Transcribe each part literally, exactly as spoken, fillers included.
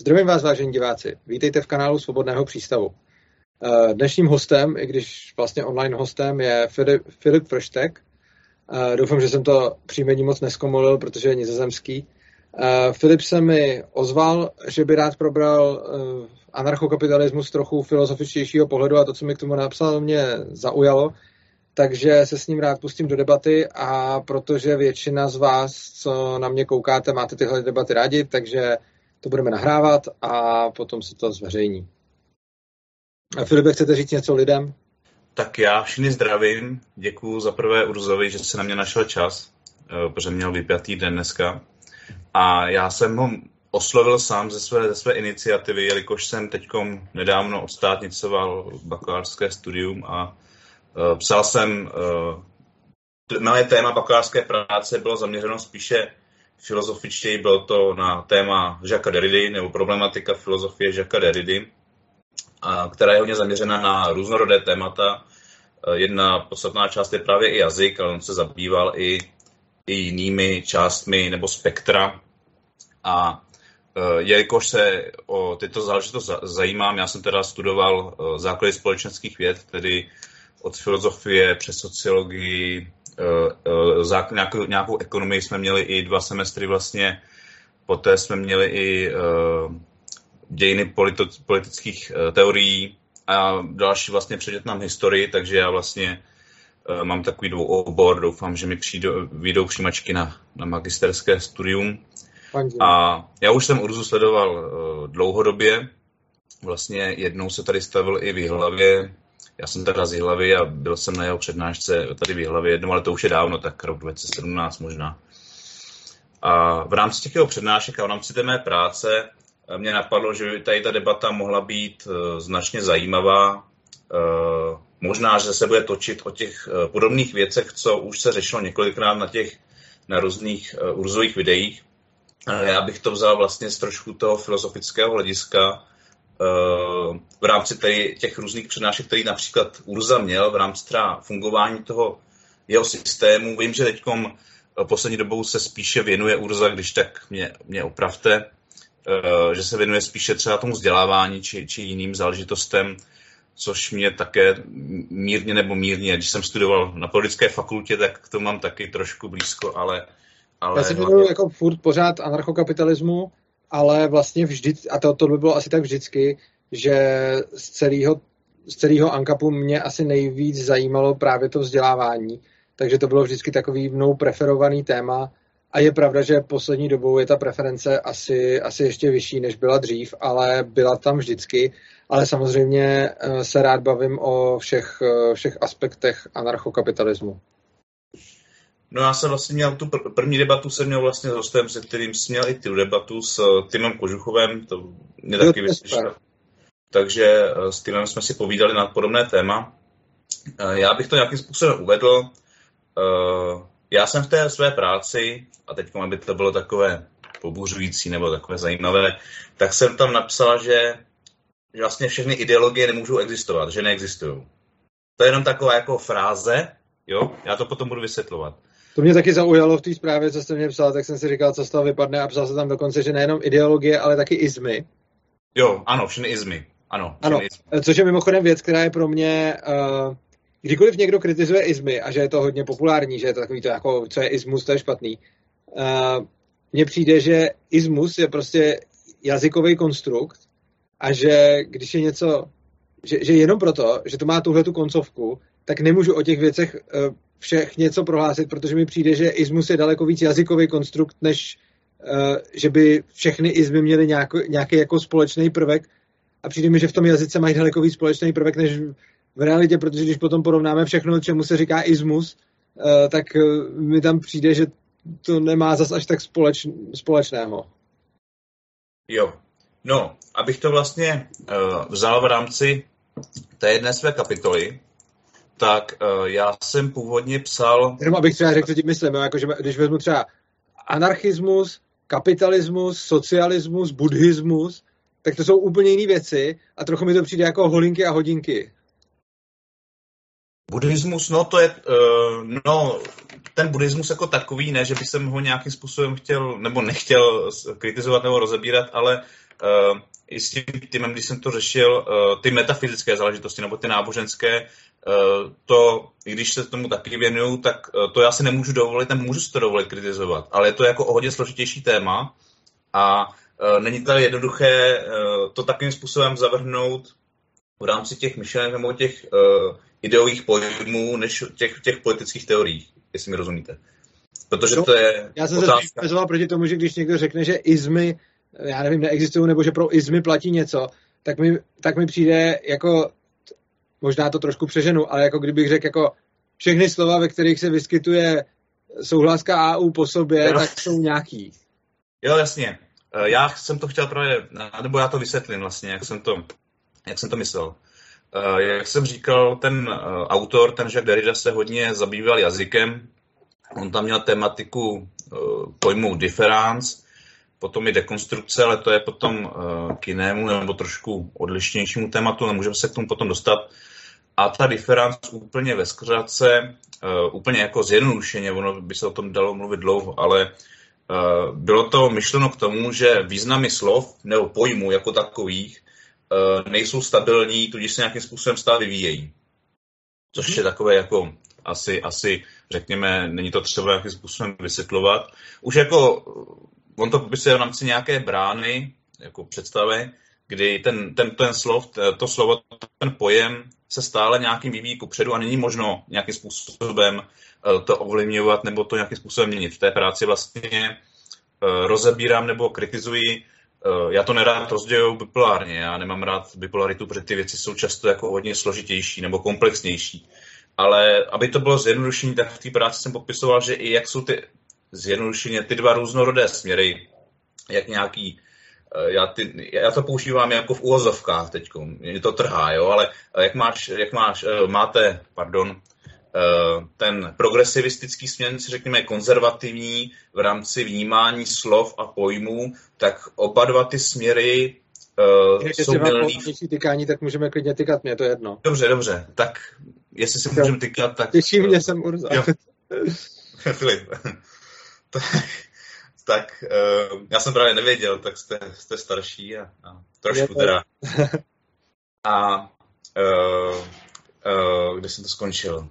Zdravím vás, vážení diváci. Vítejte v kanálu Svobodného přístavu. Dnešním hostem, i když vlastně online hostem, je Filip, Filip Frštek. Doufám, že jsem to příjmení moc neskomolil, protože je nizozemský. Filip se mi ozval, že by rád probral anarchokapitalismus z trochu filozofičtějšího pohledu a to, co mi k tomu napsal, mě zaujalo. Takže se s ním rád pustím do debaty a protože většina z vás, co na mě koukáte, máte tyhle debaty rádi, takže to budeme nahrávat a potom se to zveřejní. A Filipe, chcete říct něco lidem? Tak já všichni zdravím. Děkuju za prvé Urzovi, že se na mě našel čas, protože měl vypjatý den dneska. A já jsem ho oslovil sám ze své, ze své iniciativy, jelikož jsem teďkom nedávno odstátnicoval bakalářské studium a uh, psal jsem, uh, moje téma bakalářské práce bylo zaměřeno spíše filozofičtěji, bylo to na téma Jacquesa Derrida, nebo problematika filozofie Jacquesa Derrida, která je hodně zaměřena na různorodé témata. Jedna podstatná část je právě i jazyk, ale on se zabýval i, i jinými částmi nebo spektra. A jelikož se o tyto záležitosti zajímám, já jsem teda studoval základy společenských věd, tedy od filozofie přes sociologii, nějakou, nějakou ekonomii jsme měli i dva semestry vlastně, poté jsme měli i dějiny politi- politických teorií a další vlastně předmět nám historii, takže já vlastně mám takový dvouobor, doufám, že mi přijdou, vyjdou přijímačky na, na magisterské studium. A já už jsem Urzu sledoval dlouhodobě, vlastně jednou se tady stavil i v Jihlavě. Já jsem teda z Jihlavy a byl jsem na jeho přednášce tady v Jihlavě jednou, ale to už je dávno, tak rok dva tisíce sedmnáct možná. A v rámci těch jeho přednášek a v rámci té mé práce mě napadlo, že by tady ta debata mohla být značně zajímavá. Možná, že se bude točit o těch podobných věcech, co už se řešilo několikrát na těch na různých Urzových videích. Já bych to vzal vlastně z trošku toho filozofického hlediska, v rámci tady těch různých přednášek, který například Urza měl, v rámci třeba fungování toho jeho systému. Vím, že teďkom poslední dobou se spíše věnuje Urza, když tak mě, mě opravte, že se věnuje spíše třeba tomu vzdělávání či, či jiným záležitostem, což mě také mírně nebo mírně, když jsem studoval na politické fakultě, tak k tomu mám taky trošku blízko, ale... ale Já si věnuju jako furt pořád anarchokapitalismu, ale vlastně vždy, a to, to by bylo asi tak vždycky, že z celého, z celého ANCAPu mě asi nejvíc zajímalo právě to vzdělávání. Takže to bylo vždycky takový mnou preferovaný téma. A je pravda, že poslední dobou je ta preference asi, asi ještě vyšší, než byla dřív, ale byla tam vždycky. Ale samozřejmě se rád bavím o všech, všech aspektech anarchokapitalismu. No já jsem vlastně měl tu pr- první debatu, jsem měl vlastně s hostem, se kterým jsem měl i tu debatu s Timem Kožuchovem, to mě taky vyslyšel. Takže s Timem jsme si povídali na podobné téma. Já bych to nějakým způsobem uvedl. Já jsem v té své práci, a teď aby to bylo takové pobuřující nebo takové zajímavé, tak jsem tam napsal, že, že vlastně všechny ideologie nemůžou existovat, že neexistují. To je jenom taková jako fráze, jo? Já to potom budu vysvětlovat. To mě taky zaujalo v té zprávě, co jste mě psal, tak jsem si říkal, co z toho vypadne a psal se tam dokonce, že nejenom ideologie, ale taky izmy. Jo, ano, všechny izmy. Ano, ano, izmy. Což je mimochodem věc, která je pro mě... Uh, kdykoliv někdo kritizuje izmy a že je to hodně populární, že je to takový to jako, co je izmus, to je špatný. Uh, mně přijde, že izmus je prostě jazykový konstrukt a že když je něco, že, že jenom proto, že to má tuhletu koncovku, tak nemůžu o těch věcech uh, všech něco prohlásit, protože mi přijde, že izmus je daleko víc jazykový konstrukt, než uh, že by všechny izmy měly nějaký, nějaký jako společný prvek a přijde mi, že v tom jazyce mají daleko víc společný prvek, než v realitě, protože když potom porovnáme všechno, čemu se říká izmus, uh, tak uh, mi tam přijde, že to nemá zas až tak společ, společného. Jo, no, abych to vlastně uh, vzal v rámci té jedné své kapitoly, tak uh, já jsem původně psal... Jenom abych třeba řekl, co tím myslím, jako, že když vezmu třeba anarchismus, kapitalismus, socialismus, buddhismus, tak to jsou úplně jiné věci a trochu mi to přijde jako holinky a hodinky. Buddhismus, no to je, uh, no, ten buddhismus jako takový, ne, že bych jsem ho nějakým způsobem chtěl, nebo nechtěl kritizovat nebo rozebírat, ale uh, i s tím týmem, když jsem to řešil, uh, ty metafyzické záležitosti nebo ty náboženské, uh, to, i když se tomu taky věnuju, tak uh, to já si nemůžu dovolit, nemůžu si to dovolit kritizovat, ale je to jako o hodně složitější téma a uh, není to jednoduché uh, to takovým způsobem zavrhnout v rámci těch myšlenek nebo těch uh, ideových pojmů, než těch, těch politických teorií, jestli mi rozumíte. Protože to je Já jsem otázka. se vymezoval proti tomu, že když někdo řekne, že izmy, já nevím, neexistují, nebo že pro izmy platí něco, tak mi, tak mi přijde jako, možná to trošku přeženu, ale jako kdybych řekl jako všechny slova, ve kterých se vyskytuje souhlaska A U po sobě, jo. tak jsou nějaký. Jo, jasně. Já jsem to chtěl právě, nebo já to vysvětlím vlastně, jak jsem to, jak jsem to myslel. Jak jsem říkal, ten autor, ten Jacques Derrida se hodně zabýval jazykem. On tam měl tematiku pojmu difference, potom i dekonstrukce, ale to je potom k jinému nebo trošku odlišnějšímu tématu, nemůžeme se k tomu potom dostat. A ta difference úplně ve zkratce, úplně jako zjednodušeně, ono by se o tom dalo mluvit dlouho, ale bylo to myšleno k tomu, že významy slov nebo pojmů jako takových nejsou stabilní, tudíž se nějakým způsobem stále vyvíjejí. Což je takové jako asi, asi, řekněme, není to třeba nějakým způsobem vysvětlovat. Už jako, on to popisuje v rámci nějaké brány, jako představy, kdy ten, ten, ten slov, to slovo, ten pojem se stále nějakým vyvíjí kupředu a není možno nějakým způsobem to ovlivňovat nebo to nějakým způsobem měnit. V té práci vlastně rozebírám nebo kritizuji. Já to nerád rozděluju bipolárně, já nemám rád bipolaritu, protože ty věci jsou často jako hodně složitější nebo komplexnější. Ale aby to bylo zjednodušení, tak v té práci jsem popisoval, že i jak jsou ty zjednodušeně ty dva různorodé směry, jak nějaký, já, ty, já to používám jako v uvozovkách teďko, mě to trhá, jo, ale jak máš, jak máš, máte, pardon, ten progresivistický směr, si řekněme konzervativní v rámci vnímání slov a pojmů, tak oba dva ty směry uh, jsou milný. Když tykání, tak můžeme klidně tykat, mě to jedno. Dobře, dobře, tak jestli si můžeme tykat, tak... Těší mě, jsem Urza. Filip. tak, tak uh, já jsem právě nevěděl, tak jste, jste starší a, a trošku teda. A uh, uh, kde jsem to skončil?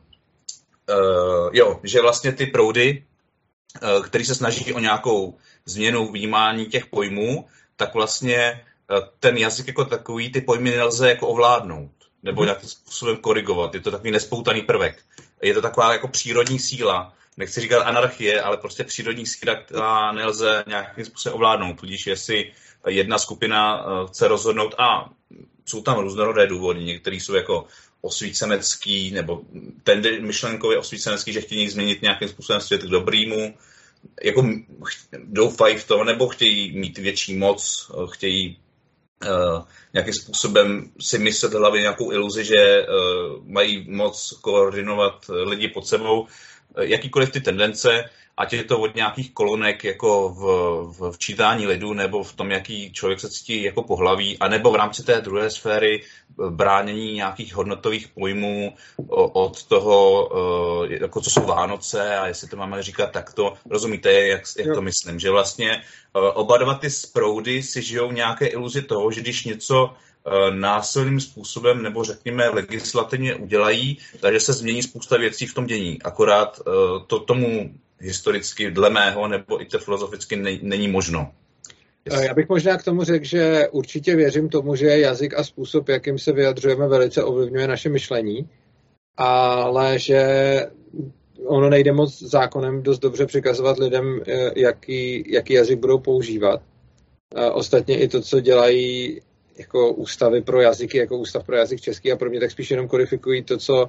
Uh, jo, že vlastně ty proudy, uh, které se snaží o nějakou změnu vnímání těch pojmů, tak vlastně uh, ten jazyk jako takový, ty pojmy nelze jako ovládnout, nebo nějakým způsobem korigovat. Je to takový nespoutaný prvek. Je to taková jako přírodní síla, nechci říkat anarchie, ale prostě přírodní síla, která nelze nějakým způsobem ovládnout. Tudíž jestli jedna skupina uh, chce rozhodnout, a jsou tam různorodé důvody, některý jsou jako osvícenecký, nebo ten myšlenkově osvícenecký, že chtějí změnit nějakým způsobem svět k dobrýmu, jako doufají v to, nebo chtějí mít větší moc, chtějí uh, nějakým způsobem si myslet v hlavě nějakou iluzi, že uh, mají moc koordinovat lidi pod sebou, jakýkoliv ty tendence, ať je to od nějakých kolonek jako v, v, v čítání lidu, nebo v tom, jaký člověk se cítí jako pohlaví, anebo v rámci té druhé sféry bránění nějakých hodnotových pojmů od toho, jako co jsou Vánoce a jestli to máme říkat takto. Rozumíte, jak, jak to myslím? Že vlastně oba dva ty sproudy si žijou nějaké iluzi toho, že když něco násilným způsobem nebo řekněme legislativně udělají, takže se změní spousta věcí v tom dění. Akorát to tomu historicky dle mého nebo i to filozoficky ne, není možno. Jestli... Já bych možná k tomu řekl, že určitě věřím tomu, že jazyk a způsob, jakým se vyjadřujeme, velice ovlivňuje naše myšlení, ale že ono nejde moc zákonem dost dobře přikazovat lidem, jaký, jaký jazyk budou používat. Ostatně i to, co dělají jako ústavy pro jazyky, jako ústav pro jazyk český a pro mě, tak spíš jenom kodifikují to, co,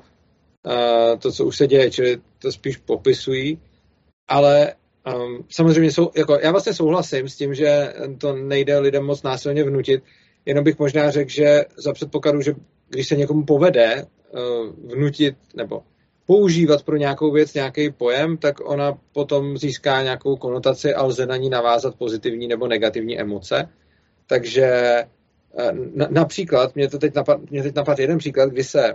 to, co už se děje, čili to spíš popisují. Ale um, samozřejmě jsou, jako, já vlastně souhlasím s tím, že to nejde lidem moc násilně vnutit, jenom bych možná řekl, že za předpokladu, že když se někomu povede uh, vnutit nebo používat pro nějakou věc nějaký pojem, tak ona potom získá nějakou konotaci a lze na ní navázat pozitivní nebo negativní emoce. Takže uh, na, například, mě to teď napad, mě teď napad jeden příklad, kdy se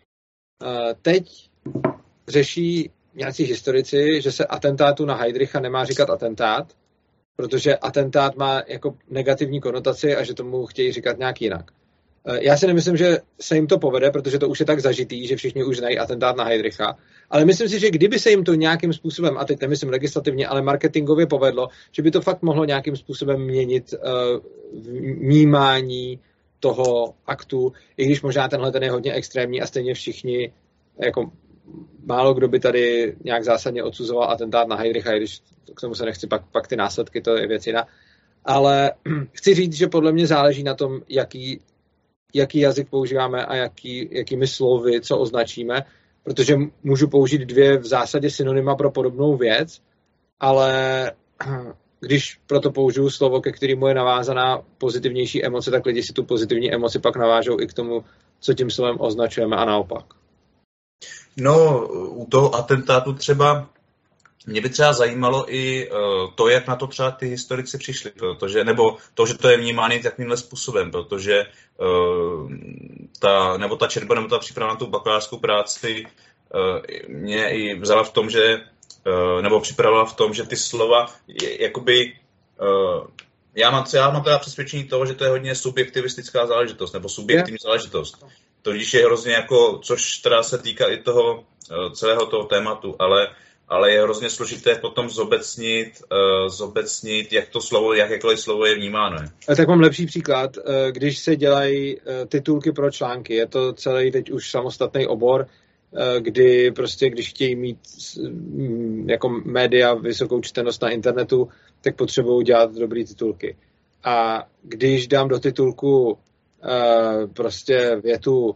uh, teď řeší nějací historici, že se atentátu na Heydricha nemá říkat atentát, protože atentát má jako negativní konotaci a že tomu chtějí říkat nějak jinak. Já si nemyslím, že se jim to povede, protože to už je tak zažitý, že všichni už znají atentát na Heydricha, ale myslím si, že kdyby se jim to nějakým způsobem, a teď nemyslím legislativně, ale marketingově povedlo, že by to fakt mohlo nějakým způsobem měnit uh, vnímání toho aktu, i když možná tenhle ten je hodně extrémní a stejně všichni, jako málo kdo by tady nějak zásadně odsuzoval atentát na Heydricha, i když k tomu se nechci, pak, pak ty následky, to je věc jiná. Ale chci říct, že podle mě záleží na tom, jaký jaký jazyk používáme a jaký, jakými slovy, co označíme, protože můžu použít dvě v zásadě synonyma pro podobnou věc, ale když proto použiju slovo, ke kterému je navázaná pozitivnější emoce, tak lidi si tu pozitivní emoci pak navážou i k tomu, co tím slovem označujeme a naopak. No, u toho atentátu třeba mě by třeba zajímalo i uh, to, jak na to třeba ty historici přišli, protože, nebo to, že to je vnímáno takovýmhle způsobem, protože uh, ta, nebo ta četba, nebo ta příprava na tu bakalářskou práci uh, mě i vzala v tom, že, uh, nebo připravila v tom, že ty slova, je, jakoby, uh, já mám, já mám teda přesvědčení toho, že to je hodně subjektivistická záležitost, nebo subjektivní je. záležitost. To když je hrozně jako, což teda se týká i toho uh, celého toho tématu, ale ale je hrozně složité potom zobecnit, uh, zobecnit, jak to slovo, jakékoliv slovo je vnímáno. Tak mám lepší příklad, když se dělají titulky pro články, je to celý teď už samostatný obor, kdy prostě, když chtějí mít jako média vysokou čtenost na internetu, tak potřebují dělat dobrý titulky. A když dám do titulku prostě větu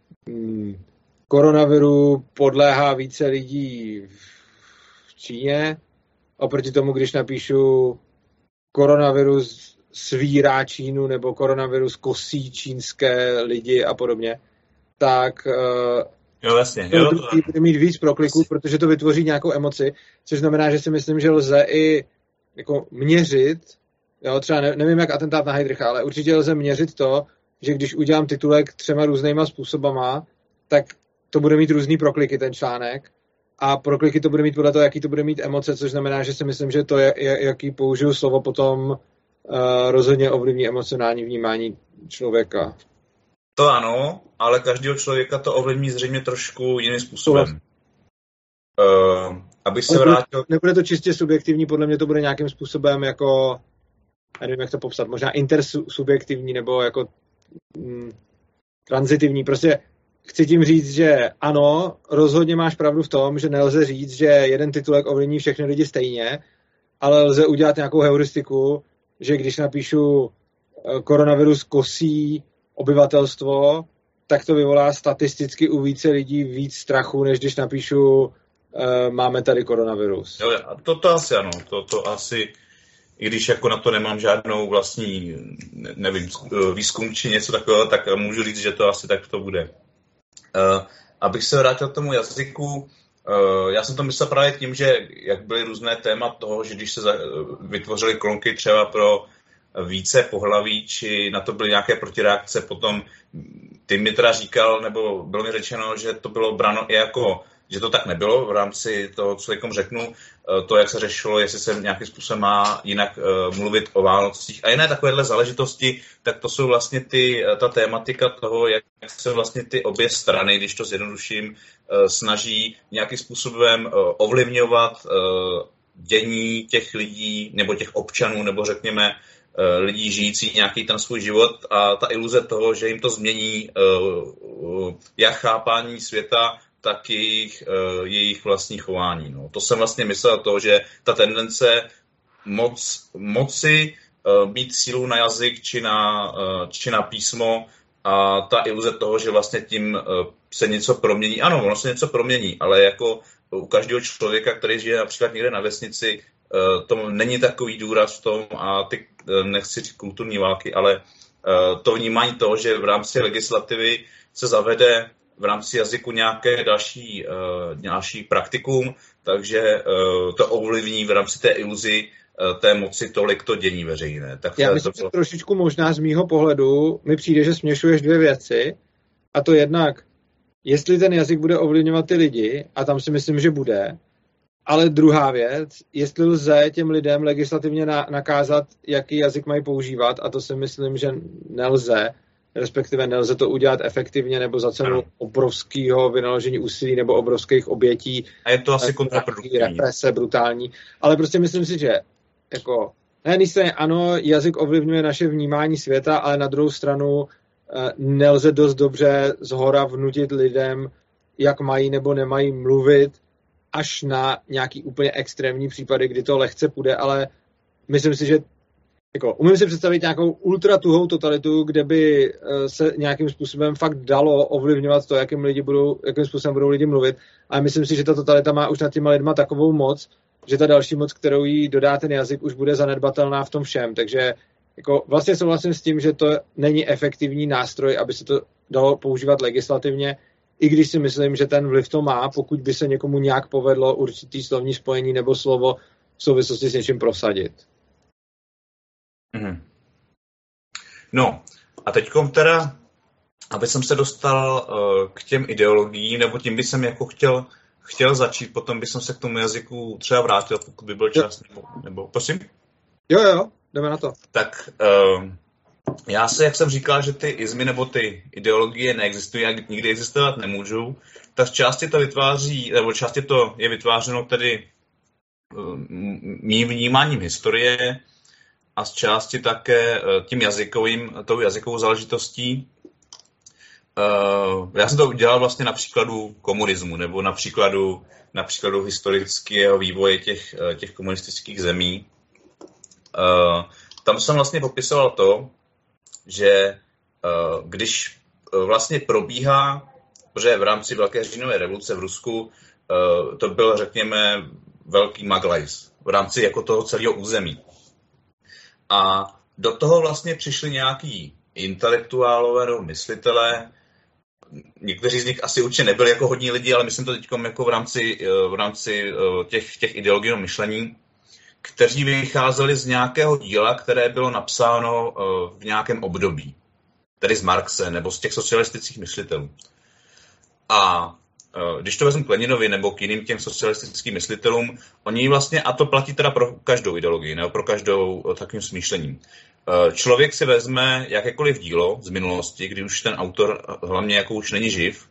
koronaviru podléhá více lidí v Číně, oproti tomu, když napíšu koronavirus svírá Čínu nebo koronavirus kosí čínské lidi a podobně, tak jo, vlastně. to bude mít víc prokliků, protože to vytvoří nějakou emoci, což znamená, že si myslím, že lze i jako měřit, jo, třeba ne, nevím, jak atentát na Heydricha, ale určitě lze měřit to, že když udělám titulek třema různýma způsobama, tak to bude mít různý prokliky, ten článek, a prokliky to bude mít podle toho, jaký to bude mít emoce, což znamená, že si myslím, že to, je, jaký použiju slovo, potom uh, rozhodně ovlivní emocionální vnímání člověka. To ano, ale každého člověka to ovlivní zřejmě trošku jiným způsobem. Uh, aby se vrátil... Nebude to čistě subjektivní, podle mě to bude nějakým způsobem jako, já nevím, jak to popsat, možná intersubjektivní nebo jako mm, transitivní. Prostě chci tím říct, že ano, rozhodně máš pravdu v tom, že nelze říct, že jeden titulek ovlivní všechny lidi stejně, ale lze udělat nějakou heuristiku, že když napíšu koronavirus kosí obyvatelstvo, tak to vyvolá statisticky u více lidí víc strachu, než když napíšu máme tady koronavirus. Jo, to, to asi ano, to, to asi, i když jako na to nemám žádnou vlastní, nevím, výzkum či něco takového, tak můžu říct, že to asi tak to bude. Uh, abych se vrátil k tomu jazyku, uh, já jsem to myslel právě tím, že jak byly různé téma toho, že když se za, vytvořily kolonky třeba pro více pohlaví, či na to byly nějaké protireakce, potom ty mi teda říkal, nebo bylo mi řečeno, že to bylo bráno i jako, že to tak nebylo v rámci toho, co jako řeknu, to, jak se řešilo, jestli se nějakým způsobem má jinak uh, mluvit o Vánocích a jiné takovéhle záležitosti, tak to jsou vlastně ty, ta tématika toho, jak se vlastně ty obě strany, když to zjednoduším, uh, snaží nějakým způsobem uh, ovlivňovat uh, dění těch lidí, nebo těch občanů, nebo řekněme uh, lidí žijící nějaký ten svůj život a ta iluze toho, že jim to změní uh, uh, jak chápání světa, tak jejich, uh, jejich vlastní chování. No. To jsem vlastně myslel to, že ta tendence moc, moci uh, mít sílu na jazyk či na, uh, či na písmo a ta iluze toho, že vlastně tím uh, se něco promění. Ano, ono se něco promění, ale jako u každého člověka, který žije například někde na vesnici, uh, to není takový důraz v tom a ty, uh, nechci říct kulturní války, ale uh, to vnímání toho, že v rámci legislativy se zavede v rámci jazyku nějaké další, uh, další praktikum, takže uh, to ovlivní v rámci té iluzi uh, té moci tolik to dění veřejné. Tak Já myslím, to bylo... že trošičku možná z mýho pohledu mi přijde, že směšuješ dvě věci, a to jednak, jestli ten jazyk bude ovlivňovat ty lidi, a tam si myslím, že bude, ale druhá věc, jestli lze těm lidem legislativně na, nakázat, jaký jazyk mají používat, a to si myslím, že nelze, respektive nelze to udělat efektivně nebo za cenu obrovského vynaložení úsilí nebo obrovských obětí. A je to asi kontraproduktivní. Represe brutální. Ale prostě myslím si, že jako na jedné straně ano, jazyk ovlivňuje naše vnímání světa, ale na druhou stranu nelze dost dobře zhora vnutit lidem, jak mají nebo nemají mluvit, až na nějaký úplně extrémní případy, kdy to lehce půjde, ale myslím si, že jako, umím si představit nějakou ultratuhou totalitu, kde by se nějakým způsobem fakt dalo ovlivňovat to, jakým, lidi budou, jakým způsobem budou lidi mluvit, ale myslím si, že ta totalita má už nad těma lidma takovou moc, že ta další moc, kterou jí dodá ten jazyk, už bude zanedbatelná v tom všem, takže jako vlastně souhlasím s tím, že to není efektivní nástroj, aby se to dalo používat legislativně, i když si myslím, že ten vliv to má, pokud by se někomu nějak povedlo určitý slovní spojení nebo slovo v souvislosti s něčím prosadit. Mm. No a teďkom teda, aby jsem se dostal uh, k těm ideologiím, nebo tím by jsem jako chtěl, chtěl začít, potom by jsem se k tomu jazyku třeba vrátil, pokud by byl čas, nebo, nebo prosím? Jo, jo, jdeme na to. Tak uh, já se, jak jsem říkal, že ty izmy nebo ty ideologie neexistují a nikdy existovat nemůžou, tak z části to vytváří, nebo části to je vytvářeno tedy uh, mým vnímáním historie a z části také uh, tím jazykovým, tou jazykovou záležitostí. Uh, já jsem to udělal vlastně na příkladu komunismu, nebo na příkladu, na příkladu historického vývoje těch, těch komunistických zemí. Uh, tam jsem vlastně popisoval to, že uh, když uh, vlastně probíhá, protože v rámci Velké říjnové revoluce v Rusku uh, to byl, řekněme, velký maglajs v rámci jako toho celého území. A do toho vlastně přišli nějaký intelektuálové nebo myslitelé. Někteří z nich asi určitě nebyli jako hodní lidi, ale myslím to teď jako v rámci, v rámci těch, těch ideologií myšlení, kteří vycházeli z nějakého díla, které bylo napsáno v nějakém období. Tedy z Marxe nebo z těch socialistických myslitelů. A když to vezmu k Leninovi nebo k jiným těm socialistickým myslitelům, oni vlastně, a to platí teda pro každou ideologii, nebo pro každou takovým smýšlením. Člověk si vezme jakékoliv dílo z minulosti, kdy už ten autor hlavně jako už není živ,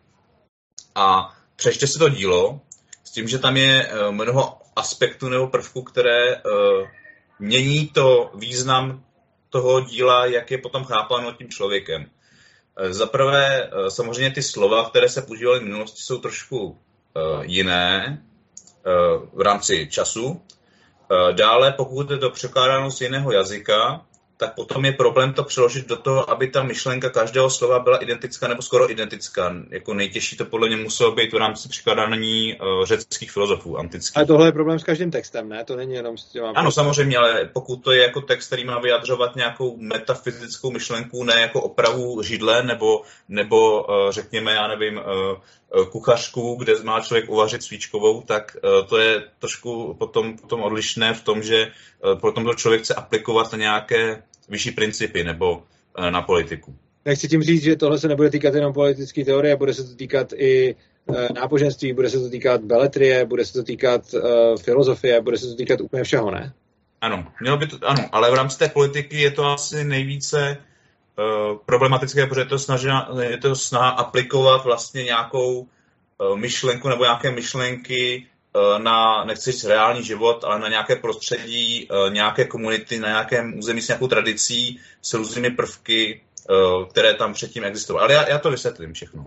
a přečte si to dílo s tím, že tam je mnoho aspektů nebo prvků, které mění to význam toho díla, jak je potom chápáno tím člověkem. Za prvé, samozřejmě ty slova, které se používaly v minulosti, jsou trošku jiné v rámci času. Dále, pokud je to překládáno z jiného jazyka, tak potom je problém to přeložit do toho, aby ta myšlenka každého slova byla identická nebo skoro identická. Jako nejtěžší to podle mě muselo být v rámci překládání uh, řeckých filozofů antických. Ale tohle je problém s každým textem, ne? To není jenom s těma... Ano, samozřejmě, ale pokud to je jako text, který má vyjadřovat nějakou metafyzickou myšlenku, ne jako opravu židle, nebo, nebo uh, řekněme, já nevím, uh, kuchařku, kde má člověk uvařit svíčkovou, tak uh, to je trošku potom, potom odlišné v tom, že uh, potom to člověk chce aplikovat na nějaké vyšší principy nebo uh, na politiku. Nechci tím říct, že tohle se nebude týkat jenom politické teorie, bude se to týkat i uh, náboženství, bude se to týkat beletrie, bude se to týkat uh, filozofie, bude se to týkat úplně všeho, ne? Ano, mělo by to, ano, ale v rámci té politiky je to asi nejvíce uh, problematické, protože je to, snaží, je to snaha aplikovat vlastně nějakou uh, myšlenku nebo nějaké myšlenky uh, na, nechci říct reální život, ale na nějaké prostředí, uh, nějaké komunity, na nějakém území s nějakou tradicí, s různými prvky, uh, které tam předtím existovaly. Ale já, já to vysvětlím všechno.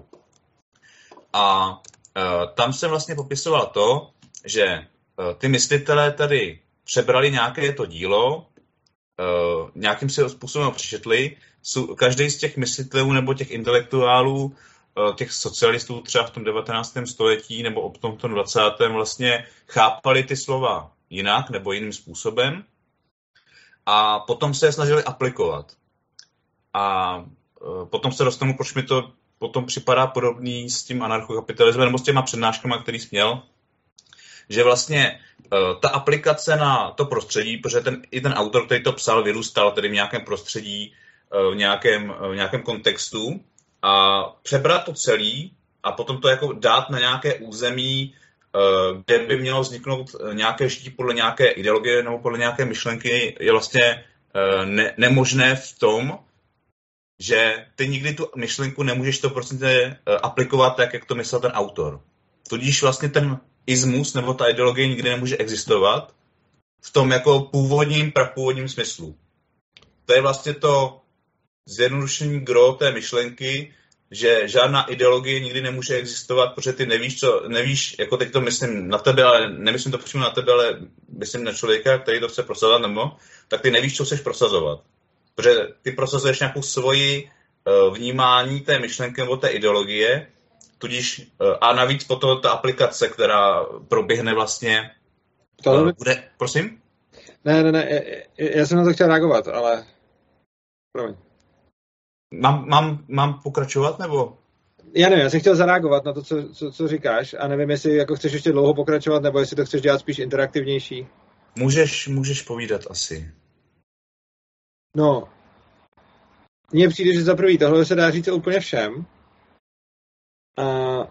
A uh, tam jsem vlastně popisoval to, že uh, ty myslitelé tady přebrali nějaké to dílo, uh, nějakým si způsobem přečetli. Každý z těch myslitelů nebo těch intelektuálů, uh, těch socialistů třeba v tom devatenáctém století nebo v tom dvacátém vlastně chápali ty slova jinak nebo jiným způsobem a potom se je snažili aplikovat. A uh, potom se dostanu, proč mi to potom připadá podobný s tím anarchokapitalismem nebo s těma přednáškama, který jsi měl, že vlastně uh, ta aplikace na to prostředí, protože ten, i ten autor, který to psal, vyrůstal tedy v nějakém prostředí, uh, v, nějakém, uh, v nějakém kontextu a přebrat to celý a potom to jako dát na nějaké území kde by mělo vzniknout nějaké žití podle nějaké ideologie nebo podle nějaké myšlenky, je vlastně ne, nemožné v tom, že ty nikdy tu myšlenku nemůžeš to prostě aplikovat tak, jak to myslel ten autor. Tudíž vlastně ten ismus nebo ta ideologie nikdy nemůže existovat v tom jako původním, prapůvodním smyslu. To je vlastně to zjednodušení gro té myšlenky, že žádná ideologie nikdy nemůže existovat, protože ty nevíš, co, nevíš, jako teď to myslím na tebe, ale nemyslím to přímo na tebe, ale myslím na člověka, který to chce prosazovat, nebo, tak ty nevíš, co chceš prosazovat. Protože ty prosazuješ nějakou svoji uh, vnímání té myšlenky nebo té ideologie, tudíž uh, a navíc potom ta aplikace, která proběhne vlastně, uh, bude, prosím? Ne, ne, ne, já jsem na to chtěl reagovat, ale promiň. Mám, mám, mám pokračovat, nebo? Já nevím, já jsem chtěl zareagovat na to, co, co, co říkáš a nevím, jestli jako chceš ještě dlouho pokračovat, nebo jestli to chceš dělat spíš interaktivnější. Můžeš, můžeš povídat asi. No, mně přijde, že za prvý tohle se dá říct úplně všem. A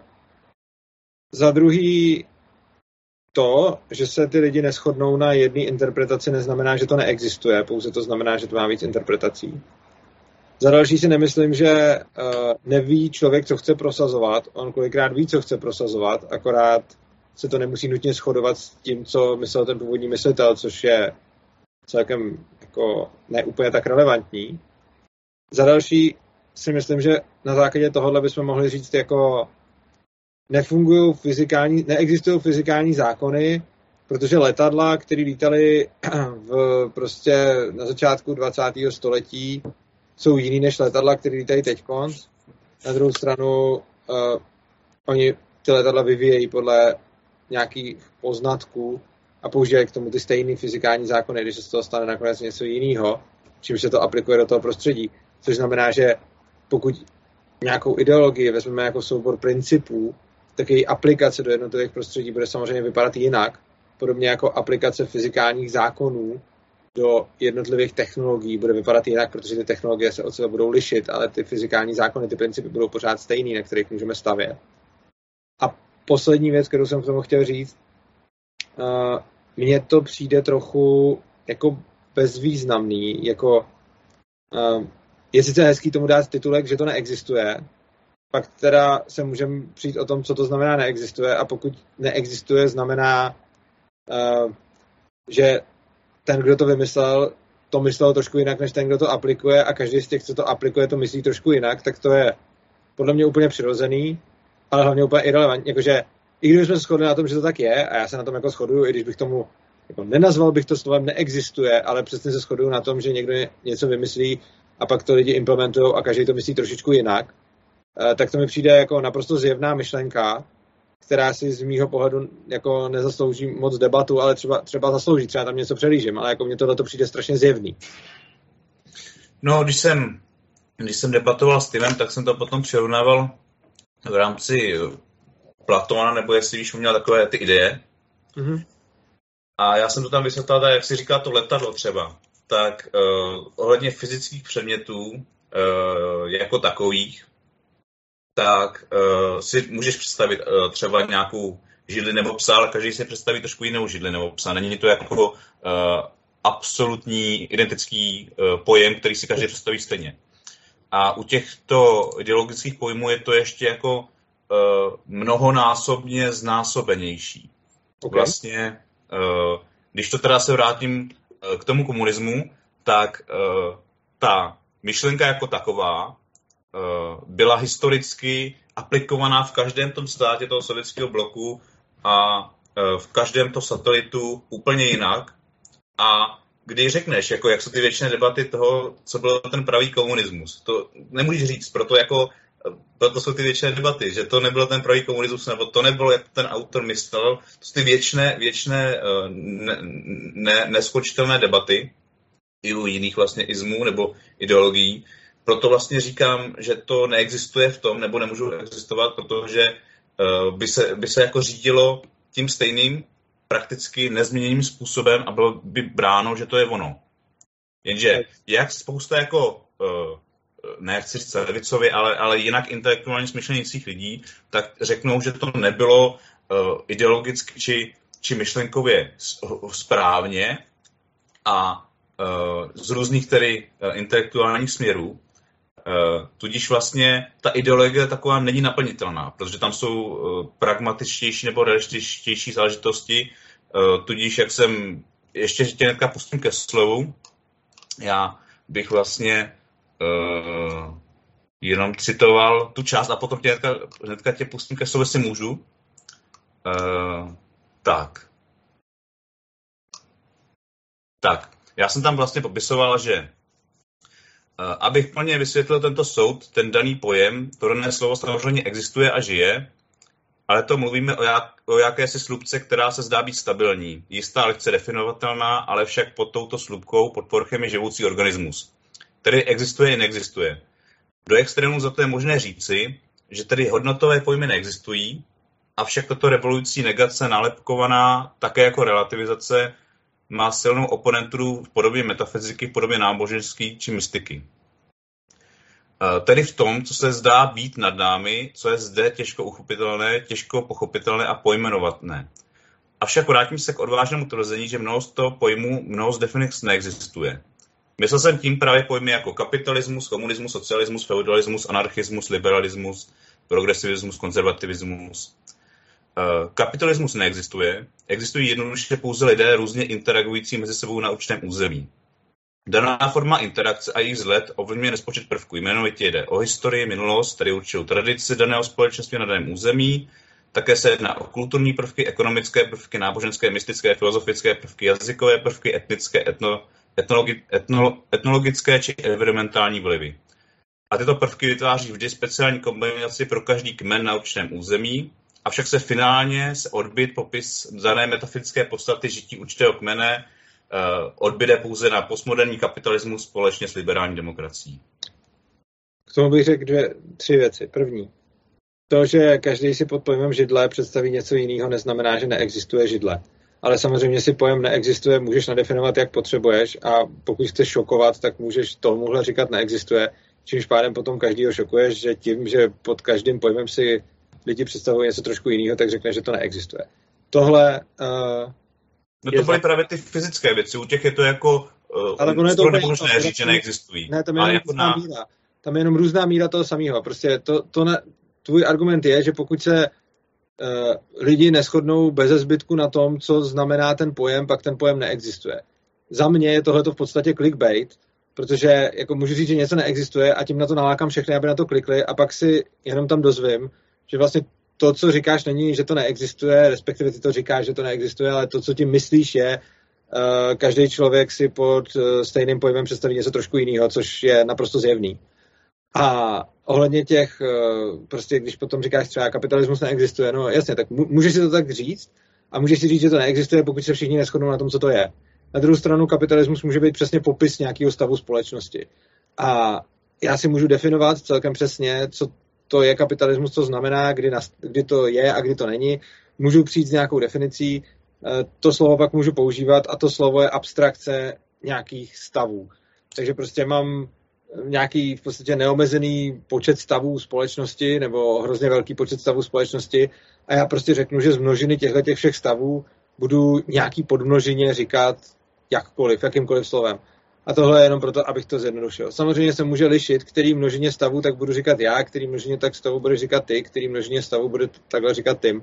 za druhý to, že se ty lidi neshodnou na jedné interpretaci, neznamená, že to neexistuje, pouze to znamená, že to má víc interpretací. Za další si nemyslím, že uh, neví člověk, co chce prosazovat. On kolikrát ví, co chce prosazovat, akorát se to nemusí nutně shodovat s tím, co myslel ten původní myslitel, což je celkem jako neúplně tak relevantní. Za další si myslím, že na základě tohohle bychom mohli říct, jako nefungují fyzikální, neexistují fyzikální zákony, protože letadla, které lítaly v prostě na začátku dvacátého století, jsou jiný než letadla, které lítají teďkonc. Na druhou stranu uh, oni ty letadla vyvíjejí podle nějakých poznatků a používají k tomu ty stejné fyzikální zákony, když se z toho stane nakonec něco jiného, čím se to aplikuje do toho prostředí. Což znamená, že pokud nějakou ideologii vezmeme jako soubor principů, tak její aplikace do jednotlivých prostředí bude samozřejmě vypadat jinak. Podobně jako aplikace fyzikálních zákonů do jednotlivých technologií bude vypadat jinak, protože ty technologie se od sebe budou lišit, ale ty fyzikální zákony, ty principy budou pořád stejný, na kterých můžeme stavět. A poslední věc, kterou jsem k tomu chtěl říct, uh, mně to přijde trochu jako bezvýznamný, jako uh, je sice hezký tomu dát titulek, že to neexistuje, pak teda se můžeme přijít o tom, co to znamená neexistuje, a pokud neexistuje, znamená, uh, že ten, kdo to vymyslel, to myslel trošku jinak, než ten, kdo to aplikuje, a každý z těch, co to aplikuje, to myslí trošku jinak, tak to je podle mě úplně přirozený, ale hlavně úplně irelevantní. Jakože, i když jsme se shodli na tom, že to tak je, a já se na tom jako shoduju, i když bych tomu jako nenazval bych to slovem neexistuje, ale přesně se shoduju na tom, že někdo něco vymyslí a pak to lidi implementují a každý to myslí trošičku jinak, tak to mi přijde jako naprosto zjevná myšlenka, která si z mýho pohledu jako nezaslouží moc debatu, ale třeba, třeba zaslouží, třeba tam něco přelížím, ale jako mně tohle to přijde strašně zjevný. No, když jsem, když jsem debatoval s Timem, tak jsem to potom přirovnával v rámci Platona, nebo jestli víš, měl takové ty ideje. Mm-hmm. A já jsem to tam vysvětlil, jak si říká to letadlo třeba, tak uh, ohledně fyzických předmětů uh, jako takových, tak uh, si můžeš představit uh, třeba nějakou židli nebo psa, ale každý si představí trošku jinou židli nebo psa. Není to jako uh, absolutní identický uh, pojem, který si každý představí stejně. A u těchto ideologických pojmů je to ještě jako uh, mnohonásobně znásobenější. Okay. Vlastně, uh, když to teda se vrátím uh, k tomu komunismu, tak uh, ta myšlenka jako taková byla historicky aplikovaná v každém tom státě toho sovětského bloku a v každém tom satelitu úplně jinak. A když řekneš, jako, jak jsou ty věčné debaty toho, co byl ten pravý komunismus, to nemůžeš říct, proto, jako, proto jsou ty věčné debaty, že to nebyl ten pravý komunismus, nebo to nebylo, jak ten autor myslel. To jsou ty věčné, věčné ne, ne, neskočitelné debaty i u jiných vlastně ismů nebo ideologií. Proto vlastně říkám, že to neexistuje v tom, nebo nemůžu existovat, protože uh, by, se, by se jako řídilo tím stejným, prakticky nezměněným způsobem a bylo by bráno, že to je ono. Jenže jak spousta jako, uh, ne chci říct levicově, ale, ale jinak intelektuálně smyšlenících lidí, tak řeknou, že to nebylo uh, ideologicky či, či myšlenkově správně a uh, z různých tedy uh, intelektuálních směrů. Uh, tudíž vlastně ta ideologie taková není naplnitelná, protože tam jsou uh, pragmatičtější nebo realističtější záležitosti. Uh, tudíž, jak jsem ještě tě hnedka pustím ke slovu, já bych vlastně uh, jenom citoval tu část a potom tě hnedka, hnedka tě pustím ke slovu, jestli můžu. Uh, tak. Tak, já jsem tam vlastně popisoval, že uh, abych plně vysvětlil tento soud, ten daný pojem, to dané slovo samozřejmě existuje a žije, ale to mluvíme o, jak, o jakési slupce, která se zdá být stabilní, jistá, lehce definovatelná, ale však pod touto slupkou, pod povrchem je živoucí organismus, který existuje i neexistuje. Do extrému za to je možné říci, že tedy hodnotové pojmy neexistují, avšak tato revolucí negace nálepkovaná také jako relativizace má silnou oponenturu v podobě metafyziky, v podobě náboženské či mystiky. Tedy v tom, co se zdá být nad námi, co je zde těžko uchopitelné, těžko pochopitelné a pojmenovatné. Avšak vrátím se k odvážnému tvrzení, že mnoho z toho pojmů, mnoho z definic neexistuje. Myslel jsem tím právě pojmy jako kapitalismus, komunismus, socialismus, feudalismus, anarchismus, liberalismus, progresivismus, konzervativismus. Kapitalismus neexistuje, existují jednoduše pouze lidé různě interagující mezi sebou na určitém území. Daná forma interakce a jejich vzhled ovlivňuje nespočet prvků. Jmenovitě jde o historii, minulost, tedy určitou tradici daného společenství na daném území. Také se jedná o kulturní prvky, ekonomické prvky, náboženské, mystické, filozofické prvky, jazykové prvky, etnické, etno, etnologi, etno, etnologické či environmentální vlivy. A tyto prvky vytváří vždy speciální kombinaci pro každý kmen na určitém území, avšak se finálně se odbyt popis dané metafyzické podstaty žití určitého kmene uh, odbyde pouze na postmoderní kapitalismus společně s liberální demokracií. K tomu bych řekl dvě, tři věci. První. To, že každý si pod pojmem židle představí něco jiného, neznamená, že neexistuje židle. Ale samozřejmě si pojem neexistuje, můžeš nadefinovat, jak potřebuješ, a pokud chceš šokovat, tak můžeš tomuhle říkat neexistuje, čímž pádem potom každýho šokuješ, že tím, že pod každým pojmem si lidi představují něco trošku jiného, tak řekne, že to neexistuje. Tohle... Uh, no to byly za... právě ty fyzické věci, u těch je to jako... Uh, ale ono je to nemožné to, říct, že neexistují. Ne, tam je jenom jako různá na... míra. Tam je jenom různá míra toho samého. Prostě to, to ne... tvůj argument je, že pokud se uh, lidi neshodnou beze zbytku na tom, co znamená ten pojem, pak ten pojem neexistuje. Za mě je tohleto v podstatě clickbait, protože jako můžu říct, že něco neexistuje a tím na to nalákám všechny, aby na to klikli, a pak si jenom tam dozvím, že vlastně to, co říkáš, není, že to neexistuje, respektive ty to říkáš, že to neexistuje, ale to, co tím myslíš, je, uh, každý člověk si pod uh, stejným pojmem představí něco trošku jiného, což je naprosto zjevný. A ohledně těch, uh, prostě když potom říkáš třeba kapitalismus neexistuje, no jasně, tak můžeš si to tak říct a můžeš si říct, že to neexistuje, pokud se všichni neshodnou na tom, co to je. Na druhou stranu kapitalismus může být přesně popis nějakého stavu společnosti. A já si můžu definovat celkem přesně, co to je kapitalismus, co znamená, kdy, na, kdy to je a kdy to není. Můžu přijít s nějakou definicí, to slovo pak můžu používat a to slovo je abstrakce nějakých stavů. Takže prostě mám nějaký v podstatě neomezený počet stavů společnosti nebo hrozně velký počet stavů společnosti a já prostě řeknu, že z množiny těchto těch všech stavů budu nějaký podmnožině říkat jakkoliv, jakýmkoliv slovem. A tohle je jenom proto, abych to zjednodušil. Samozřejmě se může lišit, který množině stavů tak budu říkat já, který množině tak stavu budu říkat ty, který množině stavu budu takhle říkat tím.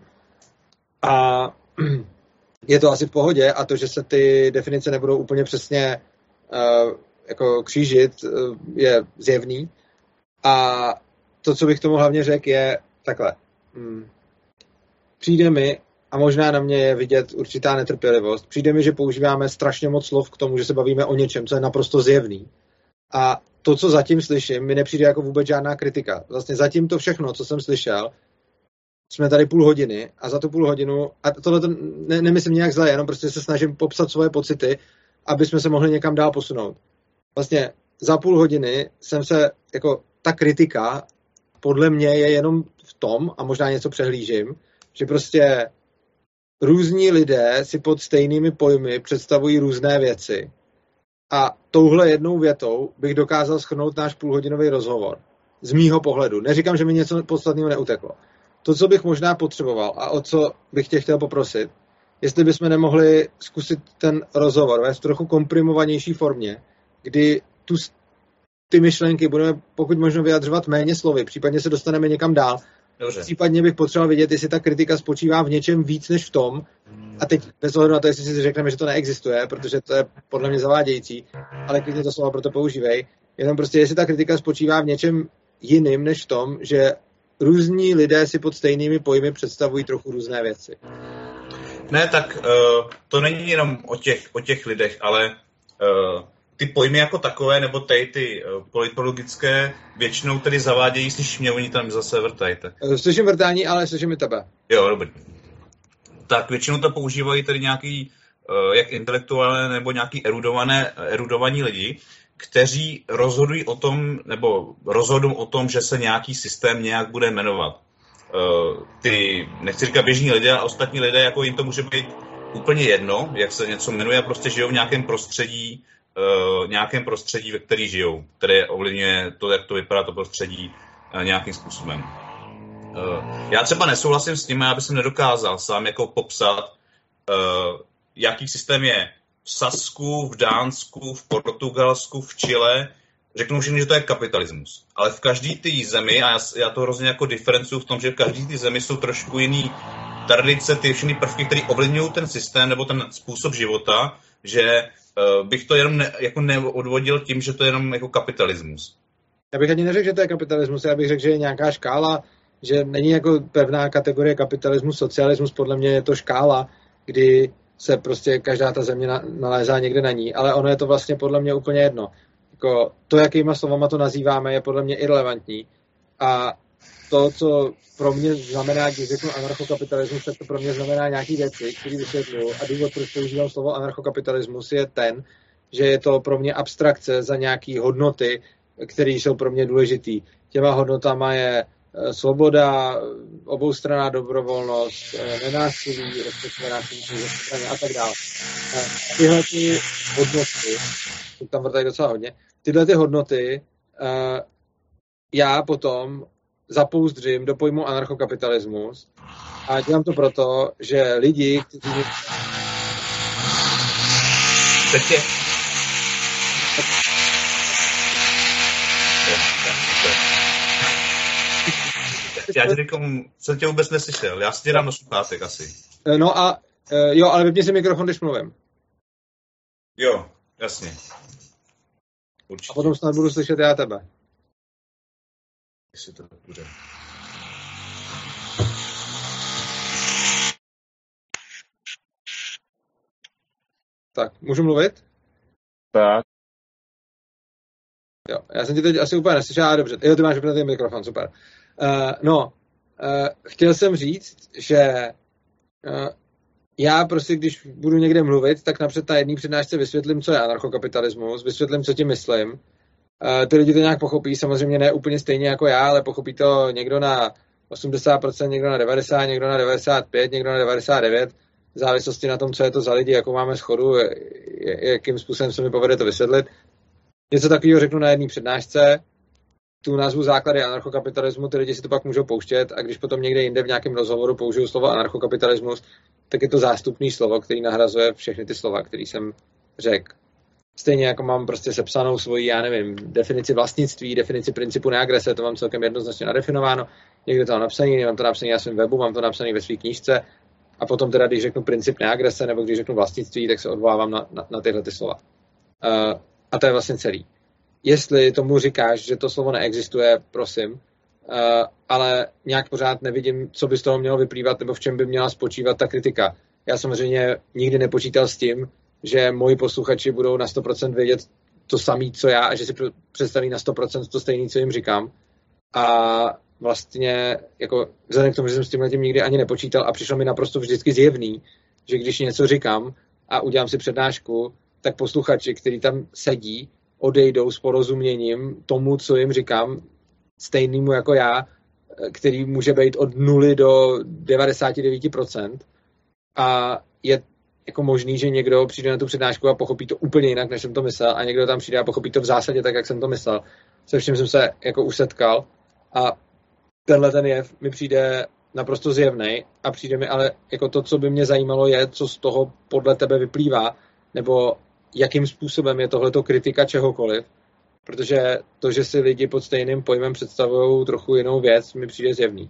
A je to asi v pohodě a to, že se ty definice nebudou úplně přesně uh, jako křížit, uh, je zjevný. A to, co bych tomu hlavně řekl, je takhle. Hmm. Přijde mi, a možná na mě je vidět určitá netrpělivost, přijde mi, že používáme strašně moc slov k tomu, že se bavíme o něčem, co je naprosto zjevný. A to, co zatím slyším, mi nepřijde jako vůbec žádná kritika. Vlastně zatím to všechno, co jsem slyšel, jsme tady půl hodiny a za tu půl hodinu, a tohle to ne, nemyslím nějak zle, jenom prostě se snažím popsat svoje pocity, aby jsme se mohli někam dál posunout. Vlastně za půl hodiny jsem se, jako ta kritika podle mě je jenom v tom, a možná něco přehlížím, že prostě různí lidé si pod stejnými pojmy představují různé věci. A touhle jednou větou bych dokázal shrnout náš půlhodinový rozhovor. Z mýho pohledu. Neříkám, že mi něco podstatného neuteklo. to, co bych možná potřeboval a o co bych tě chtěl poprosit, jestli bychom nemohli zkusit ten rozhovor vést v trochu komprimovanější formě, kdy tu, ty myšlenky budeme pokud možno vyjadřovat méně slovy, případně se dostaneme někam dál. Dobře. Případně bych potřeboval vidět, jestli ta kritika spočívá v něčem víc než v tom, a teď bez ohledu na to, jestli si řekneme, že to neexistuje, protože to je podle mě zavádějící, ale klidně to slovo proto používej, jenom prostě, jestli ta kritika spočívá v něčem jiným než v tom, že různí lidé si pod stejnými pojmy představují trochu různé věci. Ne, tak uh, to není jenom o těch, o těch lidech, ale uh, ty pojmy jako takové, nebo tady ty uh, politologické, většinou tedy zavádějí, slyšíš mě, oni tam zase vrtají. Tak. Slyším vrtání, ale slyším i tebe. Jo, dobrý. Tak většinou to používají tedy nějaký, uh, jak intelektuálně, nebo nějaký erudované, erudovaní lidi, kteří rozhodují o tom, nebo rozhodují o tom, že se nějaký systém nějak bude jmenovat. Uh, ty, nechci říkat běžní lidé, ale ostatní lidé, jako jim to může být úplně jedno, jak se něco jmenuje, prostě žijou v nějakém prostředí, uh, nějakém prostředí, ve kterém žijou, které ovlivňuje to, jak to vypadá to prostředí uh, nějakým způsobem. Uh, já třeba nesouhlasím s tím, aby jsem nedokázal sám jako popsat, uh, jaký systém je v Sasku, v Dánsku, v Portugalsku, v Chile. Řeknu všichni, že to je kapitalismus. Ale v každé té zemi, a já, já to hrozně jako diferencuju v tom, že v každé té zemi jsou trošku jiný tradice, ty všechny prvky, které ovlivňují ten systém nebo ten způsob života, že uh, bych to jenom ne, jako neodvodil tím, že to je jenom jako kapitalismus. Já bych ani neřekl, že to je kapitalismus, já bych řekl, že je nějaká škála, že není jako pevná kategorie kapitalismus, socialismus, podle mě je to škála, kdy se prostě každá ta země nalézá někde na ní, ale ono je to vlastně podle mě úplně jedno. Jako to, jakýma slovama to nazýváme, je podle mě irelevantní. A to, co pro mě znamená, když řeknu anarchokapitalismus, tak to pro mě znamená nějaký věci, které vysvětluju. A důvod, proč používám slovo anarchokapitalismus, je ten, že je to pro mě abstrakce za nějaké hodnoty, které jsou pro mě důležitý. Těma hodnotama je svoboda, oboustranná dobrovolnost, nenásilí, respektive násilí a tak dále. Tyhle ty hodnoty, tam vrtají docela hodně, tyhle ty hodnoty já potom zapouzdřím do pojmu anarchokapitalismus a dělám to proto, že lidi, kteří... Teď Já tě říkám, jsem tě vůbec neslyšel, já si tě dám do sluchátek asi. No a jo, ale vypni si mikrofon, když mluvím. Jo, jasně. Určitě. A potom snad budu slyšet já tebe. Jestli to bude. Tak, můžu mluvit? Tak. Jo, já jsem ti teď asi úplně neslyšel, ale dobře. Jo, ty máš vypnutý mikrofon, super. Uh, no, uh, chtěl jsem říct, že uh, já prostě, když budu někde mluvit, tak napřed na jedné přednášce vysvětlím, co je anarchokapitalismus, vysvětlím, co tím myslím. Uh, ty lidi to nějak pochopí, samozřejmě ne úplně stejně jako já, ale pochopí to někdo na osmdesát procent, někdo na devadesát procent, někdo na devadesát pět procent, někdo na devadesát devět procent, v závislosti na tom, co je to za lidi, jakou máme schodu, jakým způsobem se mi povede to vysvětlit. Něco takového řeknu na jedné přednášce, tu názvu základy anarchokapitalismu, ty lidi si to pak můžou pouštět a když potom někde jinde v nějakém rozhovoru použiju slovo anarchokapitalismus, tak je to zástupný slovo, který nahrazuje všechny ty slova, které jsem řekl. Stejně jako mám prostě sepsanou svoji, já nevím, definici vlastnictví, definici principu neagrese, to mám celkem jednoznačně nadefinováno. Někde to mám napsaný, mám to napsaný na svém webu, mám to napsaný ve své knížce a potom teda, když řeknu princip neagrese nebo když řeknu vlastnictví, tak se odvolávám na, na, na tyhle ty slova. Uh, a to je vlastně celý. Jestli tomu říkáš, že to slovo neexistuje, prosím, uh, ale nějak pořád nevidím, co by z toho mělo vyplývat, nebo v čem by měla spočívat ta kritika. Já samozřejmě nikdy nepočítal s tím, že moji posluchači budou na sto procent vědět to samé, co já, a že si představí na sto procent to stejné, co jim říkám. A vlastně, jako vzhledem k tomu, že jsem s tímhle tím nikdy ani nepočítal a přišlo mi naprosto vždycky zjevný, že když něco říkám a udělám si přednášku, tak posluchači, kteří tam sedí, odejdou s porozuměním tomu, co jim říkám, stejnému jako já, který může být od nuly do devadesát devět procent. A je jako možný, že někdo přijde na tu přednášku a pochopí to úplně jinak, než jsem to myslel, a někdo tam přijde a pochopí to v zásadě tak, jak jsem to myslel. Se vším jsem se jako už setkal a tenhle ten jev mi přijde naprosto zjevnej a přijde mi ale jako to, co by mě zajímalo, je, co z toho podle tebe vyplývá, nebo jakým způsobem je tohleto kritika čehokoliv, protože to, že si lidi pod stejným pojmem představují trochu jinou věc, mi přijde zjevný.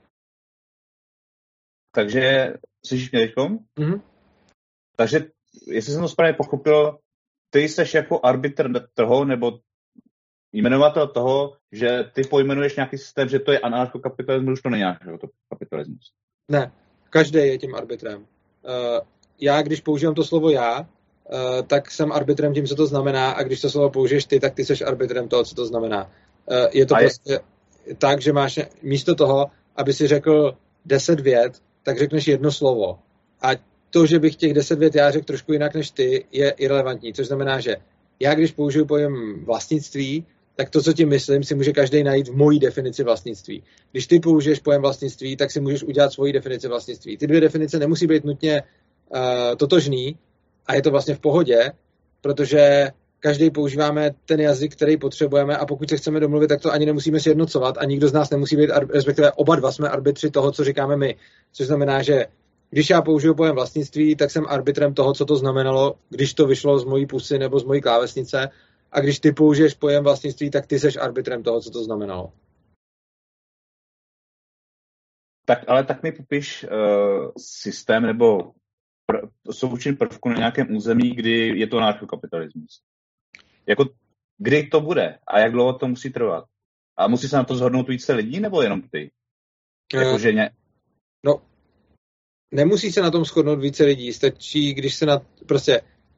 Takže, slyšíš mě teďkom? Mm-hmm. Takže, jestli jsem to správně pochopil, ty jsi jako arbitr toho, nebo jmenovatel toho, že ty pojmenuješ nějaký systém, že to je anarchokapitalismus, už to není anarchokapitalismus. Ne, každý je tím arbitrem. Uh, já, když používám to slovo já, uh, tak jsem arbitrem tím, co to znamená, a když to slovo použiješ ty, tak ty seš arbitrem toho, co to znamená. Uh, je to a prostě je... tak, že máš místo toho, aby si řekl deset vět, tak řekneš jedno slovo. A to, že bych těch deset vět já řekl trošku jinak než ty, je irelevantní, což znamená, že já, když použiju pojem vlastnictví, tak to, co tím myslím, si může každý najít v mojí definici vlastnictví. Když ty použiješ pojem vlastnictví, tak si můžeš udělat svoji definici vlastnictví. Ty dvě definice nemusí být nutně uh, totožný a je to vlastně v pohodě, protože každý používáme ten jazyk, který potřebujeme, a pokud se chceme domluvit, tak to ani nemusíme sjednocovat a nikdo z nás nemusí být, respektive oba dva jsme arbitři toho, co říkáme my. Což znamená, že když já použiju pojem vlastnictví, tak jsem arbitrem toho, co to znamenalo, když to vyšlo z mojí pusy nebo z mojí klávesnice. A když ty použiješ pojem vlastnictví, tak ty seš arbitrem toho, co to znamenalo. Tak, ale tak mi popiš uh, systém nebo pr- součin prvku na nějakém území, kdy je to anarchokapitalismus. Jako, kdy to bude a jak dlouho to musí trvat? A musí se na to shodnout více lidí, nebo jenom ty? Jako, že ně... No, nemusí se na tom shodnout více lidí. Stačí, když se na... Prostě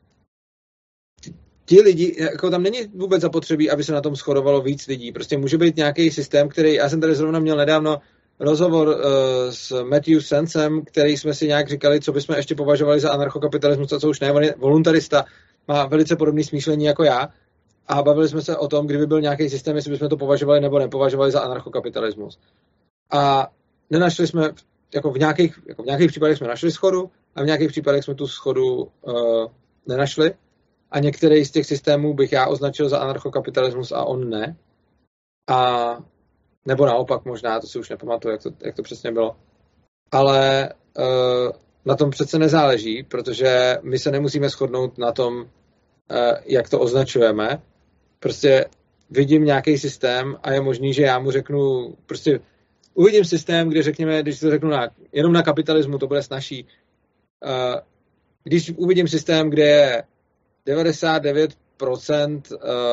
ti lidi, jako tam není vůbec zapotřebí, aby se na tom shodovalo víc lidí. Prostě může být nějaký systém, který, já jsem tady zrovna měl nedávno rozhovor uh, s Matthew Sensem, který jsme si nějak říkali, co bychom ještě považovali za anarchokapitalismus, a co už ne. On je voluntarista, má velice podobné smýšlení jako já, a bavili jsme se o tom, kdyby byl nějaký systém, jestli bychom to považovali nebo nepovažovali za anarchokapitalismus. A nenašli jsme, jako v nějakých, jako v nějakých případech jsme našli shodu, a v nějakých případech jsme tu shodu uh, nenašli. A některý z těch systémů bych já označil za anarchokapitalismus a on ne. A nebo naopak možná, to si už nepamatuju, jak to, jak to přesně bylo. Ale uh, na tom přece nezáleží, protože my se nemusíme shodnout na tom, uh, jak to označujeme. Prostě vidím nějaký systém a je možný, že já mu řeknu, prostě uvidím systém, kde řekněme, když to řeknu na, jenom na kapitalismu, to bude snazší. Uh, když uvidím systém, kde je devadesát devět procent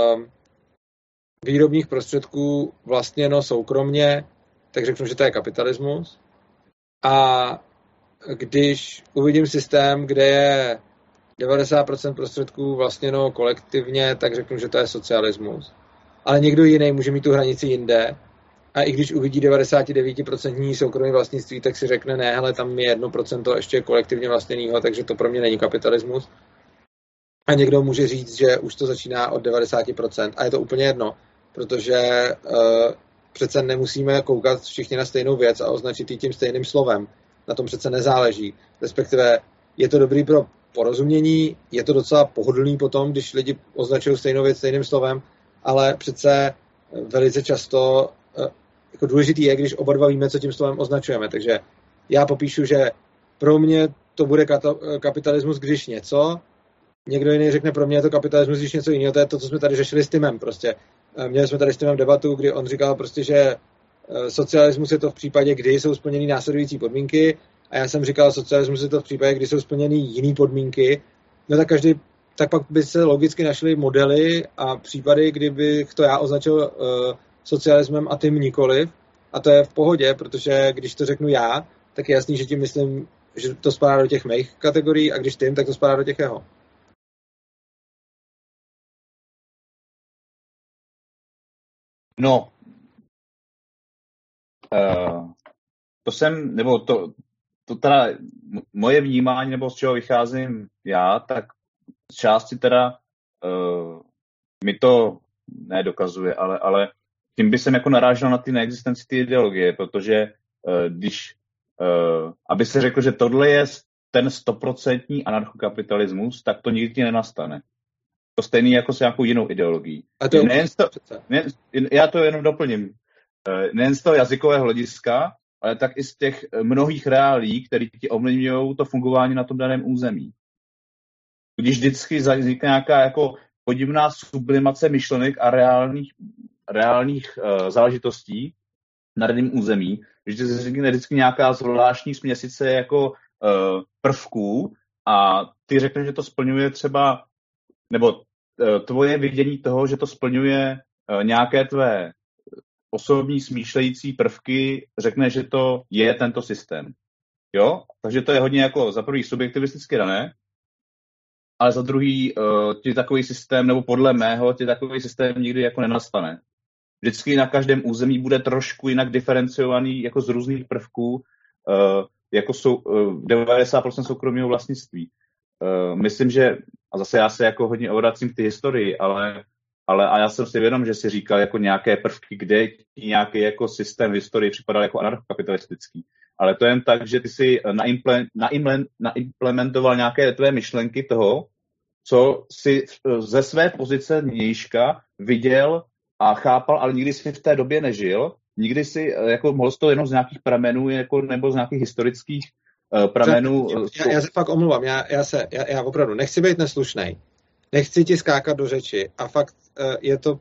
výrobních prostředků vlastněno soukromně, tak řeknu, že to je kapitalismus. A když uvidím systém, kde je devadesát procent prostředků vlastněno kolektivně, tak řeknu, že to je socialismus. Ale někdo jiný může mít tu hranici jinde. A i když uvidí devadesát devět procent soukromé vlastnictví, tak si řekne, ne, hele, tam je jedno procento ještě kolektivně vlastněného, takže to pro mě není kapitalismus. A někdo může říct, že už to začíná od devadesát procent. A je to úplně jedno, protože uh, přece nemusíme koukat všichni na stejnou věc a označit ji tím stejným slovem. Na tom přece nezáleží. Respektive je to dobrý pro porozumění, je to docela pohodlný potom, když lidi označují stejnou věc stejným slovem, ale přece velice často uh, jako důležitý je, když oba dva víme, co tím slovem označujeme. Takže já popíšu, že pro mě to bude kato- kapitalismus, když něco, někdo jiný řekne, pro mě je to kapitalismus, když něco jiného, to je to, co jsme tady řešili s Timem prostě. Měli jsme tady s Timem debatu, kdy on říkal prostě, že socialismus je to v případě, kdy jsou splněny následující podmínky, a já jsem říkal, socialismus je to v případě, kdy jsou splněny jiné podmínky. No tak každý, tak pak by se logicky našly modely a případy, kdybych to já označil uh, socialismem a Tim nikoliv. A to je v pohodě, protože když to řeknu já, tak je jasný, že tím myslím, že to spadá do těch mých kategorií, a když Tim, tak to spadá do těch jeho. No, uh, to jsem, nebo to, to teda moje vnímání, nebo z čeho vycházím já, tak z části teda uh, mi to nedokazuje, ale, ale tím by jsem jako narážel na ty neexistenci ty ideologie, protože uh, když, uh, aby se řekl, že tohle je ten stoprocentní anarchokapitalismus, tak to nikdy nenastane. To stejný jako s nějakou jinou ideologií. A to nejen to, nejen, já to jenom doplním. Nejen z toho jazykového hlediska, ale tak i z těch mnohých reálí, které ti ovlivňují to fungování na tom daném území. Když vždycky vznikne nějaká jako podivná sublimace myšlenek a reálných, reálných uh, záležitostí na daném území, když vznikne vždycky nějaká zvláštní směsice jako uh, prvků a ty řekneš, že to splňuje třeba, nebo uh, tvoje vidění toho, že to splňuje uh, nějaké tvé osobní smýšlející prvky, řekne, že to je tento systém. Jo? Takže to je hodně jako za prvý subjektivisticky dané, ale za druhý uh, ti takový systém, nebo podle mého, ti takový systém nikdy jako nenastane. Vždycky na každém území bude trošku jinak diferenciovaný jako z různých prvků, uh, jako jsou uh, devadesát procent soukromého vlastnictví. Uh, myslím, že, a zase já se jako hodně obracím k té historii, ale, ale a já jsem si vědom, že si říkal jako nějaké prvky, kde nějaký jako systém v historii připadal jako anarchokapitalistický. Ale to jen tak, že ty si naimple, naimple, naimplementoval nějaké tvé myšlenky toho, co si ze své pozice nynějška viděl a chápal, ale nikdy si v té době nežil. Nikdy si jako mohl to jenom z nějakých pramenů jako, nebo z nějakých historických uh, pramenů. Já, já se fakt omluvám, já, já, se, já, já opravdu nechci být neslušnej. Nechci ti skákat do řeči a fakt uh, je to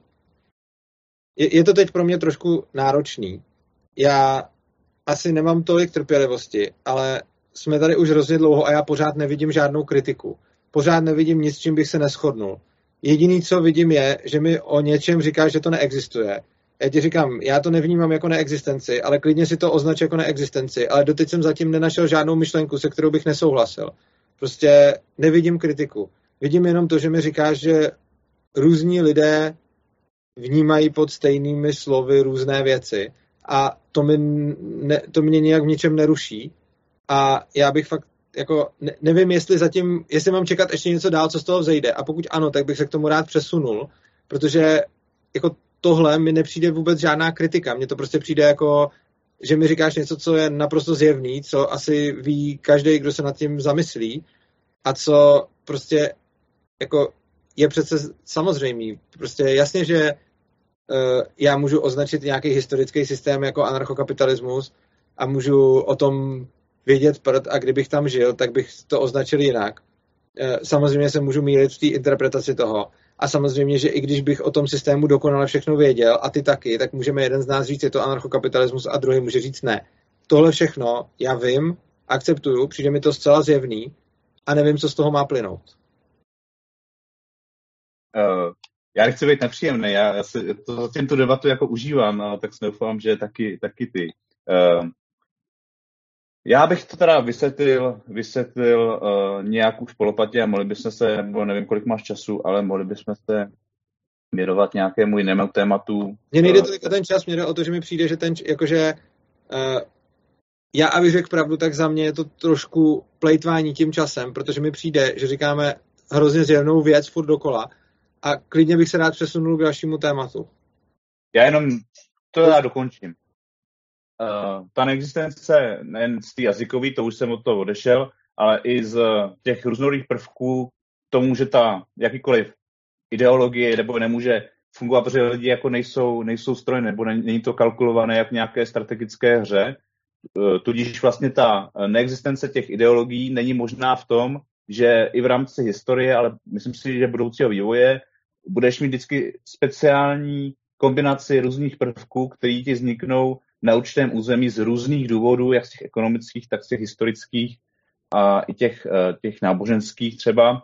je, je to teď pro mě trošku náročný. Já asi nemám tolik trpělivosti, ale jsme tady už hrozně dlouho a já pořád nevidím žádnou kritiku. Pořád nevidím nic, čím bych se neshodnul. Jediný, co vidím, je, že mi o něčem říkáš, že to neexistuje. Já ti říkám, já to nevnímám jako neexistenci, ale klidně si to označ jako neexistenci, ale doteď jsem zatím nenašel žádnou myšlenku, se kterou bych nesouhlasil. Prostě nevidím kritiku. Vidím jenom to, že mi říkáš, že různí lidé vnímají pod stejnými slovy různé věci a to, mi ne, to mě nějak v ničem neruší a já bych fakt jako ne, nevím, jestli zatím, jestli mám čekat ještě něco dál, co z toho vzejde a pokud ano, tak bych se k tomu rád přesunul, protože jako tohle mi nepřijde vůbec žádná kritika, mně to prostě přijde jako, že mi říkáš něco, co je naprosto zjevný, co asi ví každý, kdo se nad tím zamyslí a co prostě jako je přece samozřejmý. Prostě jasně, že uh, já můžu označit nějaký historický systém jako anarchokapitalismus a můžu o tom vědět prd a kdybych tam žil, tak bych to označil jinak. Uh, samozřejmě se můžu mýlit v té interpretaci toho a samozřejmě, že i když bych o tom systému dokonale všechno věděl a ty taky, tak můžeme jeden z nás říct, je to anarchokapitalismus a druhý může říct ne. Tohle všechno já vím, akceptuju, přijde mi to zcela zjevný a nevím, co z toho má plynout. Uh, já nechci být nepříjemný, já, já si to, zatím tu debatu jako užívám, ale tak si doufám, že taky, taky ty. Uh, já bych to teda vysvětlil, vysvětlil uh, nějak už polopatě a mohli bychom se, nebo nevím, kolik máš času, ale mohli bychom se věnovat nějakému jinému tématu. Mně nejde tolik o ten čas, mě jde o to, že mi přijde, že ten, jakože uh, já, abych řekl pravdu, tak za mě je to trošku plejtvání tím časem, protože mi přijde, že říkáme hrozně zjevnou věc furt dokola a klidně bych se rád přesunul k dalšímu tématu. Já jenom to já dokončím. Uh, ta neexistence nejen z té jazykové, to už jsem od toho odešel, ale i z těch různorodých prvků tomu, že ta jakýkoliv ideologie nebo nemůže fungovat, protože lidi jako nejsou, nejsou stroje, nebo není to kalkulované jak v nějaké strategické hře. Uh, tudíž vlastně ta neexistence těch ideologií není možná v tom, že i v rámci historie, ale myslím si, že budoucího vývoje, budeš mít vždycky speciální kombinaci různých prvků, které ti vzniknou na určitém území z různých důvodů, jak z těch ekonomických, tak z těch historických a i těch, těch náboženských třeba.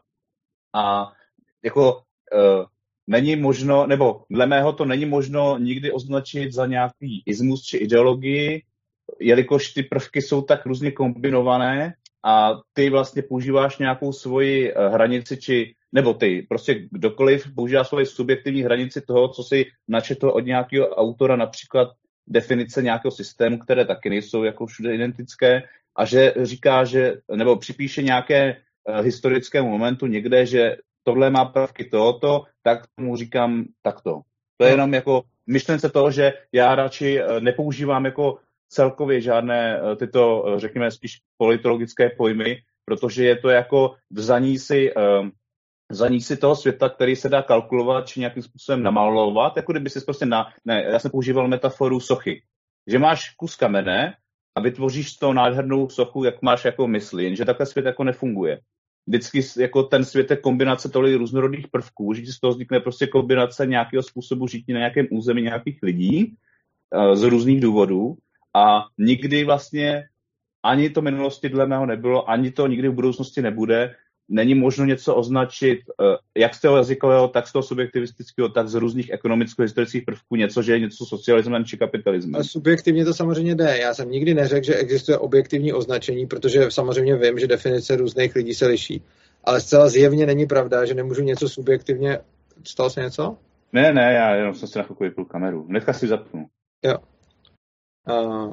A jako uh, není možno, nebo dle mého to není možno nikdy označit za nějaký ismus či ideologii, jelikož ty prvky jsou tak různě kombinované a ty vlastně používáš nějakou svoji hranici, či, nebo ty, prostě kdokoliv používá svoji subjektivní hranici toho, co si načetl od nějakého autora, například definice nějakého systému, které taky nejsou jako všude identické, a že říká, že, nebo připíše nějaké uh, historickému momentu někde, že tohle má prvky tohoto, tak tomu říkám takto. To je jenom jako myšlence toho, že já radši uh, nepoužívám jako celkově žádné uh, tyto, uh, řekněme, spíš politologické pojmy, protože je to jako vzaní si, uh, vzaní si toho světa, který se dá kalkulovat či nějakým způsobem namalovat, jako kdyby si prostě na, ne, já jsem používal metaforu sochy, že máš kus kamene a vytvoříš to nádhernou sochu, jak máš jako mysli, jenže takhle svět jako nefunguje. Vždycky jako ten svět je kombinace tolik různorodých prvků, že z toho vznikne prostě kombinace nějakého způsobu žití na nějakém území nějakých lidí z různých důvodů a nikdy vlastně ani to minulosti dle mého nebylo, ani to nikdy v budoucnosti nebude. Není možno něco označit jak z toho jazykového, tak z toho subjektivistického, tak z různých ekonomicko-historických prvků něco, že je něco socialismem či kapitalismem. A subjektivně to samozřejmě jde. Já jsem nikdy neřekl, že existuje objektivní označení, protože samozřejmě vím, že definice různých lidí se liší. Ale zcela zjevně není pravda, že nemůžu něco subjektivně... Stalo se něco? Ne, ne, já jenom jsem si na chvilku vypnul kameru. Hnedka si zapnu. Jo. Uh...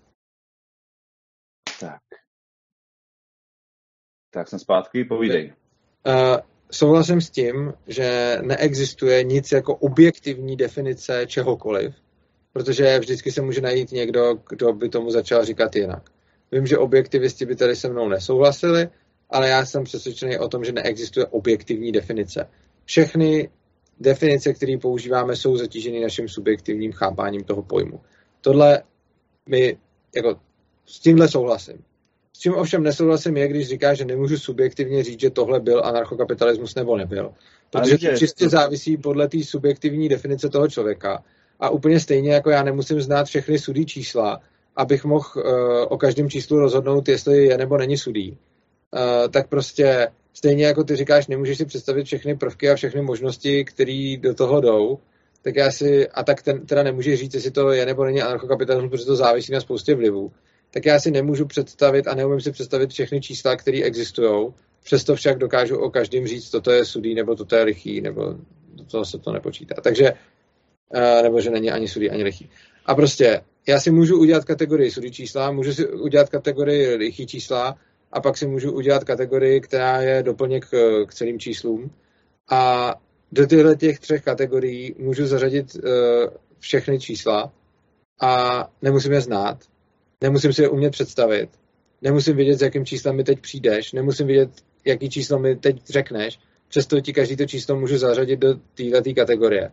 Tak. Tak jsem zpátky, povídej. Uh, souhlasím s tím, že neexistuje nic jako objektivní definice čehokoliv, protože vždycky se může najít někdo, kdo by tomu začal říkat jinak. Vím, že objektivisti by tady se mnou nesouhlasili, ale já jsem přesvědčený o tom, že neexistuje objektivní definice. Všechny definice, které používáme, jsou zatíženy naším subjektivním chápáním toho pojmu. Tohle my, jako, s tímhle souhlasím. S čím ovšem nesouhlasím je, když říká, že nemůžu subjektivně říct, že tohle byl anarchokapitalismus nebo nebyl. Protože to čistě závisí podle té subjektivní definice toho člověka. A úplně stejně jako já nemusím znát všechny sudý čísla, abych mohl uh, o každém číslu rozhodnout, jestli je nebo není sudý. Uh, tak prostě stejně jako ty říkáš, nemůžeš si představit všechny prvky a všechny možnosti, které do toho jdou, tak já si, a tak ten, teda nemůžeš říct, jestli to je nebo není anarchokapitalismus, protože to závisí na spoustě vlivů. Tak já si nemůžu představit a neumím si představit všechny čísla, které existují. Přesto však dokážu o každém říct, toto je sudý, nebo toto je lichý, nebo do toho se to nepočítá. Takže, nebo že není ani sudý, ani lichý. A prostě já si můžu udělat kategorii sudý čísla, můžu si udělat kategorii lichý čísla a pak si můžu udělat kategorii, která je doplněk k celým číslům. A do těchto těch třech kategorií můžu zařadit všechny čísla a nemusím je znát. Nemusím si je umět představit. Nemusím vědět, s jakým číslem mi teď přijdeš. Nemusím vědět, jaký číslo mi teď řekneš. Přesto ti každý to číslo můžu zařadit do této kategorie.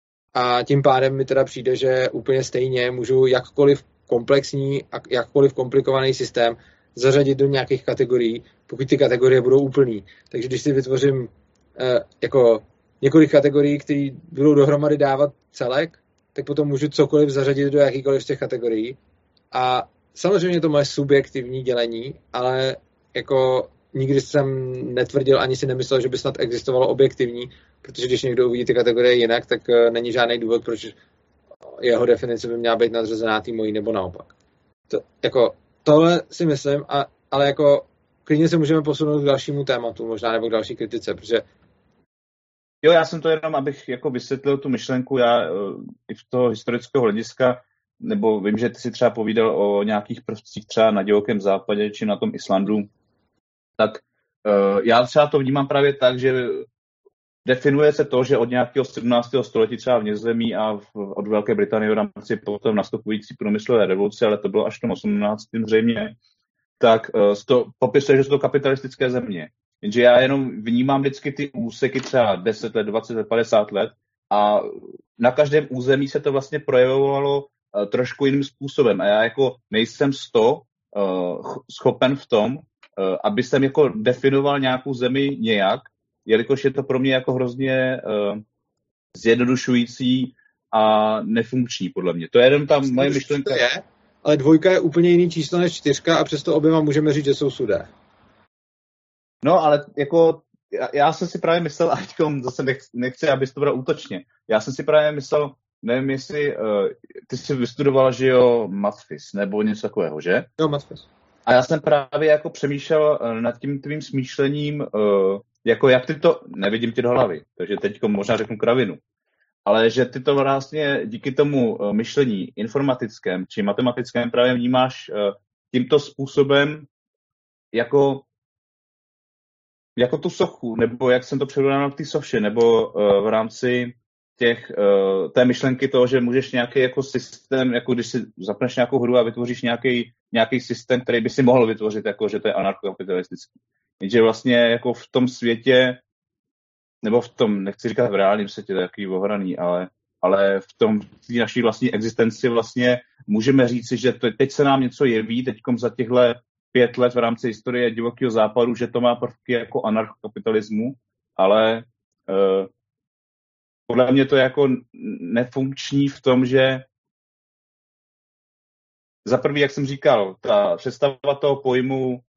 A tím pádem mi teda přijde, že úplně stejně můžu jakkoliv komplexní a jakkoliv komplikovaný systém zařadit do nějakých kategorií, pokud ty kategorie budou úplný. Takže když si vytvořím eh, jako několik kategorií, které budou dohromady dávat celek, tak potom můžu cokoliv zařadit do jakýkoliv z těch kategorií. A samozřejmě to moje subjektivní dělení, ale jako nikdy jsem netvrdil, ani si nemyslel, že by snad existovalo objektivní, protože když někdo uvidí ty kategorie jinak, tak není žádný důvod, proč jeho definice by měla být nadřazená tý mojí nebo naopak. To, jako, tohle si myslím, a, ale jako klidně se můžeme posunout k dalšímu tématu, možná nebo k další kritice, protože Jo, já jsem to jenom, abych jako vysvětlil tu myšlenku, já i v toho historického hlediska, nebo vím, že ty si třeba povídal o nějakých prvcích třeba na divokém západě či na tom Islandu, tak uh, já třeba to vnímám právě tak, že definuje se to, že od nějakého sedmnáctého století třeba v Nizozemí a v, od Velké Británie v rámci potom nastupující průmyslové revoluce, ale to bylo až v tom osmnáctém zřejmě, tak uh, to popisuje, že jsou to kapitalistické země. Jenže já jenom vnímám vždycky ty úseky třeba deset let, dvacet let, padesát let a na každém území se to vlastně projevovalo uh, trošku jiným způsobem. A já jako nejsem z toho uh, schopen v tom, uh, aby jsem jako definoval nějakou zemi nějak, jelikož je to pro mě jako hrozně uh, zjednodušující a nefunkční podle mě. To je jenom tam moje myšlenka. Je, ale dvojka je úplně jiný číslo než čtyřka a přesto oběma můžeme říct, že jsou sudé. No, ale jako já, já jsem si právě myslel, a teďkom zase nechci, nechci, abys to bral útočně, já jsem si právě myslel, nevím, jestli uh, ty jsi vystudoval, že jo, Matfis, nebo něco takového, že? Jo, Matfis. A já jsem právě jako přemýšlel uh, nad tím tvým smýšlením, uh, jako jak ty to, nevidím ti do hlavy, takže teďko možná řeknu kravinu, ale že ty to vlastně díky tomu uh, myšlení informatickém či matematickém právě vnímáš uh, tímto způsobem jako jako tu sochu, nebo jak jsem to předvedl v té sofše, nebo uh, v rámci těch, uh, té myšlenky toho, že můžeš nějaký jako systém, jako když si zapneš nějakou hru a vytvoříš nějaký, nějaký systém, který by si mohl vytvořit, jako že to je anarchokapitalistický. Jenže vlastně jako v tom světě, nebo v tom, nechci říkat v reálném světě, to je takový ohraný, ale, ale v tom v naší vlastní existenci vlastně můžeme říci, že to, teď se nám něco jeví, teďkom za těchto pět let v rámci historie divokého západu, že to má prvky jako anarchokapitalismu, ale uh, podle mě to je jako nefunkční v tom, že za prvý, jak jsem říkal, ta představa toho pojmu uh,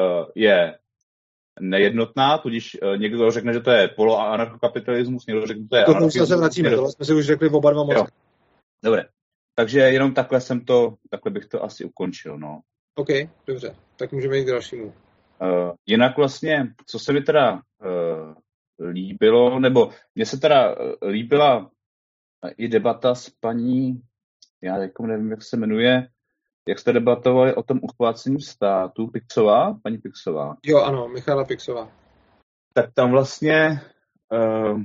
je nejednotná, tudíž uh, někdo řekne, že to je poloanarchokapitalismus, někdo řekne, že to je anarchismus. K tomu se vracíme, tohle jsme si už řekli oba dva moc. Dobré, takže jenom takhle jsem to, takhle bych to asi ukončil, no. OK, dobře, tak můžeme jít k dalšímu. Uh, jinak vlastně, co se mi teda uh, líbilo, nebo mně se teda uh, líbila i debata s paní, já jako nevím, jak se jmenuje, jak jste debatovali o tom uchvácení státu, Pixová, paní Pixová. Jo, ano, Michala Pixová. Tak tam vlastně uh,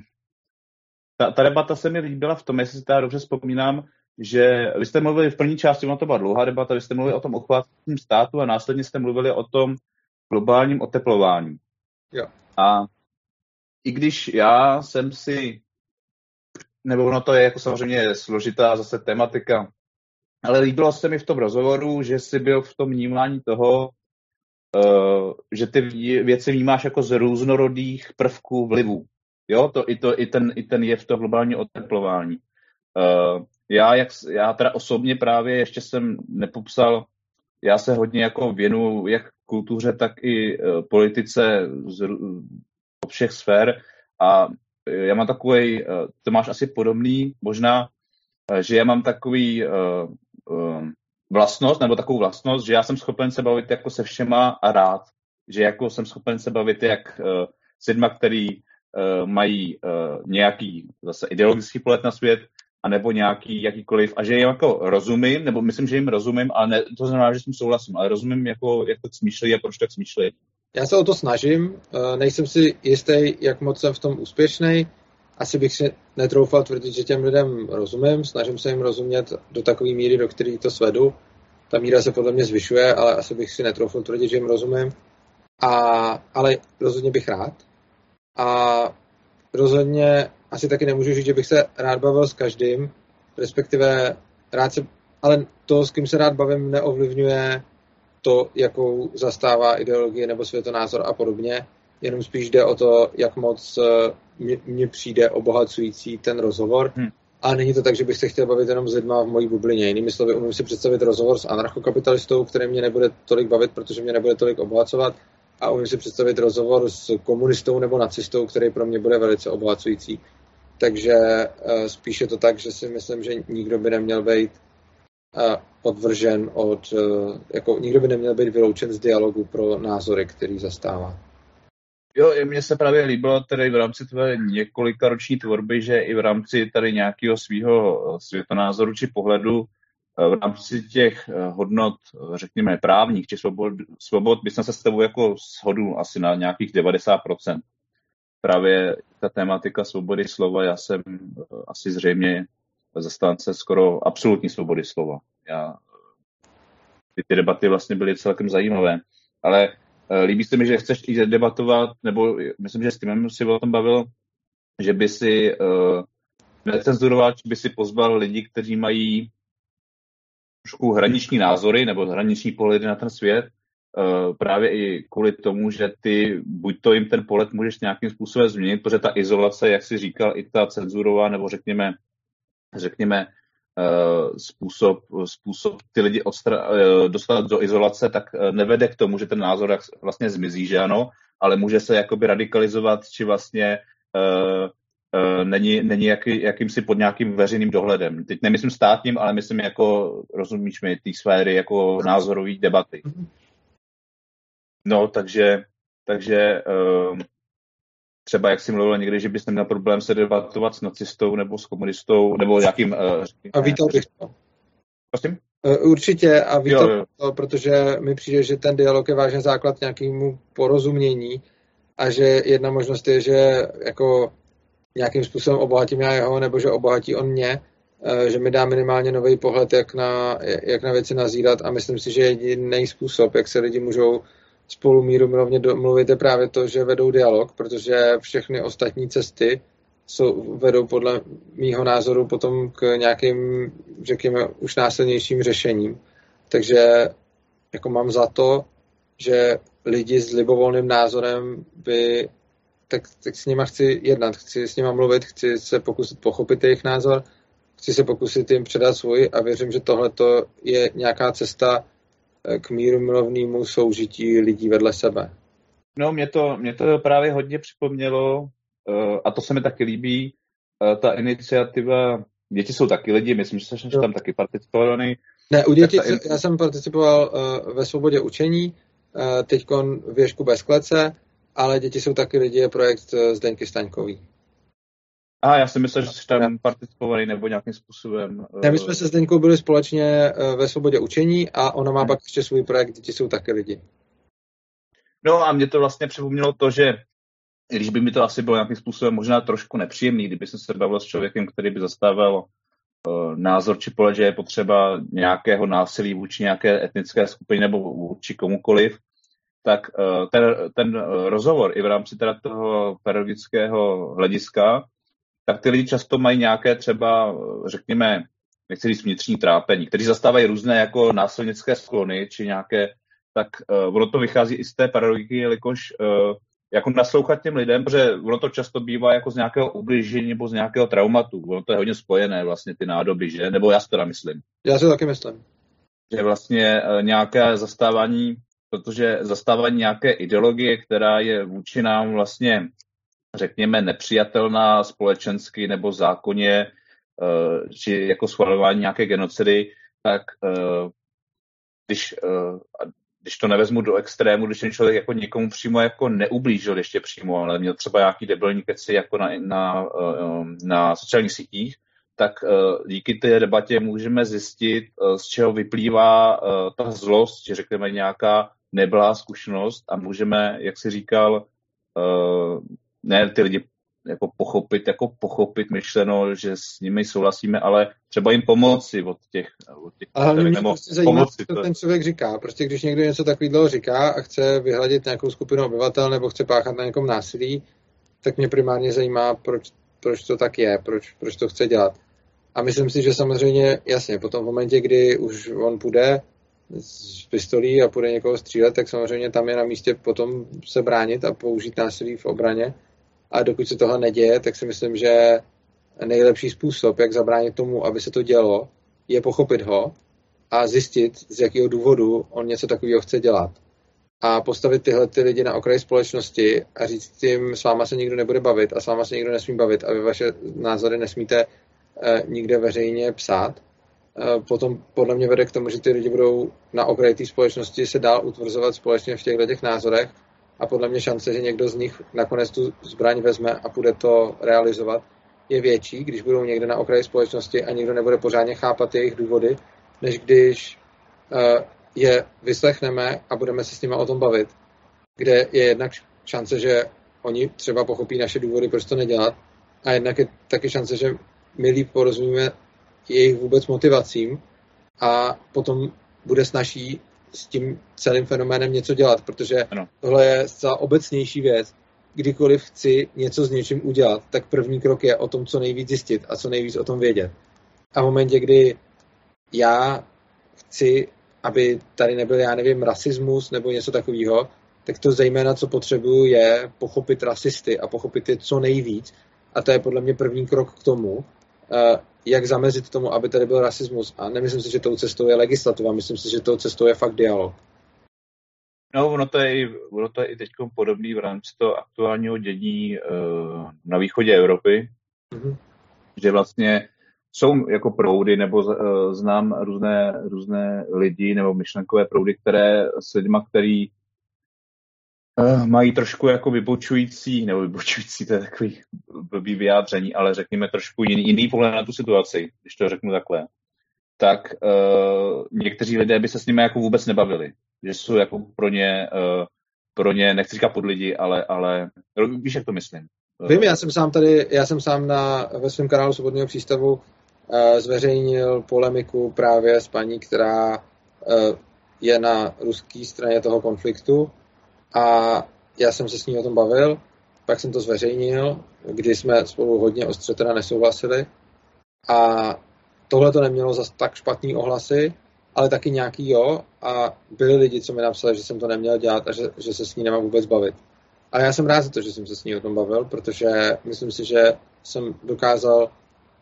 ta, ta debata se mi líbila v tom, jestli si teda dobře vzpomínám, že vy jste mluvili v první části, ona to byla dlouhá debata, vy jste mluvili o tom uchvácení státu a následně jste mluvili o tom globálním oteplování. Jo. A i když já jsem si, nebo ono to je jako samozřejmě složitá zase tematika, ale líbilo se mi v tom rozhovoru, že jsi byl v tom vnímání toho, uh, že ty věci vnímáš jako z různorodých prvků vlivů. Jo, to, i, to, i, ten, i ten jev toho globálního oteplování. Uh, já, jak, já teda osobně právě ještě jsem nepopsal, já se hodně jako věnuju jak kultuře, tak i uh, politice z od všech sfér a já mám takový, uh, to máš asi podobný, možná, uh, že já mám takový uh, uh, vlastnost, nebo takovou vlastnost, že já jsem schopen se bavit jako se všema a rád, že jako jsem schopen se bavit jak uh, s lidma, který uh, mají uh, nějaký zase ideologický pohled na svět, anebo nějaký jakýkoliv, a že jim jako rozumím, nebo myslím, že jim rozumím, ale ne, to znamená, že s tím souhlasím, ale rozumím, jako, jak tak smýšlí a proč tak smýšlí. Já se o to snažím, nejsem si jistý, jak moc jsem v tom úspěšnej, asi bych si netroufal tvrdit, že těm lidem rozumím, snažím se jim rozumět do takové míry, do které to svedu. Ta míra se podle mě zvyšuje, ale asi bych si netroufal tvrdit, že jim rozumím. A, ale rozhodně bych rád. A rozhodně asi taky nemůžu říct, že bych se rád bavil s každým, respektive rád se, ale to, s kým se rád bavím, neovlivňuje to, jakou zastává ideologie nebo světonázor a podobně. Jenom spíš jde o to, jak moc mně přijde obohacující ten rozhovor. Hmm. Ale není to tak, že bych se chtěl bavit jenom s lidma v mojí bublině. Jinými slovy, umím si představit rozhovor s anarchokapitalistou, který mě nebude tolik bavit, protože mě nebude tolik obohacovat. A umím si představit rozhovor s komunistou nebo nacistou, který pro mě bude velice obohacující. Takže uh, spíš je to tak, že si myslím, že nikdo by neměl být uh, odvržen od, uh, jako nikdo by neměl být vyloučen z dialogu pro názory, který zastává. Jo, mně se právě líbilo tady v rámci tvé několika roční tvorby, že i v rámci tady nějakého svého světonázoru či pohledu v rámci těch hodnot, řekněme, právních či svobod, svobod by jsem se s tebou jako shodl asi na nějakých devadesát procent. Právě ta tematika svobody slova, já jsem asi zřejmě zastánce skoro absolutní svobody slova. Já, ty, ty debaty vlastně byly celkem zajímavé, ale líbí se mi, že chceš i debatovat, nebo myslím, že s Timem si o tom bavil, že by si uh, necenzuroval, či by si pozval lidi, kteří mají trošku hraniční názory nebo hraniční pohledy na ten svět, uh, právě i kvůli tomu, že ty buď to jim ten pohled můžeš nějakým způsobem změnit, protože ta izolace, jak jsi říkal, i ta cenzurová, nebo řekněme, řekněme uh, způsob, způsob ty lidi odstra- uh, dostat do izolace, tak uh, nevede k tomu, že ten názor vlastně zmizí, že ano, ale může se jakoby radikalizovat, či vlastně uh, Uh, není, není jaký, jakýmsi pod nějakým veřejným dohledem. Teď nemyslím státním, ale myslím jako, rozumíš mi, té sféry jako názorový debaty. No, takže, takže uh, třeba jak jsi mluvil někdy, že bys neměl problém se debatovat s nacistou nebo s komunistou, nebo nějakým... Uh, a vítal bych to. Prosím? Uh, určitě a vítal jo, jo. to, protože mi přijde, že ten dialog je vážně základ nějakému porozumění a že jedna možnost je, že jako nějakým způsobem obohatím já jeho, nebo že obohatí on mě, že mi dá minimálně nový pohled, jak na, jak na věci nazírat a myslím si, že jediný způsob, jak se lidi můžou spolu míru milovně domluvit, je právě to, že vedou dialog, protože všechny ostatní cesty jsou, vedou podle mýho názoru potom k nějakým, řekněme, už násilnějším řešením. Takže jako mám za to, že lidi s libovolným názorem by, tak, tak s nima chci jednat, chci s nima mluvit, chci se pokusit pochopit jejich názor, chci se pokusit jim předat svůj a věřím, že tohle je nějaká cesta k míru milovnému soužití lidí vedle sebe. No, mě to, mě to právě hodně připomnělo, a to se mi taky líbí, ta iniciativa, děti jsou taky lidi, myslím, že jsi tam taky participovaný. Ne, u dětí, in... já jsem participoval uh, ve Svobodě učení, uh, teďkon v Ježku bez klece, ale děti jsou taky lidi, je projekt uh, Zdeňky Staňkový. A já jsem myslel, že jsi tam participovaný nebo nějakým způsobem. Uh... Ne, my jsme se Zdeňkou byli společně uh, ve Svobodě učení a ona má hmm. pak ještě svůj projekt Děti jsou taky lidi. No a mě to vlastně připomnělo to, že když by mi to asi bylo nějakým způsobem možná trošku nepříjemný, kdyby jsem se bavil s člověkem, který by zastával uh, názor či pohled, že je potřeba nějakého násilí vůči nějaké etnické skupině nebo vůči komukoliv, tak uh, ten, ten rozhovor i v rámci teda toho pedagogického hlediska, tak ty lidi často mají nějaké třeba, řekněme, nechci říct vnitřní trápení, kteří zastávají různé jako násilnické sklony či nějaké, tak uh, ono to vychází i z té pedagogiky, jelikož uh, jako naslouchat těm lidem, protože ono to často bývá jako z nějakého ubližení nebo z nějakého traumatu. Ono to je hodně spojené vlastně ty nádoby, že? Nebo já si to nemyslím. Já si to taky myslím. Že vlastně nějaké zastávání, protože zastávání nějaké ideologie, která je vůči nám vlastně, řekněme, nepřijatelná společensky nebo zákonně, či jako schvalování nějaké genocidy, tak když když to nevezmu do extrému, když ten člověk jako někomu přímo jako neublížil ještě přímo, ale měl třeba nějaký debilní keci jako na, na, na sociálních sítích, tak díky té debatě můžeme zjistit, z čeho vyplývá ta zlost, že řekneme nějaká neblá zkušenost a můžeme, jak si říkal, ne ty lidi jako pochopit, jako pochopit myšleno, že s nimi souhlasíme, ale třeba jim pomoci od těch... Od těch ale mě nebo prostě zajímá, pomoci, co to ten člověk říká. Prostě když někdo něco takového říká a chce vyhladit nějakou skupinu obyvatel nebo chce páchat na někom násilí, tak mě primárně zajímá, proč, proč to tak je, proč, proč to chce dělat. A myslím si, že samozřejmě, jasně, potom v momentě, kdy už on půjde z pistolí a půjde někoho střílet, tak samozřejmě tam je na místě potom se bránit a použít násilí v obraně. A dokud se tohle neděje, tak si myslím, že nejlepší způsob, jak zabránit tomu, aby se to dělo, je pochopit ho a zjistit, z jakého důvodu on něco takového chce dělat. A postavit tyhle ty lidi na okraj společnosti a říct tím, s váma se nikdo nebude bavit a s váma se nikdo nesmí bavit a vy vaše názory nesmíte eh, nikde veřejně psát. Eh, potom podle mě vede k tomu, že ty lidi budou na okraji té společnosti se dál utvrzovat společně v těchto těch názorech. A podle mě šance, že někdo z nich nakonec tu zbraň vezme a bude to realizovat, je větší, když budou někde na okraji společnosti a nikdo nebude pořádně chápat jejich důvody, než když uh, je vyslechneme a budeme se s nimi o tom bavit, kde je jednak šance, že oni třeba pochopí naše důvody, proč to nedělat, a jednak je taky šance, že my líp porozumíme jejich vůbec motivacím a potom bude snazší s tím celým fenoménem něco dělat, protože ano. Tohle je zcela obecnější věc. Kdykoliv chci něco s něčím udělat, tak první krok je o tom, co nejvíc zjistit a co nejvíc o tom vědět. A v momentě, kdy já chci, aby tady nebyl, já nevím, rasismus nebo něco takového, tak to zejména, co potřebuju, je pochopit rasisty a pochopit je co nejvíc. A to je podle mě první krok k tomu, jak zamezit tomu, aby tady byl rasismus. A nemyslím si, že tou cestou je legislativa, myslím si, že tou cestou je fakt dialog. No, ono to je, ono to je i teď podobný v rámci toho aktuálního dění uh, na východě Evropy, mm-hmm. že vlastně jsou jako proudy, nebo uh, znám různé, různé lidi nebo myšlenkové proudy, které s lidma, který uh, mají trošku jako vybočující, nebo vybočující, to je takový blbý vyjádření, ale řekněme trošku jiný, jiný pohled na tu situaci, když to řeknu takhle. Tak uh, někteří lidé by se s nimi jako vůbec nebavili. Že jsou jako pro ně, uh, pro ně nechci říkat pod lidi, ale, ale víš, jak to myslím. Vím, já jsem sám tady, já jsem sám na, ve svém kanálu Svobodného přístavu uh, zveřejnil polemiku právě s paní, která uh, je na ruské straně toho konfliktu a já jsem se s ní o tom bavil, pak jsem to zveřejnil kdy jsme spolu hodně ostře teda nesouhlasili. A tohle to nemělo zas tak špatný ohlasy, ale taky nějaký jo. A byli lidi, co mi napsali, že jsem to neměl dělat a že, že se s ní nemám vůbec bavit. A já jsem rád za to, že jsem se s ní o tom bavil, protože myslím si, že jsem dokázal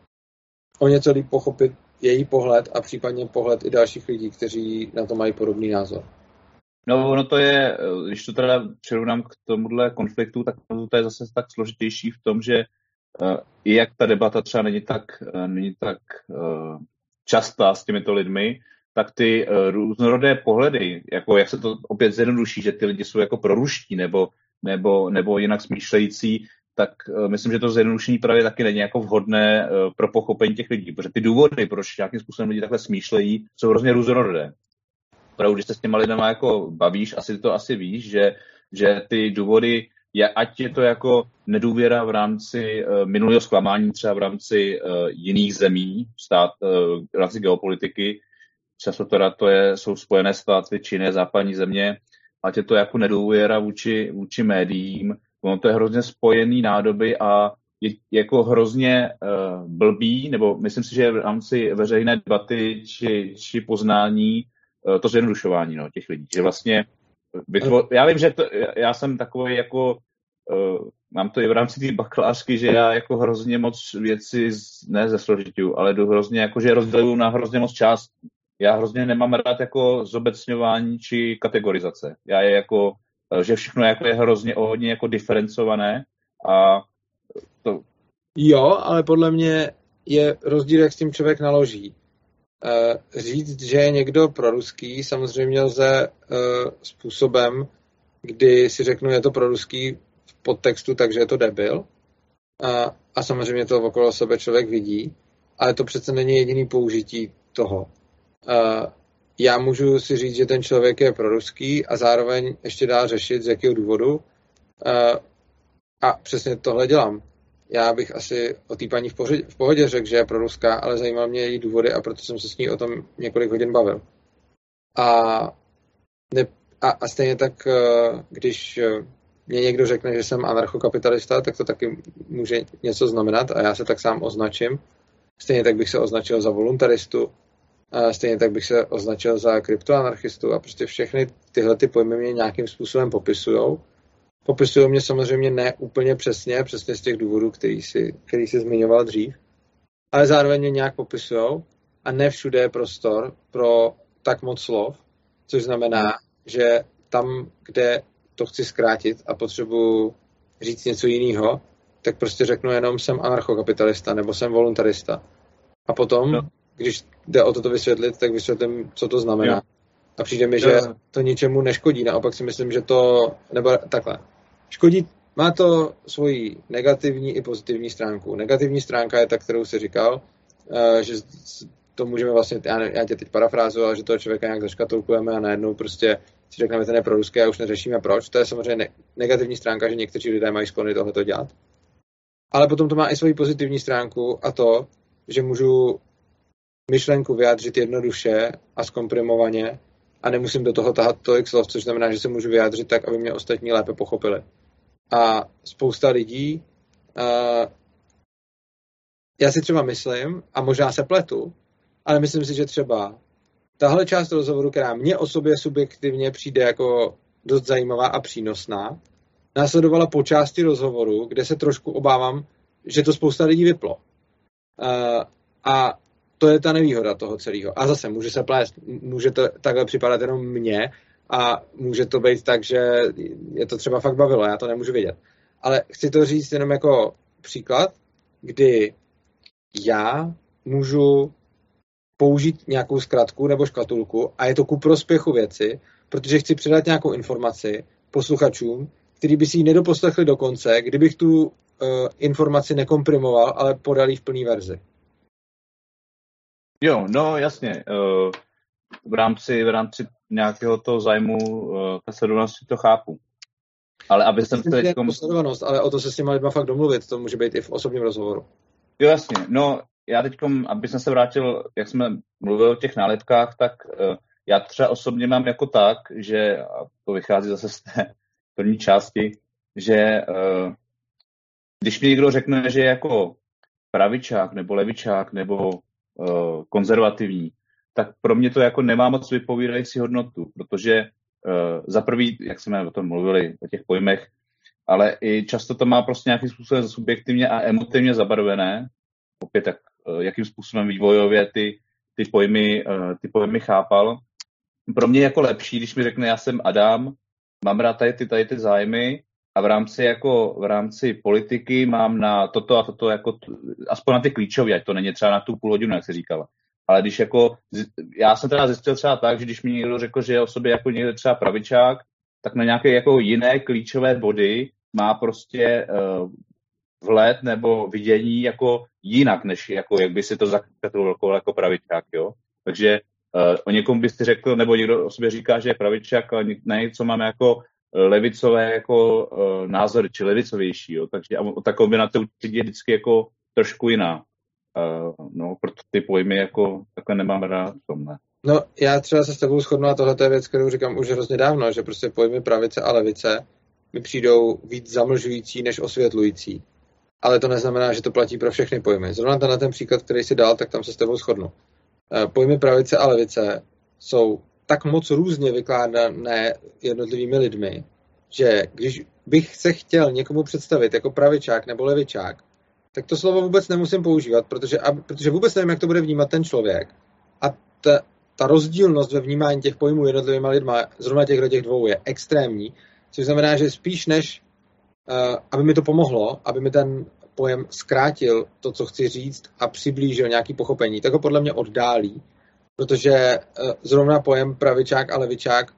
o něco líp pochopit její pohled a případně pohled i dalších lidí, kteří na to mají podobný názor. No, ono to je, když to teda přirovnám k tomuhle konfliktu, tak to je zase tak složitější v tom, že uh, i jak ta debata třeba není tak, uh, není tak uh, častá s těmito lidmi, tak ty uh, různorodé pohledy, jako jak se to opět zjednoduší, že ty lidi jsou jako proruští nebo, nebo, nebo jinak smýšlející, tak uh, myslím, že to zjednodušení právě taky není jako vhodné uh, pro pochopení těch lidí, protože ty důvody, proč nějakým způsobem lidi takhle smýšlejí, jsou hrozně různorodé. Opravdu, když se s těma lidma jako bavíš, asi to asi víš, že, že ty důvody, je, ať je to jako nedůvěra v rámci uh, minulého zklamání, třeba v rámci uh, jiných zemí, stát, uh, v rámci geopolitiky, často teda to je, jsou Spojené státy, či jiné západní země, ať je to jako nedůvěra vůči, vůči médiím, ono to je hrozně spojený nádoby a je jako hrozně uh, blbý, nebo myslím si, že v rámci veřejné debaty či, či poznání to zjednodušování no, těch lidí. Že vlastně vytvo... Já vím, že to, já jsem takový jako, uh, mám to i v rámci té bakalářky, že já jako hrozně moc věci, ne ze složitů, ale jdu hrozně, jako, že rozděluju na hrozně moc část. Já hrozně nemám rád jako zobecňování či kategorizace. Já je jako, že všechno jako je hrozně hodně jako diferencované a to... Jo, ale podle mě je rozdíl, jak s tím člověk naloží. Uh, říct, že je někdo proruský, samozřejmě lze uh, způsobem, kdy si řeknu, je to proruský v podtextu, takže je to debil. Uh, a samozřejmě to okolo sebe člověk vidí, ale to přece není jediný použití toho. Uh, já můžu si říct, že ten člověk je proruský a zároveň ještě dál řešit, z jakého důvodu. Uh, a přesně tohle dělám. Já bych asi o té paní v, pořadě, v pohodě řekl, že je proruská, ale zajímal mě její důvody a proto jsem se s ní o tom několik hodin bavil. A, ne, a, a stejně tak, když mě někdo řekne, že jsem anarchokapitalista, tak to taky může něco znamenat a já se tak sám označím. Stejně tak bych se označil za voluntaristu, a stejně tak bych se označil za kryptoanarchistu a prostě všechny tyhle ty pojmy mě nějakým způsobem popisujou. Popisují mě samozřejmě ne úplně přesně, přesně z těch důvodů, který si, který si zmiňoval dřív, ale zároveň mě nějak popisujou a ne všude je prostor pro tak moc slov, což znamená, že tam, kde to chci zkrátit a potřebuji říct něco jiného, tak prostě řeknu jenom jsem anarchokapitalista nebo jsem voluntarista. A potom, no. když jde o toto vysvětlit, tak vysvětlím, co to znamená. Jo. A přijde mi, že to ničemu neškodí. Naopak si myslím, že to, nebo takhle, škodí, má to svoji negativní i pozitivní stránku. Negativní stránka je ta, kterou si říkal, že to můžeme vlastně, já, ne, já tě teď parafrázuji, ale že toho člověka nějak zaškatulkujeme a najednou prostě si řekneme, ten je proruský a už neřešíme proč. To je samozřejmě negativní stránka, že někteří lidé mají sklony tohleto dělat. Ale potom to má i svoji pozitivní stránku a to, že můžu myšlenku vyjádřit jednoduše a zkomprimovaně a nemusím do toho tahat tolik slov, což znamená, že se můžu vyjádřit tak, aby mě ostatní lépe pochopili. A spousta lidí, uh, já si třeba myslím, a možná se pletu, ale myslím si, že třeba tahle část rozhovoru, která mě o sobě subjektivně přijde jako dost zajímavá a přínosná, následovala po části rozhovoru, kde se trošku obávám, že to spousta lidí vyplo. Uh, a to je ta nevýhoda toho celého. A zase může se plést, může to takhle připadat jenom mně a může to být tak, že je to třeba fakt bavilo, já to nemůžu vědět. Ale chci to říct jenom jako příklad, kdy já můžu použít nějakou zkratku nebo škatulku a je to ku prospěchu věci, protože chci předat nějakou informaci posluchačům, kteří by si ji nedoposlechli do konce, kdybych tu uh, informaci nekomprimoval, ale podal ji v plný verzi. Jo, no jasně. Uh, v rámci, v rámci nějakého toho zájmu uh, ta sledovanosti to chápu. Ale aby jsem se teď... Sledovanost, ale o to se s těma lidma fakt domluvit, to může být i v osobním rozhovoru. Jo, jasně. No, já teď, aby jsem se vrátil, jak jsme mluvili o těch nálepkách, tak uh, já třeba osobně mám jako tak, že, a to vychází zase z té první části, že uh, když mi někdo řekne, že je jako pravičák nebo levičák nebo uh, konzervativní, tak pro mě to jako nemá moc vypovídající hodnotu, protože uh, za prvý, jak jsme o tom mluvili, o těch pojmech, ale i často to má prostě nějakým způsobem subjektivně a emotivně zabarvené. Opět, tak, uh, jakým způsobem vývojově ty, ty, pojmy, uh, ty pojmy chápal. Pro mě je jako lepší, když mi řekne, já jsem Adam, mám rád tady ty, tady ty zájmy, a v rámci, jako, v rámci politiky mám na toto a toto, jako, aspoň na ty klíčové, ať to není třeba na tu půl hodinu, jak se říkala. Ale když jako, já jsem teda zjistil třeba tak, že když mi někdo řekl, že je o sobě jako někdo třeba pravičák, tak na nějaké jako jiné klíčové body má prostě uh, vhled nebo vidění jako jinak, než jako, jak by si to zakatalogoval jako pravičák, jo. Takže uh, o někom byste řekl, nebo někdo o sobě říká, že je pravičák, ale na něco máme jako levicové jako uh, názory, či levicovější, jo. Takže ta kombinace určitě je vždycky jako trošku jiná. Uh, no, proto ty pojmy jako takhle nemám rád v tom, ne. No, já třeba se s tebou shodnu a tohle je věc, kterou říkám už hrozně dávno, že prostě pojmy pravice a levice mi přijdou víc zamlžující než osvětlující. Ale to neznamená, že to platí pro všechny pojmy. Zrovna ten, ten příklad, který si dal, tak tam se s tebou shodnu. Uh, pojmy pravice a levice jsou tak moc různě vykládané jednotlivými lidmi, že když bych se chtěl někomu představit jako pravičák nebo levičák, tak to slovo vůbec nemusím používat, protože, protože vůbec nevím, jak to bude vnímat ten člověk. A ta, ta rozdílnost ve vnímání těch pojmů jednotlivými lidma, zrovna těchto těch dvou, je extrémní, což znamená, že spíš než, uh, aby mi to pomohlo, aby mi ten pojem zkrátil to, co chci říct a přiblížil nějaký pochopení, tak ho podle mě oddálí, protože zrovna pojem pravičák a levičák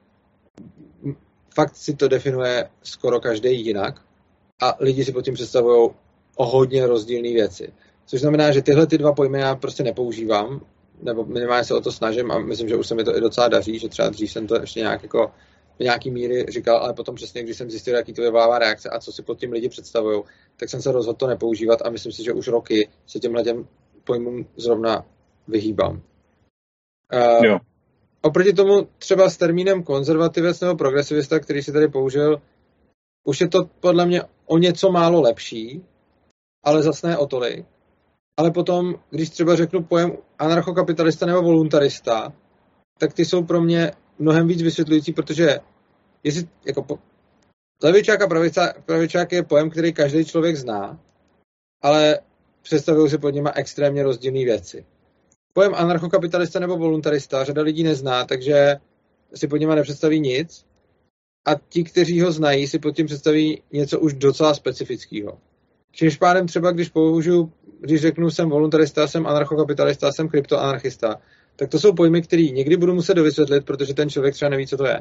fakt si to definuje skoro každý jinak a lidi si pod tím představují o hodně rozdílné věci. Což znamená, že tyhle ty dva pojmy já prostě nepoužívám, nebo minimálně se o to snažím a myslím, že už se mi to i docela daří, že třeba dřív jsem to ještě nějak jako v nějaký míry říkal, ale potom přesně, když jsem zjistil, jaký to vyvolává reakce a co si pod tím lidi představují, tak jsem se rozhodl to nepoužívat a myslím si, že už roky se těmhle těm pojmům zrovna vyhýbám. Uh, jo. Oproti tomu třeba s termínem konzervativec nebo progresivista, který si tady použil, už je to podle mě o něco málo lepší, ale zas ne o tolik. Ale potom, když třeba řeknu pojem anarchokapitalista nebo voluntarista, tak ty jsou pro mě mnohem víc vysvětlující, protože jestli, jako po, levičák a pravičák, pravičák je pojem, který každý člověk zná, ale představují si pod nima extrémně rozdílné věci. Pojem anarchokapitalista nebo voluntarista řada lidí nezná, takže si pod nima nepředstaví nic a ti, kteří ho znají, si pod tím představí něco už docela specifického. Čímž pádem třeba, když použiju, když řeknu, jsem voluntarista, jsem anarchokapitalista, jsem kryptoanarchista, tak to jsou pojmy, které někdy budu muset dovysvětlit, protože ten člověk třeba neví, co to je.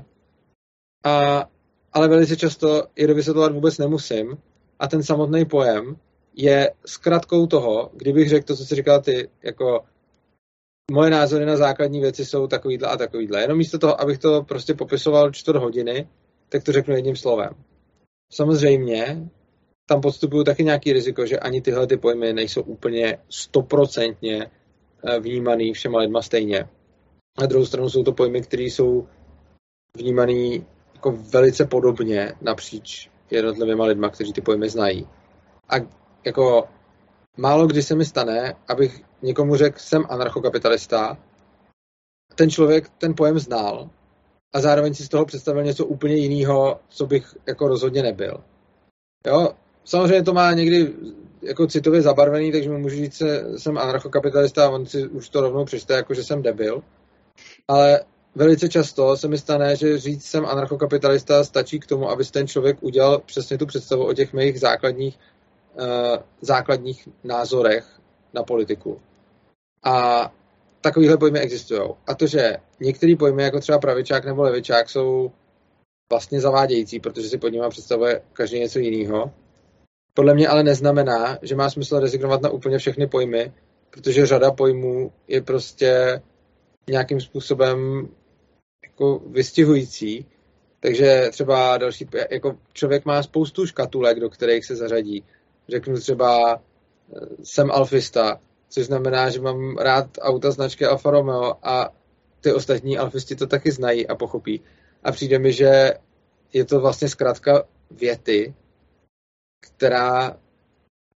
A, ale velice často je dovysvětlovat vůbec nemusím a ten samotný pojem je zkratkou toho, kdybych řekl to, co jsi říkal ty, jako moje názory na základní věci jsou takovýhle a takovýhle. Jenom místo toho, abych to prostě popisoval čtvrt hodiny, tak to řeknu jedním slovem. Samozřejmě tam podstupuju taky nějaký riziko, že ani tyhle ty pojmy nejsou úplně stoprocentně vnímaný všema lidma stejně. Na druhou stranu jsou to pojmy, které jsou vnímaný jako velice podobně napříč jednotlivýma lidma, kteří ty pojmy znají. A jako málo kdy se mi stane, abych někomu řekl, jsem anarchokapitalista, ten člověk ten pojem znal a zároveň si z toho představil něco úplně jiného, co bych jako rozhodně nebyl. Jo, samozřejmě to má někdy jako citově zabarvený, takže mu můžu říct, že jsem anarchokapitalista a on si už to rovnou přečte, jako že jsem debil. Ale velice často se mi stane, že říct jsem anarchokapitalista stačí k tomu, aby ten člověk udělal přesně tu představu o těch mých základních uh, základních názorech na politiku. A takovýhle pojmy existují. A to, že některé pojmy, jako třeba pravičák nebo levičák, jsou vlastně zavádějící, protože si pod nimi představuje každý něco jiného. Podle mě ale neznamená, že má smysl rezignovat na úplně všechny pojmy, protože řada pojmů je prostě nějakým způsobem jako vystihující. Takže třeba další, jako člověk má spoustu škatulek, do kterých se zařadí. Řeknu třeba, jsem alfista, což znamená, že mám rád auta značky Alfa Romeo a ty ostatní alfisti to taky znají a pochopí. A přijde mi, že je to vlastně zkrátka věty, která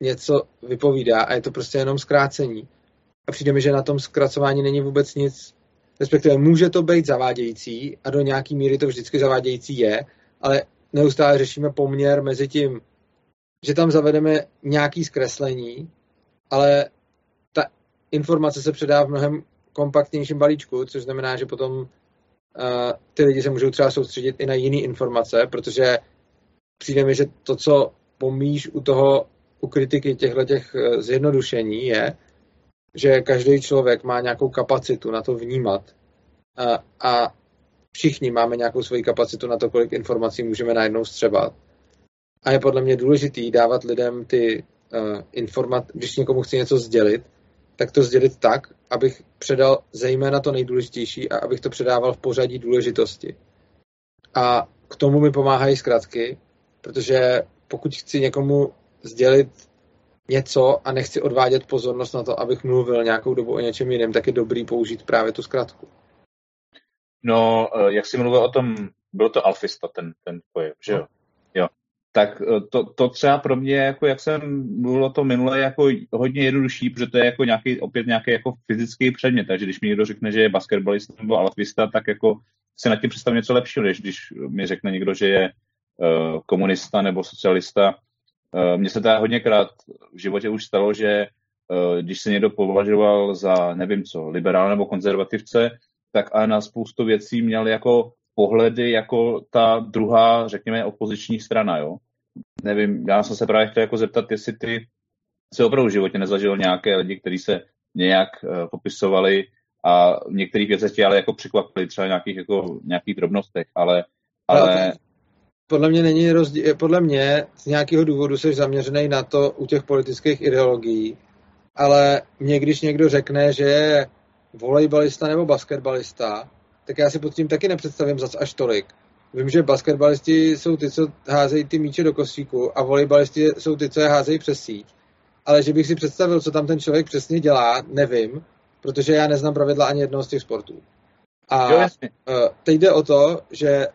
něco vypovídá a je to prostě jenom zkrácení. A přijde mi, že na tom zkracování není vůbec nic, respektive může to být zavádějící a do nějaký míry to vždycky zavádějící je, ale neustále řešíme poměr mezi tím, že tam zavedeme nějaký zkreslení, ale ta informace se předá v mnohem kompaktnějším balíčku, což znamená, že potom uh, ty lidi se můžou třeba soustředit i na jiné informace, protože přijde mi, že to, co pomíš u toho, u kritiky těchto těch zjednodušení je, že každý člověk má nějakou kapacitu na to vnímat a, a všichni máme nějakou svoji kapacitu na to, kolik informací můžeme najednou střebat. A je podle mě důležitý dávat lidem ty uh, informace, když někomu chci něco sdělit, tak to sdělit tak, abych předal zejména to nejdůležitější a abych to předával v pořadí důležitosti. A k tomu mi pomáhají zkratky, protože pokud chci někomu sdělit něco a nechci odvádět pozornost na to, abych mluvil nějakou dobu o něčem jiném, tak je dobrý použít právě tu zkratku. No, jak jsi mluvil o tom, byl to alfista, ten, ten pojem, že jo? Jo. Tak to, to třeba pro mě, jako jak jsem mluvil o tom minule, jako hodně jednodušší, protože to je jako nějaký, opět nějaký jako fyzický předmět, takže když mi někdo řekne, že je basketbalista nebo alfista, tak jako si nad tím představím něco lepšího, než když mi řekne někdo, že je uh, komunista nebo socialista. Uh, mně se teda hodněkrát v životě už stalo, že uh, když se někdo považoval za, nevím co, liberál nebo konzervativce, tak a na spoustu věcí měl jako pohledy jako ta druhá, řekněme, opoziční strana, jo. Nevím, já jsem se právě chtěl jako zeptat, jestli ty se opravdu v životě nezažil nějaké lidi, kteří se nějak uh, popisovali a v některých věcech tě ale jako překvapili, třeba nějakých, jako, nějakých drobnostech, ale, ale... Podle mě není rozdíl, podle mě z nějakého důvodu jsi zaměřený na to u těch politických ideologií, ale mě, když někdo řekne, že je volejbalista nebo basketbalista, tak já si pod tím taky nepředstavím zas až tolik. Vím, že basketbalisti jsou ty, co házejí ty míče do kosíku a volejbalisti jsou ty, co je házejí přes síť. Ale že bych si představil, co tam ten člověk přesně dělá, nevím, protože já neznám pravidla ani jednoho z těch sportů. A jo, teď jde o to, že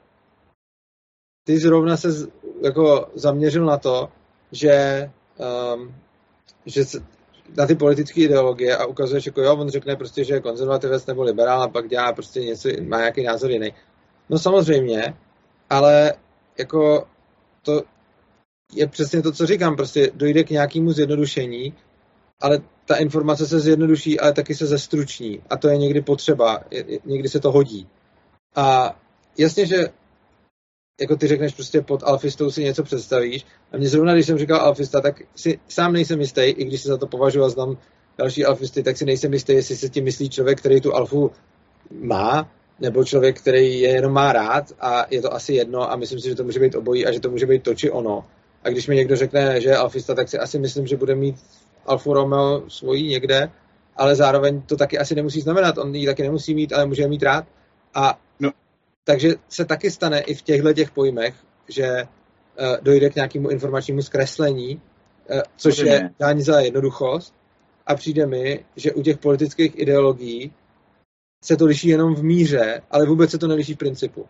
ty zrovna se z, jako zaměřil na to, že, um, že se, na ty politické ideologie a ukazuješ, jako jo, on řekne prostě, že je konzervativec nebo liberál a pak dělá prostě něco, má nějaký názor jiný. No samozřejmě, ale jako to je přesně to, co říkám, prostě dojde k nějakému zjednodušení, ale ta informace se zjednoduší, ale taky se zestruční a to je někdy potřeba, je, někdy se to hodí. A jasně, že jako ty řekneš prostě pod alfistou si něco představíš a mě zrovna, když jsem říkal alfista, tak si sám nejsem jistý, i když se za to považuji a znám další alfisty, tak si nejsem jistý, jestli se tím myslí člověk, který tu alfu má, nebo člověk, který je jenom má rád a je to asi jedno a myslím si, že to může být obojí a že to může být to či ono. A když mi někdo řekne, že je alfista, tak si asi myslím, že bude mít Alfu Romeo svojí někde, ale zároveň to taky asi nemusí znamenat. On ji taky nemusí mít, ale může je mít rád. A no. Takže se taky stane i v těchto těch pojmech, že uh, dojde k nějakému informačnímu zkreslení, uh, což Přijde. je dání za jednoduchost. A přijde mi, že u těch politických ideologií se to liší jenom v míře, ale vůbec se to neliší v principu.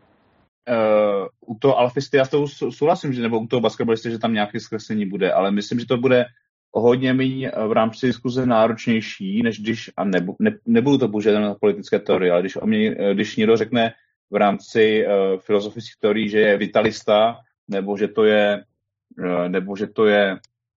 Uh, u toho alfisty já s tou souhlasím, že nebo u toho basketbalisty, že tam nějaké zkreslení bude, ale myslím, že to bude hodně méně v rámci diskuze náročnější, než když, a nebu, ne, nebudu to použít na politické teorie, ale když, o mě, když někdo řekne v rámci uh, filozofických teorií, že je vitalista, nebo že to je, uh, nebo že to je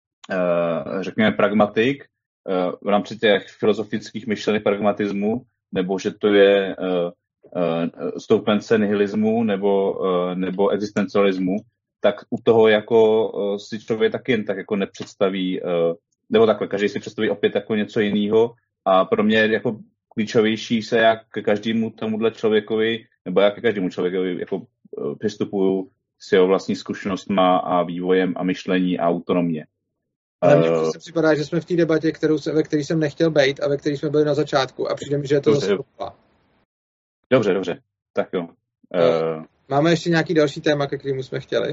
uh, řekněme, pragmatik, uh, v rámci těch filozofických myšlenek pragmatismu, nebo že to je uh, uh, stoupence nihilismu, nebo, uh, nebo existencialismu, tak u toho jako uh, si člověk taky jen tak jako nepředstaví, uh, nebo takhle, každý si představí opět jako něco jiného a pro mě jako klíčovější se jak ke každému tomuhle člověkovi, nebo jak ke každému člověkovi jako uh, přistupuju s jeho vlastní zkušenostma a vývojem a myšlení a autonomně. Ale mně uh, se připadá, že jsme v té debatě, kterou se, ve které jsem nechtěl být a ve které jsme byli na začátku a přijde mi, že je to dobře, zase popla. Dobře, dobře, tak jo. Uh, Máme ještě nějaký další téma, ke kterému jsme chtěli?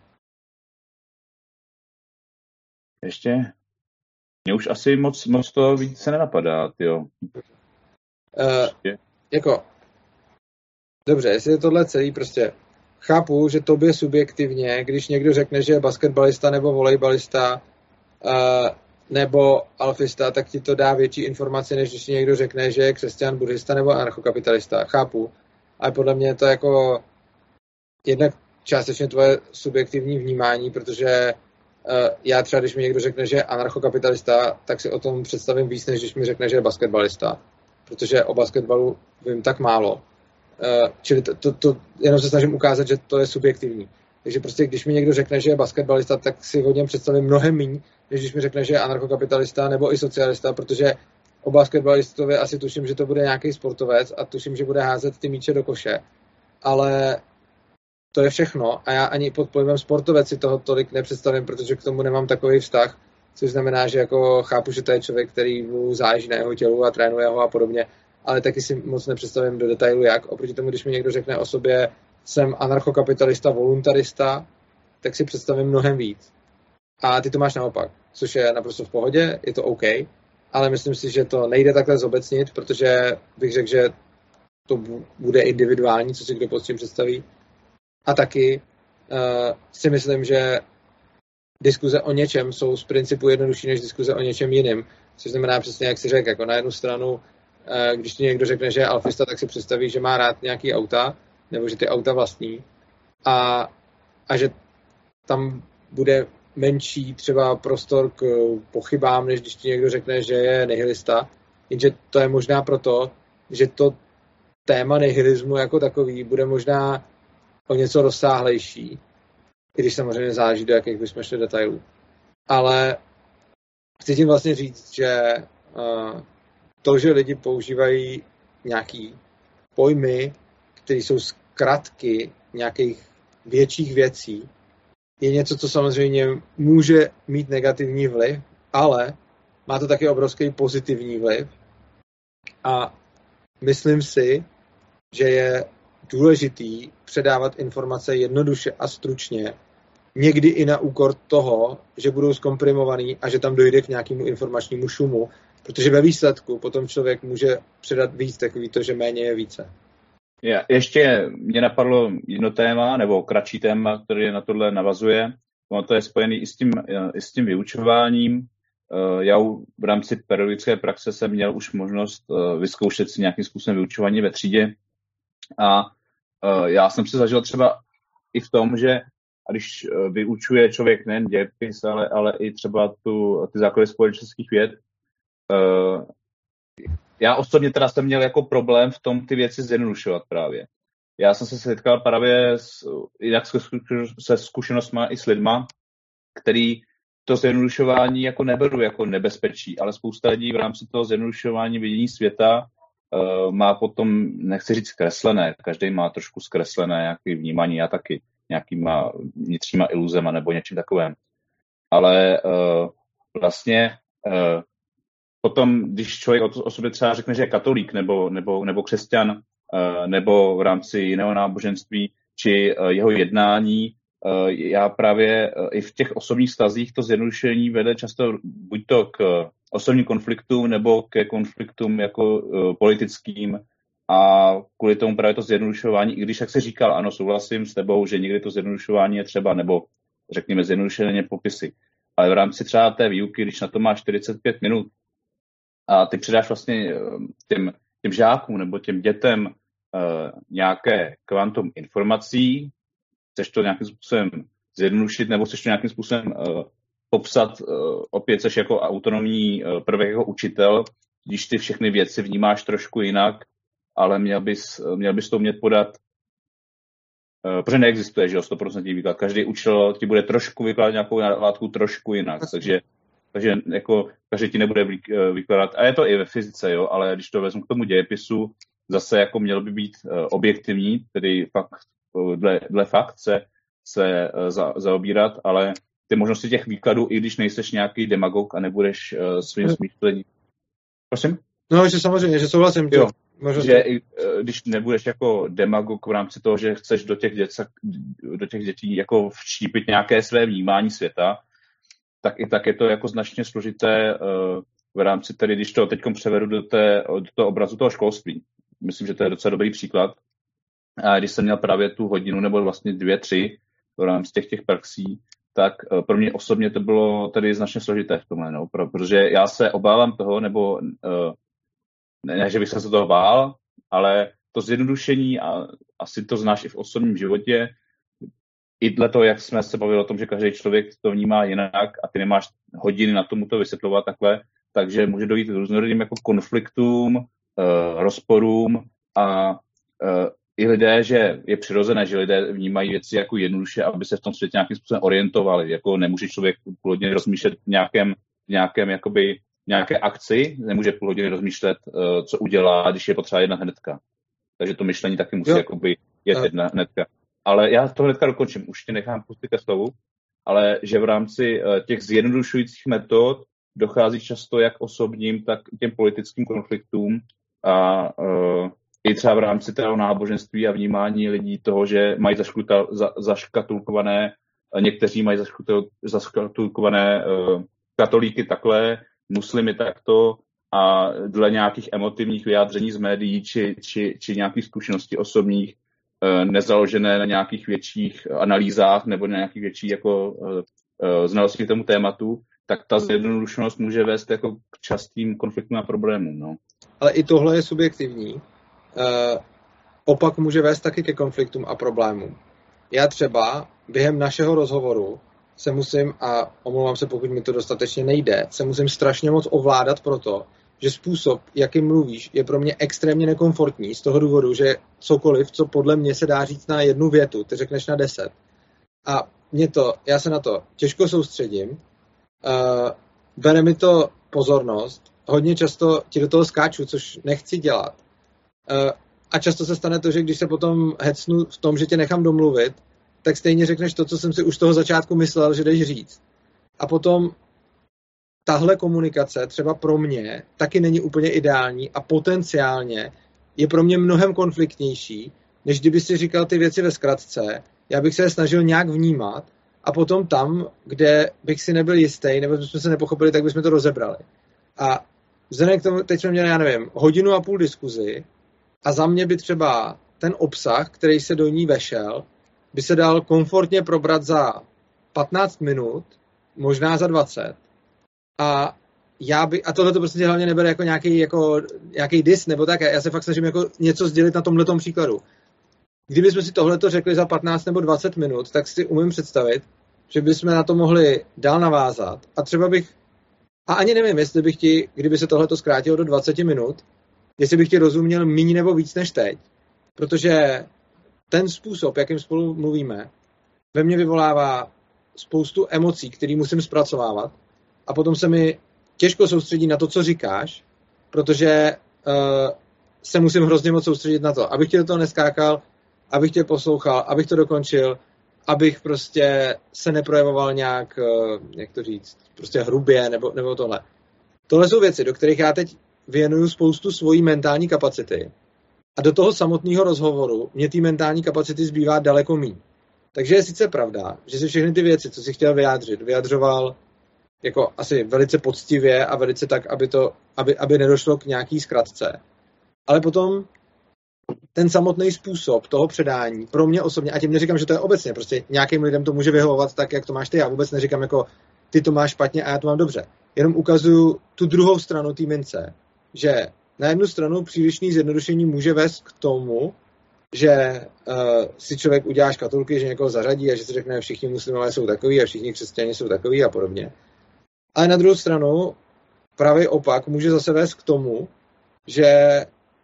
Ještě? Mně už asi moc, moc to víc se nenapadá, jo. Uh, jako, dobře, jestli je tohle celý, prostě chápu, že tobě subjektivně, když někdo řekne, že je basketbalista nebo volejbalista, uh, nebo alfista, tak ti to dá větší informace, než když někdo řekne, že je křesťan, buddhista nebo anarchokapitalista. Chápu. Ale podle mě je to jako jednak částečně tvoje subjektivní vnímání, protože uh, já třeba, když mi někdo řekne, že je anarchokapitalista, tak si o tom představím víc, než když mi řekne, že je basketbalista. Protože o basketbalu vím tak málo. Uh, čili to, to, to jenom se snažím ukázat, že to je subjektivní. Takže prostě, když mi někdo řekne, že je basketbalista, tak si o něm představím mnohem míň, než když mi řekne, že je anarchokapitalista nebo i socialista, protože o basketbalistovi asi tuším, že to bude nějaký sportovec a tuším, že bude házet ty míče do koše. Ale to je všechno a já ani pod pojmem sportovec si toho tolik nepředstavím, protože k tomu nemám takový vztah, což znamená, že jako chápu, že to je člověk, který mu záleží na jeho tělu a trénuje ho a podobně, ale taky si moc nepředstavím do detailu jak. Oproti tomu, když mi někdo řekne o sobě, jsem anarchokapitalista, voluntarista, tak si představím mnohem víc. A ty to máš naopak, což je naprosto v pohodě, je to OK, ale myslím si, že to nejde takhle zobecnit, protože bych řekl, že to bude individuální, co si kdo pod tím představí. A taky uh, si myslím, že diskuze o něčem jsou z principu jednodušší než diskuze o něčem jiným. Což znamená přesně, jak si řekl, jako na jednu stranu, uh, když ti někdo řekne, že je alfista, tak si představí, že má rád nějaký auta, nebo že ty auta vlastní. A, a že tam bude menší třeba prostor k pochybám, než když ti někdo řekne, že je nihilista. Jenže to je možná proto, že to téma nihilismu jako takový bude možná o něco rozsáhlejší, i když samozřejmě záleží, do jakých bychom šli detailů. Ale chci tím vlastně říct, že uh, to, že lidi používají nějaký pojmy, které jsou zkratky nějakých větších věcí, je něco, co samozřejmě může mít negativní vliv, ale má to taky obrovský pozitivní vliv. A myslím si, že je důležitý předávat informace jednoduše a stručně, někdy i na úkor toho, že budou zkomprimovaný a že tam dojde k nějakému informačnímu šumu, protože ve výsledku potom člověk může předat víc, takový to, že méně je více. Já, ještě mě napadlo jedno téma, nebo kratší téma, který na tohle navazuje. Ono to je spojený i s tím, i s tím vyučováním. Já v rámci pedagogické praxe jsem měl už možnost vyzkoušet si nějakým způsobem vyučování ve třídě. A já jsem si zažil třeba i v tom, že když vyučuje člověk nejen dějepis, ale, ale i třeba tu, ty základy společenských věd, já osobně teda jsem měl jako problém v tom ty věci zjednodušovat právě. Já jsem se setkal právě s, jinak se zkušenostmi i s lidma, který to zjednodušování jako neberu jako nebezpečí, ale spousta lidí v rámci toho zjednodušování vidění světa uh, má potom, nechci říct zkreslené, každý má trošku zkreslené nějaké vnímání, já taky nějakýma vnitřníma iluzema nebo něčím takovým. Ale uh, vlastně uh, potom, když člověk o, o sobě třeba řekne, že je katolík nebo, nebo, nebo křesťan, uh, nebo v rámci jiného náboženství, či uh, jeho jednání, uh, já právě uh, i v těch osobních vztazích to zjednodušení vede často buď to k osobním konfliktům, nebo ke konfliktům jako uh, politickým, a kvůli tomu právě to zjednodušování, i když, jak se říkal, ano, souhlasím s tebou, že někdy to zjednodušování je třeba, nebo řekněme zjednodušeně popisy. Ale v rámci třeba té výuky, když na to máš čtyřicet pět minut a ty předáš vlastně těm, těm žákům nebo těm dětem uh, nějaké kvantum informací, chceš to nějakým způsobem zjednodušit, nebo chceš to nějakým způsobem uh, popsat, uh, opět seš jako autonomní uh, prvek jako učitel, když ty všechny věci vnímáš trošku jinak, ale měl bys, měl bys to umět podat, uh, protože neexistuje, že jo, sto procent výklad. Každý učitel ti bude trošku vykládat nějakou látku trošku jinak, takže, takže jako každý ti nebude vykládat. A je to i ve fyzice, jo, ale když to vezmu k tomu dějepisu, zase jako mělo by být uh, objektivní, tedy fakt, uh, dle, dle fakt se, se uh, za, zaobírat, ale ty možnosti těch výkladů, i když nejseš nějaký demagog a nebudeš uh, svým smýšlením. Prosím? No, že samozřejmě, že souhlasím. Jo. Možná, že i, když nebudeš jako demagog v rámci toho, že chceš do těch, dět, do těch dětí jako vštípit nějaké své vnímání světa, tak i tak je to jako značně složité uh, v rámci tedy, když to teď převedu do, té, do toho obrazu toho školství. Myslím, že to je docela dobrý příklad. A když jsem měl právě tu hodinu nebo vlastně dvě, tři v rámci těch, těch praxí, tak pro mě osobně to bylo tady značně složité v tomhle, no, protože já se obávám toho, nebo ne, ne že bych se toho bál, ale to zjednodušení, a asi to znáš i v osobním životě, i dle toho, jak jsme se bavili o tom, že každý člověk to vnímá jinak a ty nemáš hodiny na tomu to vysvětlovat takhle, takže může dojít k různorodým jako konfliktům, uh, rozporům a uh, i lidé, že je přirozené, že lidé vnímají věci jako jednoduše, aby se v tom světě nějakým způsobem orientovali. Jako nemůže člověk půl hodiny rozmýšlet v nějakém, v nějakém jakoby, nějaké akci, nemůže půl hodiny rozmýšlet, uh, co udělá, když je potřeba jednat hnedka. Takže to myšlení taky musí jakoby jet jedna hnedka. Ale já to hnedka dokončím, už tě nechám pustit ke slovu, ale že v rámci uh, těch zjednodušujících metod dochází často jak osobním, tak i těm politickým konfliktům a uh, i třeba v rámci toho náboženství a vnímání lidí toho, že mají zaškuta, za, zaškatulkované, někteří mají zaškutul, zaškatulkované uh, katolíky takhle, muslimy takto a dle nějakých emotivních vyjádření z médií či, či, či nějakých zkušeností osobních, uh, nezaložené na nějakých větších analýzách nebo na nějakých větších jako, uh, uh, znalostí k tomu tématu, tak ta zjednodušenost může vést jako k častým konfliktům a problémům. No. Ale i tohle je subjektivní. Uh, opak může vést taky ke konfliktům a problémům. Já třeba během našeho rozhovoru se musím, a omlouvám se, pokud mi to dostatečně nejde, se musím strašně moc ovládat proto, že způsob, jakým mluvíš, je pro mě extrémně nekomfortní z toho důvodu, že cokoliv, co podle mě se dá říct na jednu větu, ty řekneš na deset. A mě to, já se na to těžko soustředím, uh, bere mi to pozornost, hodně často ti do toho skáču, což nechci dělat. Uh, a často se stane to, že když se potom hecnu v tom, že tě nechám domluvit, tak stejně řekneš to, co jsem si už z toho začátku myslel, že jdeš říct. A potom tahle komunikace třeba pro mě taky není úplně ideální a potenciálně je pro mě mnohem konfliktnější, než kdyby si říkal ty věci ve zkratce. Já bych se je snažil nějak vnímat a potom tam, kde bych si nebyl jistý, nebo jsme se nepochopili, tak bychom to rozebrali. A vzhledem k tomu, teď jsme měli, já nevím, hodinu a půl diskuzi a za mě by třeba ten obsah, který se do ní vešel, by se dal komfortně probrat za patnáct minut, možná za dvacet. A já by, a tohle to prostě hlavně nebere jako nějaký, jako nějaký dis, nebo tak, já se fakt snažím jako něco sdělit na tomhletom příkladu. Kdybychom si tohleto řekli za patnáct nebo dvacet minut, tak si umím představit, že bychom na to mohli dál navázat. A třeba bych, a ani nevím, jestli bych ti, kdyby se tohleto zkrátilo do dvacet minut, jestli bych ti rozuměl míň nebo víc než teď. Protože ten způsob, jakým spolu mluvíme, ve mně vyvolává spoustu emocí, které musím zpracovávat a potom se mi těžko soustředí na to, co říkáš, protože uh, se musím hrozně moc soustředit na to, abych tě do toho neskákal, abych tě poslouchal, abych to dokončil, abych prostě se neprojevoval nějak, uh, jak to říct, prostě hrubě nebo, nebo tohle. Tohle jsou věci, do kterých já teď věnuju spoustu svojí mentální kapacity. A do toho samotného rozhovoru mě té mentální kapacity zbývá daleko míň. Takže je sice pravda, že si všechny ty věci, co si chtěl vyjádřit, vyjadřoval jako asi velice poctivě a velice tak, aby, to, aby, aby nedošlo k nějaký zkratce. Ale potom ten samotný způsob toho předání pro mě osobně, a tím neříkám, že to je obecně, prostě nějakým lidem to může vyhovovat tak, jak to máš ty. Já vůbec neříkám jako ty to máš špatně a já to mám dobře. Jenom ukazuju tu druhou stranu té mince, že na jednu stranu přílišný zjednodušení může vést k tomu, že uh, si člověk udělá škatulky, že někoho zařadí a že si řekne, že všichni muslimové jsou takový a všichni křesťané jsou takový a podobně. Ale na druhou stranu pravý opak může zase vést k tomu, že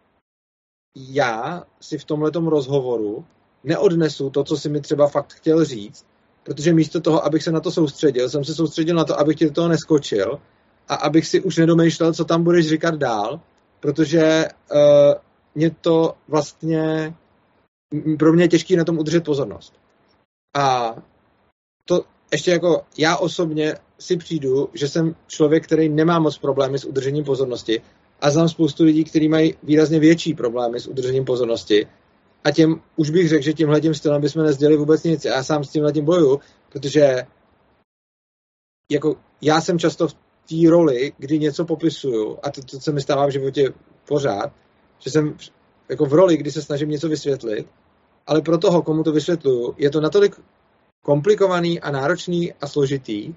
já si v tomhletom rozhovoru neodnesu to, co si mi třeba fakt chtěl říct, protože místo toho, abych se na to soustředil, jsem se soustředil na to, abych ti do toho neskočil a abych si už nedomýšlel, co tam budeš říkat dál, protože uh, mě to vlastně pro mě je těžký na tom udržet pozornost. A to ještě jako já osobně si přijdu, že jsem člověk, který nemá moc problémy s udržením pozornosti a znám spoustu lidí, kteří mají výrazně větší problémy s udržením pozornosti a těm už bych řekl, že tímhletím stylem bychom nezdělili vůbec nic. Já sám s tímhletím bojuju, protože jako já jsem často v té roli, kdy něco popisuju a to, to se mi stává v životě pořád, že jsem jako v roli, kdy se snažím něco vysvětlit, ale pro toho, komu to vysvětluju, je to natolik komplikovaný a náročný a složitý,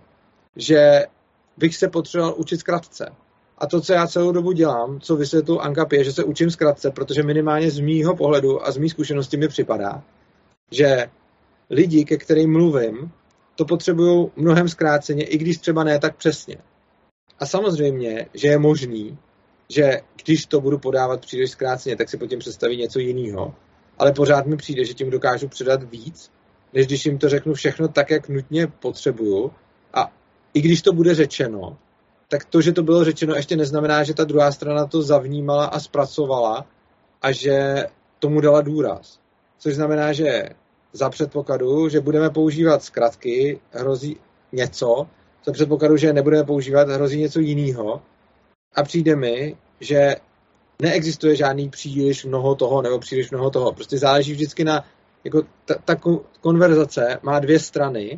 že bych se potřeboval učit zkratce. A to, co já celou dobu dělám, co vysvětluji Ankapi, je, že se učím zkratce, protože minimálně z mýho pohledu a z mý zkušenosti mi připadá, že lidi, ke kterým mluvím, to potřebují mnohem zkráceně, i když třeba ne tak přesně. A samozřejmě, že je možný, že když to budu podávat příliš zkráceně, tak si po tím představí něco jiného. Ale pořád mi přijde, že tím dokážu předat víc, než když jim to řeknu všechno tak, jak nutně potřebuju. A i když to bude řečeno, tak to, že to bylo řečeno, ještě neznamená, že ta druhá strana to zavnímala a zpracovala a že tomu dala důraz. Což znamená, že za předpokladu, že budeme používat zkratky, hrozí něco, za předpokladu, že nebudeme používat, hrozí něco jiného. A přijde mi, že neexistuje žádný příliš mnoho toho nebo příliš mnoho toho. Prostě záleží vždycky na, jako ta, ta konverzace má dvě strany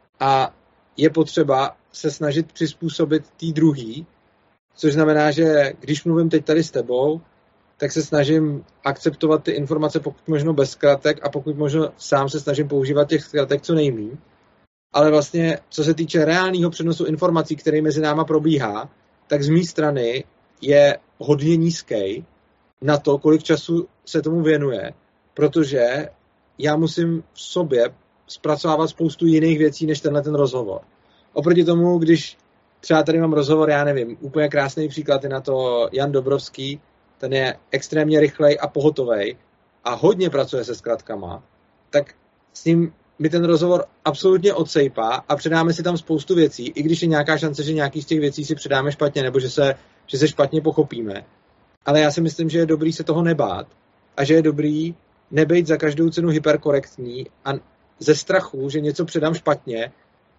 a je potřeba se snažit přizpůsobit tý druhý, což znamená, že když mluvím teď tady s tebou, tak se snažím akceptovat ty informace pokud možno bez zkratek a pokud možno sám se snažím používat těch zkratek co nejméně. Ale vlastně, co se týče reálného přenosu informací, který mezi náma probíhá, tak z mé strany je hodně nízký na to, kolik času se tomu věnuje, protože já musím v sobě zpracovávat spoustu jiných věcí, než tenhle ten rozhovor. Oproti tomu, když třeba tady mám rozhovor, já nevím, úplně krásný příklad je na to Jan Dobrovský, ten je extrémně rychlej a pohotovej a hodně pracuje se zkratkama, tak s ním mi ten rozhovor absolutně odsejpá a předáme si tam spoustu věcí, i když je nějaká šance, že nějaký z těch věcí si předáme špatně, nebo že se, že se špatně pochopíme. Ale já si myslím, že je dobrý se toho nebát a že je dobrý nebejt za každou cenu hyperkorektní a ze strachu, že něco předám špatně,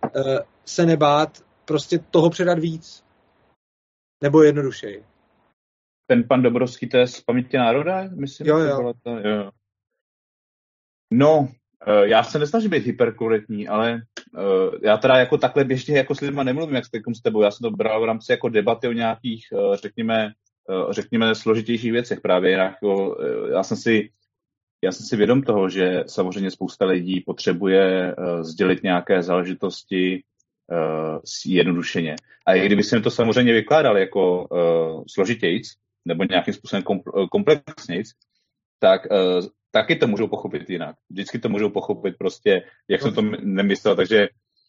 se nebát prostě toho předat víc. Nebo jednodušeji. Ten pan Dobrovský, to je z Paměti národa? Myslím, jo, jo. To to, jo. No, já se nesnažím být hyperkorektní, ale já teda jako takhle běžně jako s lidma nemluvím, jak s tebou. Já jsem to bral v rámci jako debaty o nějakých, řekněme, řekněme složitějších věcech právě. Jako, já jsem si Já jsem si vědom toho, že samozřejmě spousta lidí potřebuje uh, sdělit nějaké záležitosti uh, jednodušeně. A i kdyby se to samozřejmě vykládal jako uh, složitějc, nebo nějakým způsobem kompl- komplexnějc, tak uh, taky to můžou pochopit jinak. Vždycky to můžou pochopit prostě, jak jsem to nemyslel. Takže,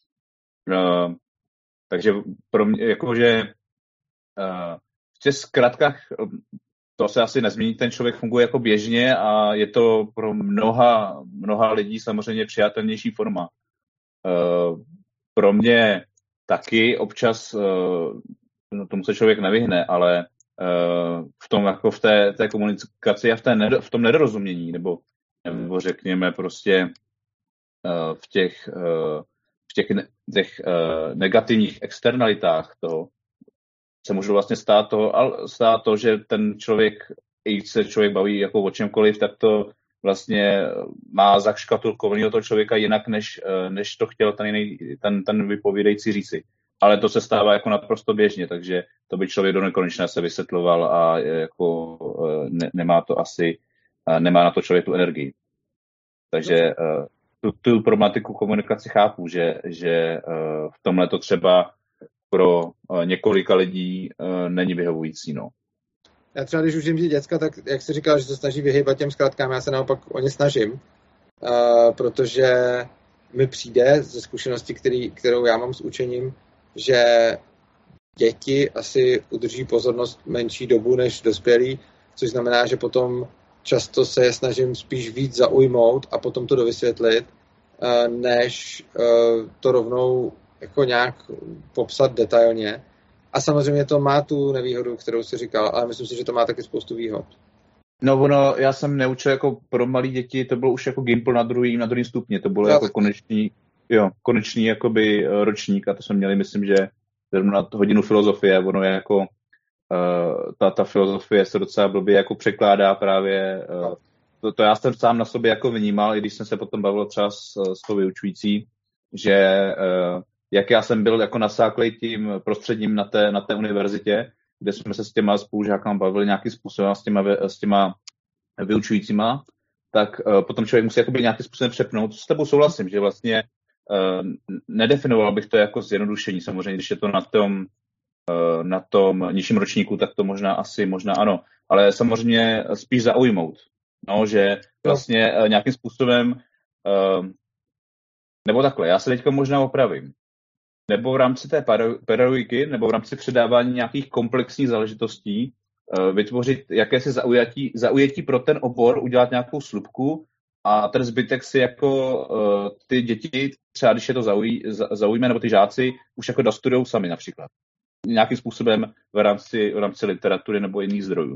uh, takže pro mě, jakože uh, v těch zkratkách to se asi nezmění, ten člověk funguje jako běžně a je to pro mnoha, mnoha lidí samozřejmě přijatelnější forma. Uh, pro mě taky občas, uh, no tomu se člověk nevyhne, ale uh, v tom jako v té, té komunikaci a v, té ned- v tom nedorozumění, nebo, nebo řekněme prostě uh, v těch, uh, v těch, ne- těch uh, negativních externalitách toho, se může vlastně stát to, stát to, že ten člověk, i se člověk baví jako o čemkoliv, tak to vlastně má zaškatulkovaného toho člověka jinak, než, než to chtěl ten, jiný, ten, ten vypovídající říci. Ale to se stává jako naprosto běžně, takže to by člověk do nekonečna se vysvětloval a jako ne, nemá to asi, nemá na to člověk tu energii. Takže tu, tu problematiku komunikaci chápu, že, že v tomhle to třeba pro uh, několika lidí uh, není vyhovující. No. Já třeba, když učím děcka, tak jak jsi říkal, že se snaží vyhýbat těm zkratkám, já se naopak o ně snažím, uh, protože mi přijde ze zkušenosti, který, kterou já mám s učením, že děti asi udrží pozornost menší dobu než dospělí, což znamená, že potom často se je snažím spíš víc zaujmout a potom to dovysvětlit, uh, než uh, to rovnou jako nějak popsat detailně. A samozřejmě to má tu nevýhodu, kterou jsi říkal, ale myslím si, že to má taky spoustu výhod. No ono, já jsem neučil jako pro malé děti, to bylo už jako Gimpl na druhý, na druhý stupně, to bylo no, jako tak... konečný, jo, konečný jakoby ročník a to jsme měli, myslím, že zrovna hodinu filozofie, ono je jako, uh, ta, ta filozofie se docela blbě jako překládá právě, uh, to, to já jsem sám na sobě jako vnímal, i když jsem se potom bavil třeba s, s tou vyučující, že uh, jak já jsem byl jako nasáklej tím prostředím na té, na té univerzitě, kde jsme se s těma spolužákama bavili nějakým způsobem s těma, s těma vyučujícíma, tak uh, potom člověk musí jakoby nějakým způsobem přepnout. S tebou souhlasím, že vlastně uh, nedefinoval bych to jako zjednodušení. Samozřejmě, když je to na tom, uh, na tom nižším ročníku, tak to možná asi, možná ano. Ale samozřejmě spíš zaujmout. No, že vlastně uh, nějakým způsobem, uh, nebo takhle, já se teďka možná opravím. Nebo v rámci té pedagogiky, nebo v rámci předávání nějakých komplexních záležitostí, vytvořit jakési zaujatí, zaujetí pro ten obor, udělat nějakou slupku a ten zbytek si jako uh, ty děti, třeba když je to zaují, zaujme, nebo ty žáci, už jako dostudujou sami například. Nějakým způsobem v rámci, v rámci literatury nebo jiných zdrojů.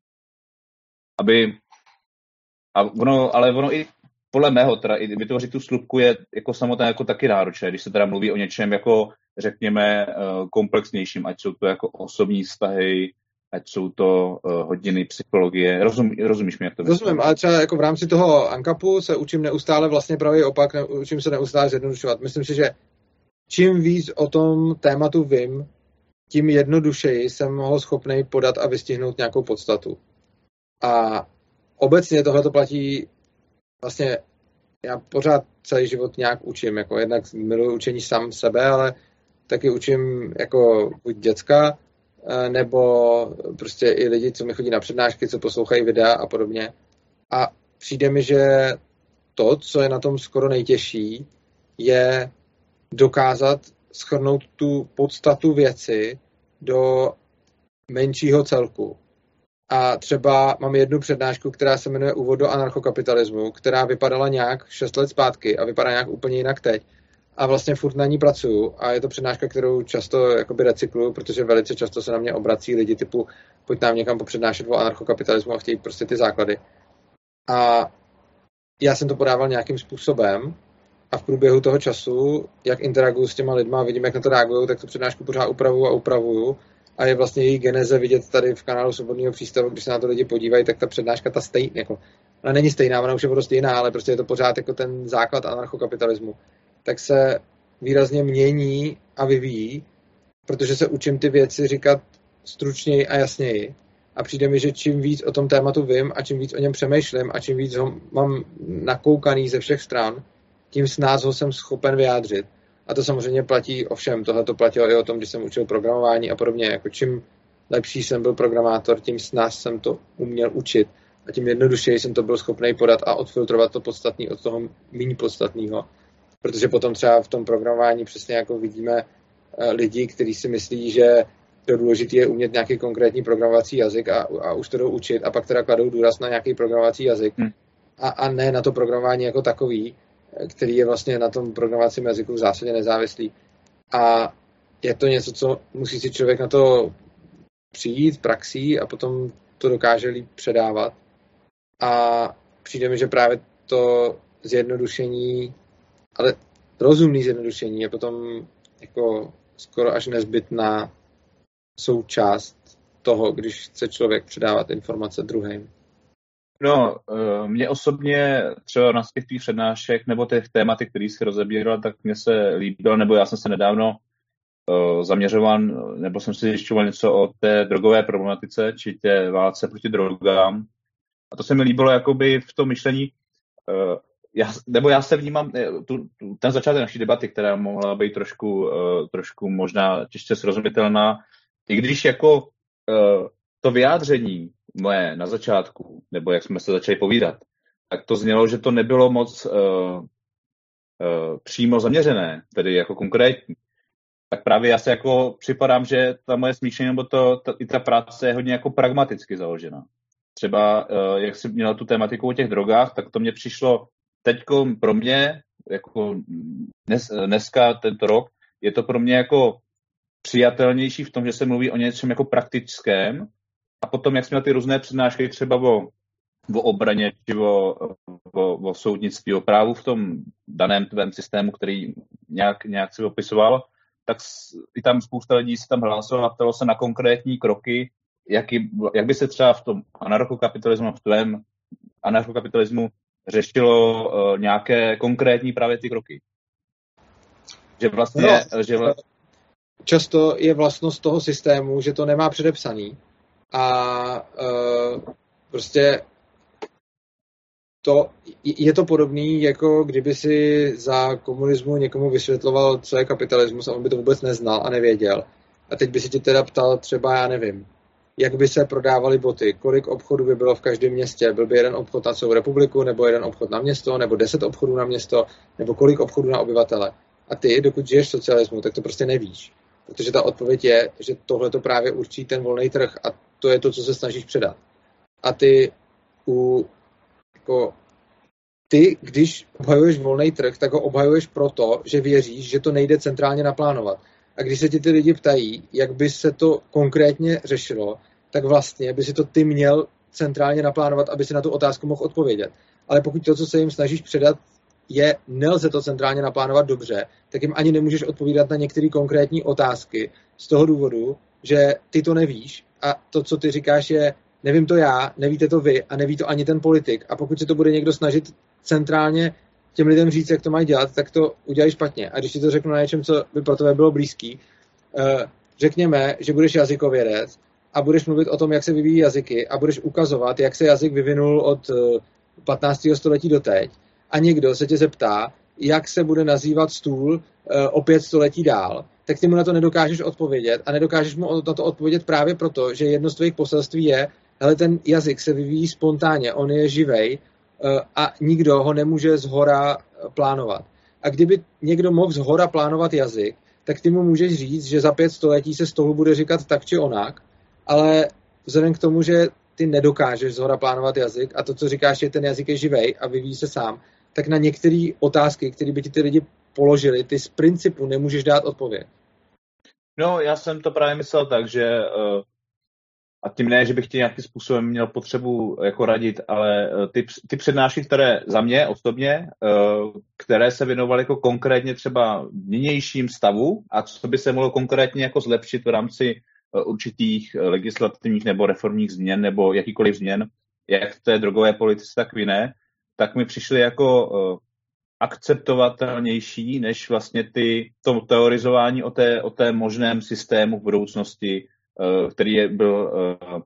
Aby, a ono, ale ono i podle mého, teda i vytvořit tu slupku je jako samotné jako taky náročné, když se teda mluví o něčem jako, řekněme, komplexnějším, ať jsou to jako osobní vztahy, ať jsou to uh, hodiny psychologie. Rozum, rozumíš mi, jak to Rozumím, myslím? Ale třeba jako v rámci toho ANCAPu se učím neustále vlastně pravý opak, ne, učím se neustále zjednodušovat. Myslím si, že čím víc o tom tématu vím, tím jednodušeji jsem ho schopný podat a vystihnout nějakou podstatu. A obecně tohle to platí vlastně, já pořád celý život nějak učím, jako jednak miluji učení sám sebe, ale taky učím jako buď děcka, nebo prostě i lidi, co mi chodí na přednášky, co poslouchají videa a podobně. A přijde mi, že to, co je na tom skoro nejtěžší, je dokázat shrnout tu podstatu věci do menšího celku. A třeba mám jednu přednášku, která se jmenuje Úvod do anarchokapitalismu, která vypadala nějak šest let zpátky a vypadá nějak úplně jinak teď. A vlastně furt na ní pracuju a je to přednáška, kterou často jakoby recykluju, protože velice často se na mě obrací lidi typu pojď nám někam popřednášet o anarchokapitalismu a chtějí prostě ty základy. A já jsem to podával nějakým způsobem a v průběhu toho času, jak interaguju s těma lidma a vidím, jak na to reagují, tak tu přednášku pořád upravuju a upravuju a je vlastně její geneze vidět tady v kanálu Svobodného přístavu, když se na to lidi podívají, tak ta přednáška ta stejná, jako, ona není stejná, ona už je prostě jiná, ale prostě je to pořád jako ten základ anarchokapitalismu. Tak se výrazně mění a vyvíjí, protože se učím ty věci říkat stručněji a jasněji. A přijde mi, že čím víc o tom tématu vím a čím víc o něm přemýšlím a čím víc ho mám nakoukaný ze všech stran, tím snáz ho jsem schopen vyjádřit. A to samozřejmě platí o všem. Tohle to platilo i o tom, když jsem učil programování a podobně. Jako čím lepší jsem byl programátor, tím snáz jsem to uměl učit. A tím jednodušeji jsem to byl schopný podat a odfiltrovat to podstatný od toho méně podstatného. Protože potom třeba v tom programování přesně jako vidíme lidi, kteří si myslí, že to důležité je umět nějaký konkrétní programovací jazyk a, a už to jdou učit a pak teda kladou důraz na nějaký programovací jazyk hmm. a, a ne na to programování jako takový, který je vlastně na tom programovacím jazyku v zásadě nezávislý. A je to něco, co musí si člověk na to přijít praxí a potom to dokáže líp předávat. A přijde mi, že právě to zjednodušení, ale rozumný zjednodušení je potom jako skoro až nezbytná součást toho, když chce člověk předávat informace druhým. No, mě osobně třeba na těch tvých přednášek nebo těch tématy, které jsi rozebíral, tak mně se líbilo, nebo já jsem se nedávno zaměřoval, nebo jsem si zjišťoval něco o té drogové problematice, či té válce proti drogám. A to se mi líbilo jakoby v tom myšlení, já, nebo já se vnímám, tu, tu, ten začátek naší debaty, která mohla být trošku, trošku možná těžce srozumitelná, i když jako to vyjádření moje na začátku, nebo jak jsme se začali povídat, tak to znělo, že to nebylo moc uh, uh, přímo zaměřené, tedy jako konkrétní. Tak právě já se jako připadám, že ta moje smýšlení, nebo to, ta, i ta práce je hodně jako pragmaticky založena. Třeba, uh, jak jsi měla tu tematiku o těch drogách, tak to mě přišlo teďko pro mě, jako dnes, dneska, tento rok, je to pro mě jako přijatelnější v tom, že se mluví o něčem jako praktickém, a potom, jak jsme měli ty různé přednášky třeba o, o obraně, či o, o, o soudnictví, o právu v tom daném tvém systému, který nějak, nějak si opisoval, tak i tam spousta lidí se tam hlásilo a ptalo se na konkrétní kroky, jak, i, jak by se třeba v tom anarchokapitalismu, v tvém anarchokapitalismu řešilo uh, nějaké konkrétní právě ty kroky. Že vlastně... No, že vla... Často je vlastnost toho systému, že to nemá předepsaný. A uh, prostě to, je to podobný, jako kdyby si za komunismu někomu vysvětloval, co je kapitalismus a on by to vůbec neznal a nevěděl. A teď by si tě teda ptal třeba, já nevím, jak by se prodávaly boty, kolik obchodů by bylo v každém městě, byl by jeden obchod na celou republiku, nebo jeden obchod na město, nebo deset obchodů na město, nebo kolik obchodů na obyvatele. A ty, dokud žiješ v socialismu, tak to prostě nevíš. Protože ta odpověď je, že tohle to právě určí ten volný trh a to je to, co se snažíš předat. A ty u jako, ty, když obhajuješ volný trh, tak ho obhajuješ proto, že věříš, že to nejde centrálně naplánovat. A když se ti ty lidi ptají, jak by se to konkrétně řešilo, tak vlastně by si to ty měl centrálně naplánovat, aby si na tu otázku mohl odpovědět. Ale pokud to, co se jim snažíš předat, je, nelze to centrálně naplánovat dobře, tak jim ani nemůžeš odpovídat na některé konkrétní otázky z toho důvodu, že ty to nevíš a to, co ty říkáš, je, nevím to já, nevíte to vy a neví to ani ten politik. A pokud se to bude někdo snažit centrálně těm lidem říct, jak to mají dělat, tak to udělají špatně. A když ti to řeknu na něčem, co by pro tebe bylo blízký, řekněme, že budeš jazykovědec a budeš mluvit o tom, jak se vyvíjí jazyky a budeš ukazovat, jak se jazyk vyvinul od patnáctého století do teď. A někdo se tě zeptá, jak se bude nazývat stůl o pět století dál, tak ty mu na to nedokážeš odpovědět a nedokážeš mu na to odpovědět právě proto, že jedno z tvých poselství je, hele, ten jazyk se vyvíjí spontánně, on je živej a nikdo ho nemůže zhora plánovat. A kdyby někdo mohl zhora plánovat jazyk, tak ty mu můžeš říct, že za pět století se stolu bude říkat tak či onak, ale vzhledem k tomu, že ty nedokážeš zhora plánovat jazyk a to, co říkáš, že ten jazyk je živej a vyvíjí se sám, tak na některé otázky, které by ti ty lidi položili, ty z principu nemůžeš dát odpověď. No, já jsem to právě myslel tak, že uh, a tím ne, že bych ti nějakým způsobem měl potřebu jako radit, ale uh, ty, ty přednášky, které za mě osobně, uh, které se věnovaly jako konkrétně třeba nynějším stavu a co by se mohlo konkrétně jako zlepšit v rámci uh, určitých legislativních nebo reformních změn nebo jakýkoliv změn, jak v té drogové politice, tak v jiné, tak mi přišly jako uh, akceptovatelnější než vlastně ty, to teorizování o té, o té možném systému v budoucnosti, uh, který je, byl uh,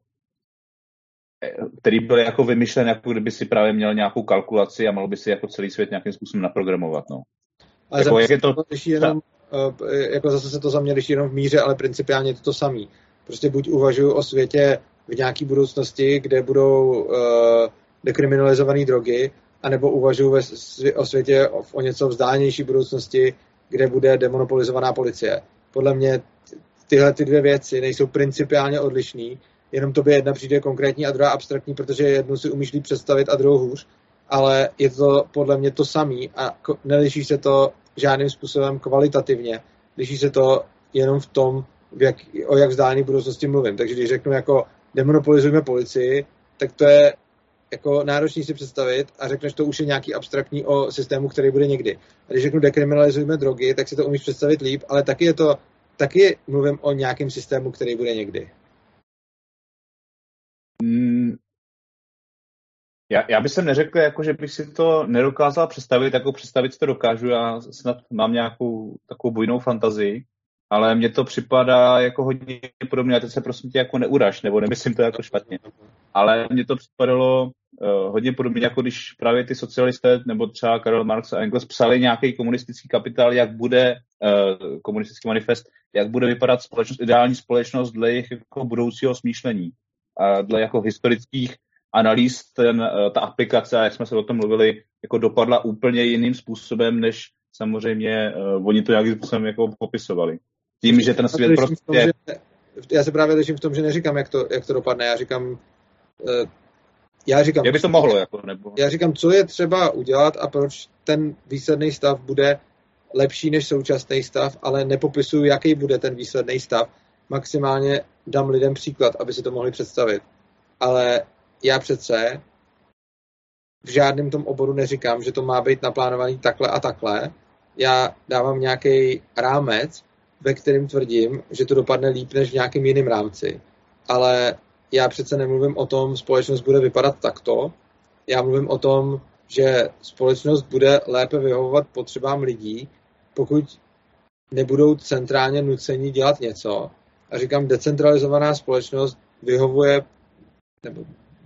který byl jako vymyšlen, jako kdyby si právě měl nějakou kalkulaci a mohl by si jako celý svět nějakým způsobem naprogramovat. No. Ale jako, jak je to... jenom, uh, jako zase se to za mě liší jenom v míře, ale principiálně je to to samý. Prostě buď uvažuji o světě v nějaké budoucnosti, kde budou uh, dekriminalizované drogy, anebo uvažuji ve, o světě o, o něco vzdálenější budoucnosti, kde bude demonopolizovaná policie. Podle mě tyhle ty dvě věci nejsou principiálně odlišný, jenom tobě jedna přijde konkrétní a druhá abstraktní, protože jednu si umíš líp představit a druhou hůř, ale je to podle mě to samý a neliší se to žádným způsobem kvalitativně. Liší se to jenom v tom, v jak, o jak vzdálené budoucnosti mluvím. Takže když řeknu jako demonopolizujeme policii, tak to je jako náročný si představit a řekneš, to už je nějaký abstraktní o systému, který bude někdy. A když řeknu dekriminalizujeme drogy, tak si to umíš představit líp, ale taky je to, taky mluvím o nějakém systému, který bude někdy. Mm, já, já bych se neřekl, jako, že bych si to nedokázal představit, jako představit si to dokážu, já snad mám nějakou takovou bujnou fantazii, ale mně to připadá jako hodně podobně, a teď se prosím tě jako neuraž, nebo nemyslím to jako špatně. Ale mně to připadalo uh, hodně podobně, jako když právě ty socialisté, nebo třeba Karel Marx a Engels psali nějaký komunistický kapitál, jak bude uh, komunistický manifest, jak bude vypadat společnost, ideální společnost dle jejich jako budoucího smýšlení. A dle jako historických analýz ten, uh, ta aplikace, jak jsme se o tom mluvili, jako dopadla úplně jiným způsobem, než samozřejmě uh, oni to nějakým způsobem jako popisovali. Tím, že ten svět prostě... Tom, že, já se právě liším v tom, že neříkám, jak to, jak to dopadne. Já říkám, Já říkám, jak by to mohlo, jako, nebo... já říkám, co je třeba udělat a proč ten výsledný stav bude lepší než současný stav, ale nepopisuju, jaký bude ten výsledný stav. Maximálně dám lidem příklad, aby si to mohli představit. Ale já přece v žádném tom oboru neříkám, že to má být naplánovaný takhle a takhle. Já dávám nějaký rámec, ve kterém tvrdím, že to dopadne líp než v nějakém jiném rámci. Ale já přece nemluvím o tom, společnost bude vypadat takto. Já mluvím o tom, že společnost bude lépe vyhovovat potřebám lidí, pokud nebudou centrálně nuceni dělat něco. A říkám, decentralizovaná společnost vyhovuje, nebo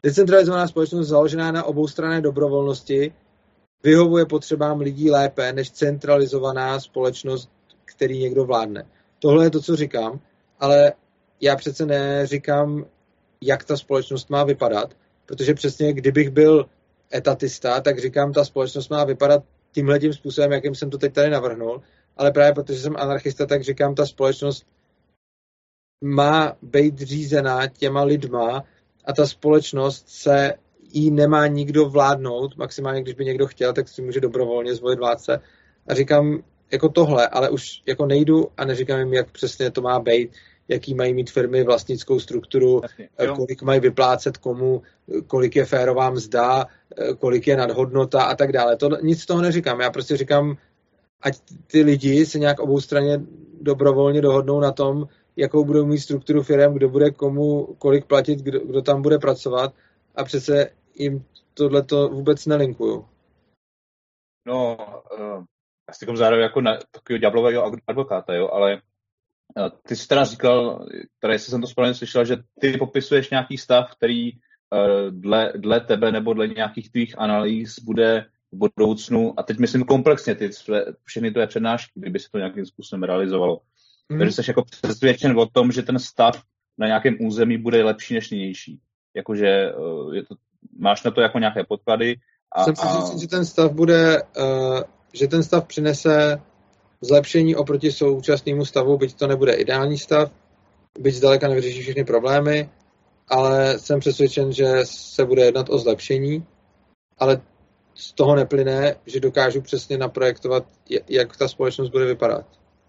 Decentralizovaná společnost založená na oboustranné dobrovolnosti vyhovuje potřebám lidí lépe než centralizovaná společnost, který někdo vládne. Tohle je to, co říkám, ale já přece neříkám, jak ta společnost má vypadat, protože přesně kdybych byl etatista, tak říkám, ta společnost má vypadat tímhletím způsobem, jakým jsem to teď tady navrhnul, ale právě protože jsem anarchista, tak říkám, ta společnost má být řízená těma lidma a ta společnost se jí nemá nikdo vládnout, maximálně když by někdo chtěl, tak si může dobrovolně zvolit vládce. A říkám jako tohle, ale už jako nejdu a neříkám jim, jak přesně to má být, jaký mají mít firmy vlastnickou strukturu, Jasně, kolik mají vyplácet komu, kolik je férová mzda, kolik je nadhodnota a tak dále. To, nic z toho neříkám. Já prostě říkám, ať ty lidi se nějak oboustranně dobrovolně dohodnou na tom, jakou budou mít strukturu firem, kdo bude komu kolik platit, kdo, kdo tam bude pracovat a přece jim tohleto vůbec nelinkuju. No, uh, já si říkám zároveň jako na takového ďáblového advokáta, jo, ale uh, ty jsi teda říkal, teda jestli jsem to správně slyšel, že ty popisuješ nějaký stav, který uh, dle, dle tebe nebo dle nějakých tvých analýz bude v budoucnu, a teď myslím komplexně ty své, všechny tvoje přednášky, kdyby se to nějakým způsobem realizovalo. Hmm. Takže jsi jako přesvědčen o tom, že ten stav na nějakém území bude lepší než nynější. Jakože uh, je to, máš na to jako nějaké podklady. A, Jsem přesvědčen, a... že ten stav bude, uh, že ten stav přinese zlepšení oproti současnému stavu, byť to nebude ideální stav, byť zdaleka nevyřeší všechny problémy, ale jsem přesvědčen, že se bude jednat o zlepšení, ale z toho neplyne, že dokážu přesně naprojektovat, jak ta společnost bude vypadat.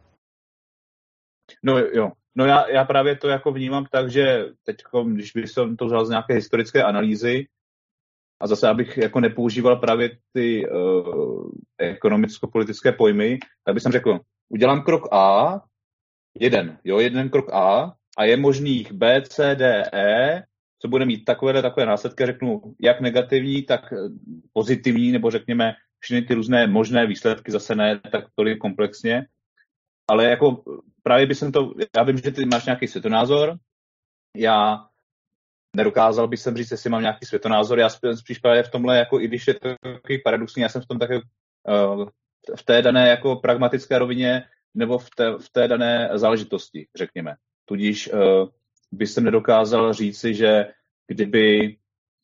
No jo, no já, já právě to jako vnímám tak, že teď, když bych to vzal z nějaké historické analýzy, a zase abych jako nepoužíval právě ty uh, ekonomicko-politické pojmy, tak bych jsem řekl, udělám krok A, jeden, jo, jeden krok A, a je možných B, C, D, E, co bude mít takové takové následky, řeknu, jak negativní, tak pozitivní, nebo řekněme, všechny ty různé možné výsledky, zase ne tak tolik komplexně, ale jako právě bych jsem to, já vím, že ty máš nějaký světonázor, já nedokázal bych jsem říct, jestli mám nějaký světonázor, já spíš právě v tomhle, jako i když je to takový paradoxní, já jsem v tom také uh, v té dané jako pragmatické rovině, nebo v té, v té dané záležitosti, řekněme. Tudíž uh, bych jsem nedokázal říci, že kdyby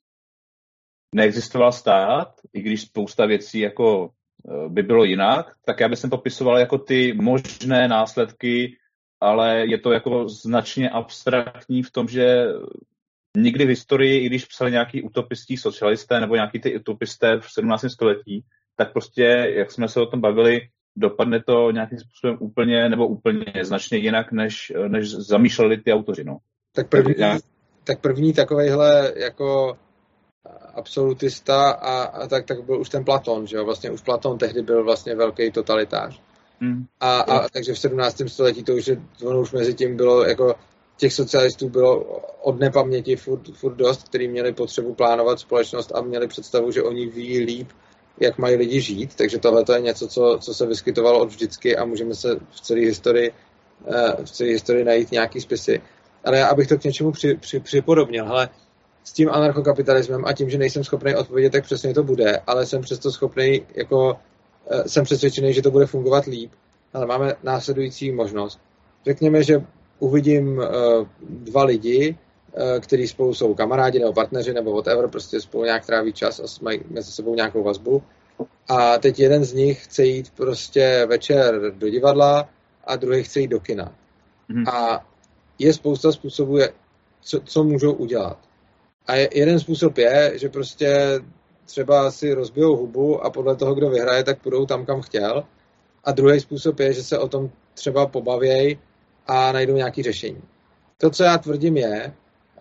neexistoval stát, i když spousta věcí jako by bylo jinak, tak já bych jsem popisoval jako ty možné následky, ale je to jako značně abstraktní v tom, že nikdy v historii, i když psali nějaký utopistí socialisté nebo nějaký ty utopisté v sedmnáctém století, tak prostě, jak jsme se o tom bavili, dopadne to nějakým způsobem úplně nebo úplně značně jinak, než, než zamýšleli ty autoři. No. Tak první, já... tak první takovejhle jako absolutista a, a tak, tak byl už ten Platón, že jo? Vlastně už Platón tehdy byl vlastně velký totalitář. Hmm. A, a takže v sedmnáctém století to už, je, ono už mezi tím bylo jako těch socialistů bylo od nepaměti furt, furt dost, kteří měli potřebu plánovat společnost a měli představu, že oni ví líp, jak mají lidi žít, takže tohle je něco, co, co se vyskytovalo od vždycky a můžeme se v celé historii, v celé historii najít nějaký spisy. Ale já, abych to k něčemu při, při, připodobnil, hele, s tím anarchokapitalismem a tím, že nejsem schopný odpovědět, tak přesně to bude, ale jsem přesto schopný, jako jsem přesvědčený, že to bude fungovat líp. Ale máme následující možnost. Řekněme, že uvidím uh, dva lidi, uh, kteří spolu jsou kamarádi nebo partneři nebo whatever, prostě spolu nějak tráví čas a mají mezi sebou nějakou vazbu. A teď jeden z nich chce jít prostě večer do divadla a druhý chce jít do kina. Mhm. A je spousta způsobů, co, co můžou udělat. A jeden způsob je, že prostě třeba si rozbijou hubu a podle toho, kdo vyhraje, tak půjdou tam, kam chtěl. A druhý způsob je, že se o tom třeba pobavějí a najdou nějaké řešení. To, co já tvrdím, je,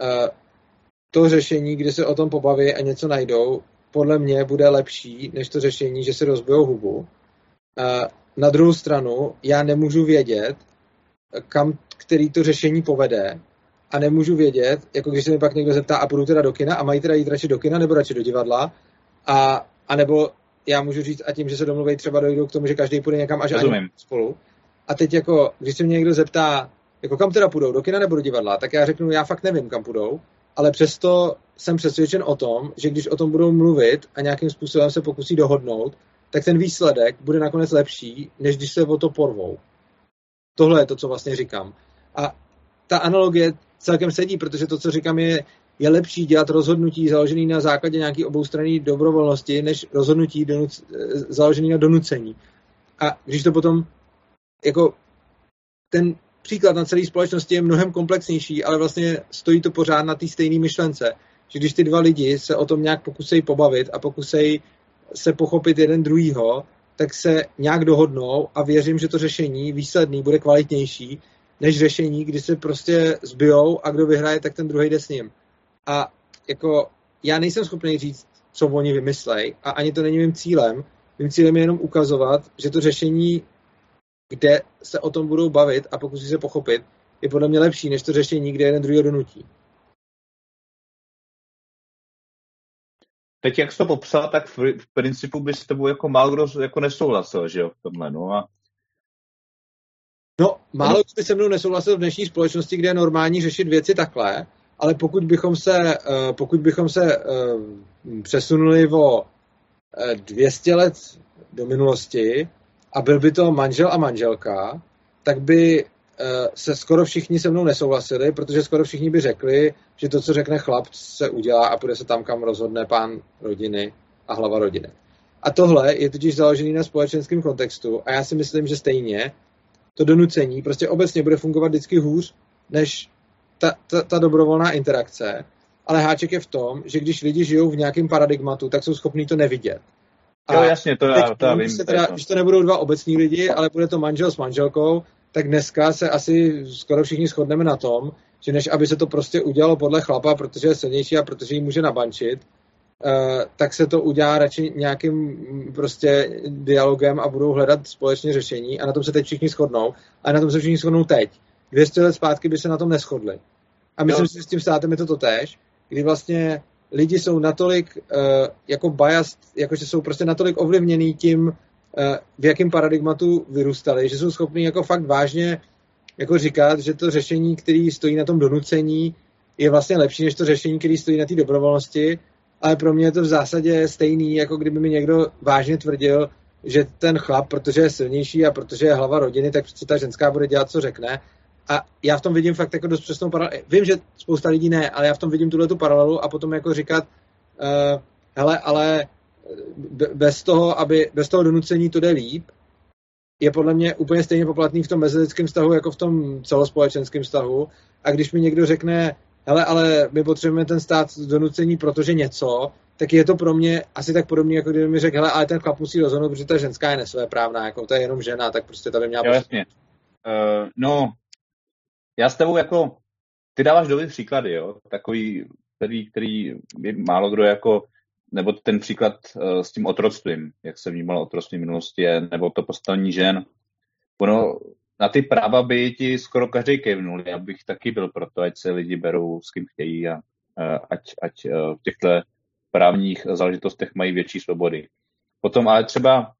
to řešení, kdy se o tom pobaví a něco najdou, podle mě bude lepší, než to řešení, že si rozbijou hubu. Na druhou stranu, já nemůžu vědět, kam který to řešení povede, a nemůžu vědět, jako když se mi pak někdo zeptá, a půjdu teda do kina, a mají teda jít radši do kina, nebo radši do divadla, a, a nebo já můžu říct, a tím, že se domluví, třeba dojdou k tomu, že každý půjde někam až ani spolu. A teď jako, když se mě někdo zeptá, jako kam teda půjdou, do kina nebo do divadla, tak já řeknu, já fakt nevím, kam půjdou, ale přesto jsem přesvědčen o tom, že když o tom budou mluvit a nějakým způsobem se pokusí dohodnout, tak ten výsledek bude nakonec lepší, než když se o to porvou. Tohle je to, co vlastně říkám. A ta analogie celkem sedí, protože to, co říkám, je, je lepší dělat rozhodnutí založený na základě nějaké oboustranné dobrovolnosti, než rozhodnutí donuc, založený na donucení. A když to potom, jako ten příklad na celé společnosti je mnohem komplexnější, ale vlastně stojí to pořád na té stejné myšlence, že když ty dva lidi se o tom nějak pokusejí pobavit a pokusejí se pochopit jeden druhýho, tak se nějak dohodnou a věřím, že to řešení výsledný bude kvalitnější, než řešení, kdy se prostě zbijou a kdo vyhraje, tak ten druhý jde s ním. A jako já nejsem schopný říct, co oni vymyslej a ani to není mým cílem. Mým cílem je jenom ukazovat, že to řešení, kde se o tom budou bavit a pokusí se pochopit, je podle mě lepší, než to řešení, kde jeden druhýho donutí. Teď, jak jsi to popsal, tak v, v principu by s tebou jako málo kdo jako nesouhlasil, že jo, v tomhle, no a... No, málo kdo by se mnou nesouhlasil v dnešní společnosti, kde je normální řešit věci takhle, ale pokud bychom se, pokud bychom se přesunuli o dvě stě let do minulosti a byl by to manžel a manželka, tak by se skoro všichni se mnou nesouhlasili, protože skoro všichni by řekli, že to, co řekne chlap, se udělá a půjde se tam, kam rozhodne pán rodiny a hlava rodiny. A tohle je totiž založený na společenském kontextu a já si myslím, že stejně to donucení prostě obecně bude fungovat vždycky hůř, než ta, ta, ta dobrovolná interakce, ale háček je v tom, že když lidi žijou v nějakém paradigmatu, tak jsou schopní to nevidět. A jo, jasně, to já, to já vím. Teda, když to nebudou dva obecní lidi, ale bude to manžel s manželkou, tak dneska se asi skoro všichni shodneme na tom, že než aby se to prostě udělalo podle chlapa, protože je silnější a protože ji může nabančit, Uh, tak se to udělá radši nějakým prostě dialogem a budou hledat společně řešení a na tom se teď všichni shodnou a na tom se všichni shodnou teď. dvě stě let zpátky by se na tom neshodli. A myslím si, že s tím státem je to totéž, kdy vlastně lidi jsou natolik uh, jako biased, jakože jsou prostě natolik ovlivněný tím, uh, v jakém paradigmatu vyrůstali, že jsou schopní jako fakt vážně jako říkat, že to řešení, který stojí na tom donucení, je vlastně lepší než to řešení, který stojí na té dobrovolnosti. Ale pro mě je to v zásadě stejný, jako kdyby mi někdo vážně tvrdil, že ten chlap, protože je silnější a protože je hlava rodiny, tak přece ta ženská bude dělat, co řekne. A já v tom vidím fakt jako dost přesnou paralelu. Vím, že spousta lidí ne, ale já v tom vidím tuhletu paralelu a potom jako říkat, uh, hele, ale bez toho, aby, bez toho donucení to jde líp, je podle mě úplně stejně poplatný v tom mezilidském vztahu, jako v tom celospolečenském vztahu. A když mi někdo řekne, hele, ale my potřebujeme ten stát donucení, protože něco, tak je to pro mě asi tak podobně, jako kdyby mi řekl, hele, ale ten chlap musí rozhodnout, protože ta ženská je nesvéprávná, jako to je jenom žena, tak prostě ta by měla... Jo, jasně. Uh, no, já s tebou jako, ty dáváš dobrý příklady, jo, takový, který, který málo kdo jako, nebo ten příklad uh, s tím otroctvím, jak se vnímalo otroctví v minulosti, je, nebo to postavení žen. Ono, na ty práva by ti skoro každý kejvnul. Já bych taky byl proto, ať se lidi berou s kým chtějí a ať, ať v těchto právních záležitostech mají větší svobody. Potom ale třeba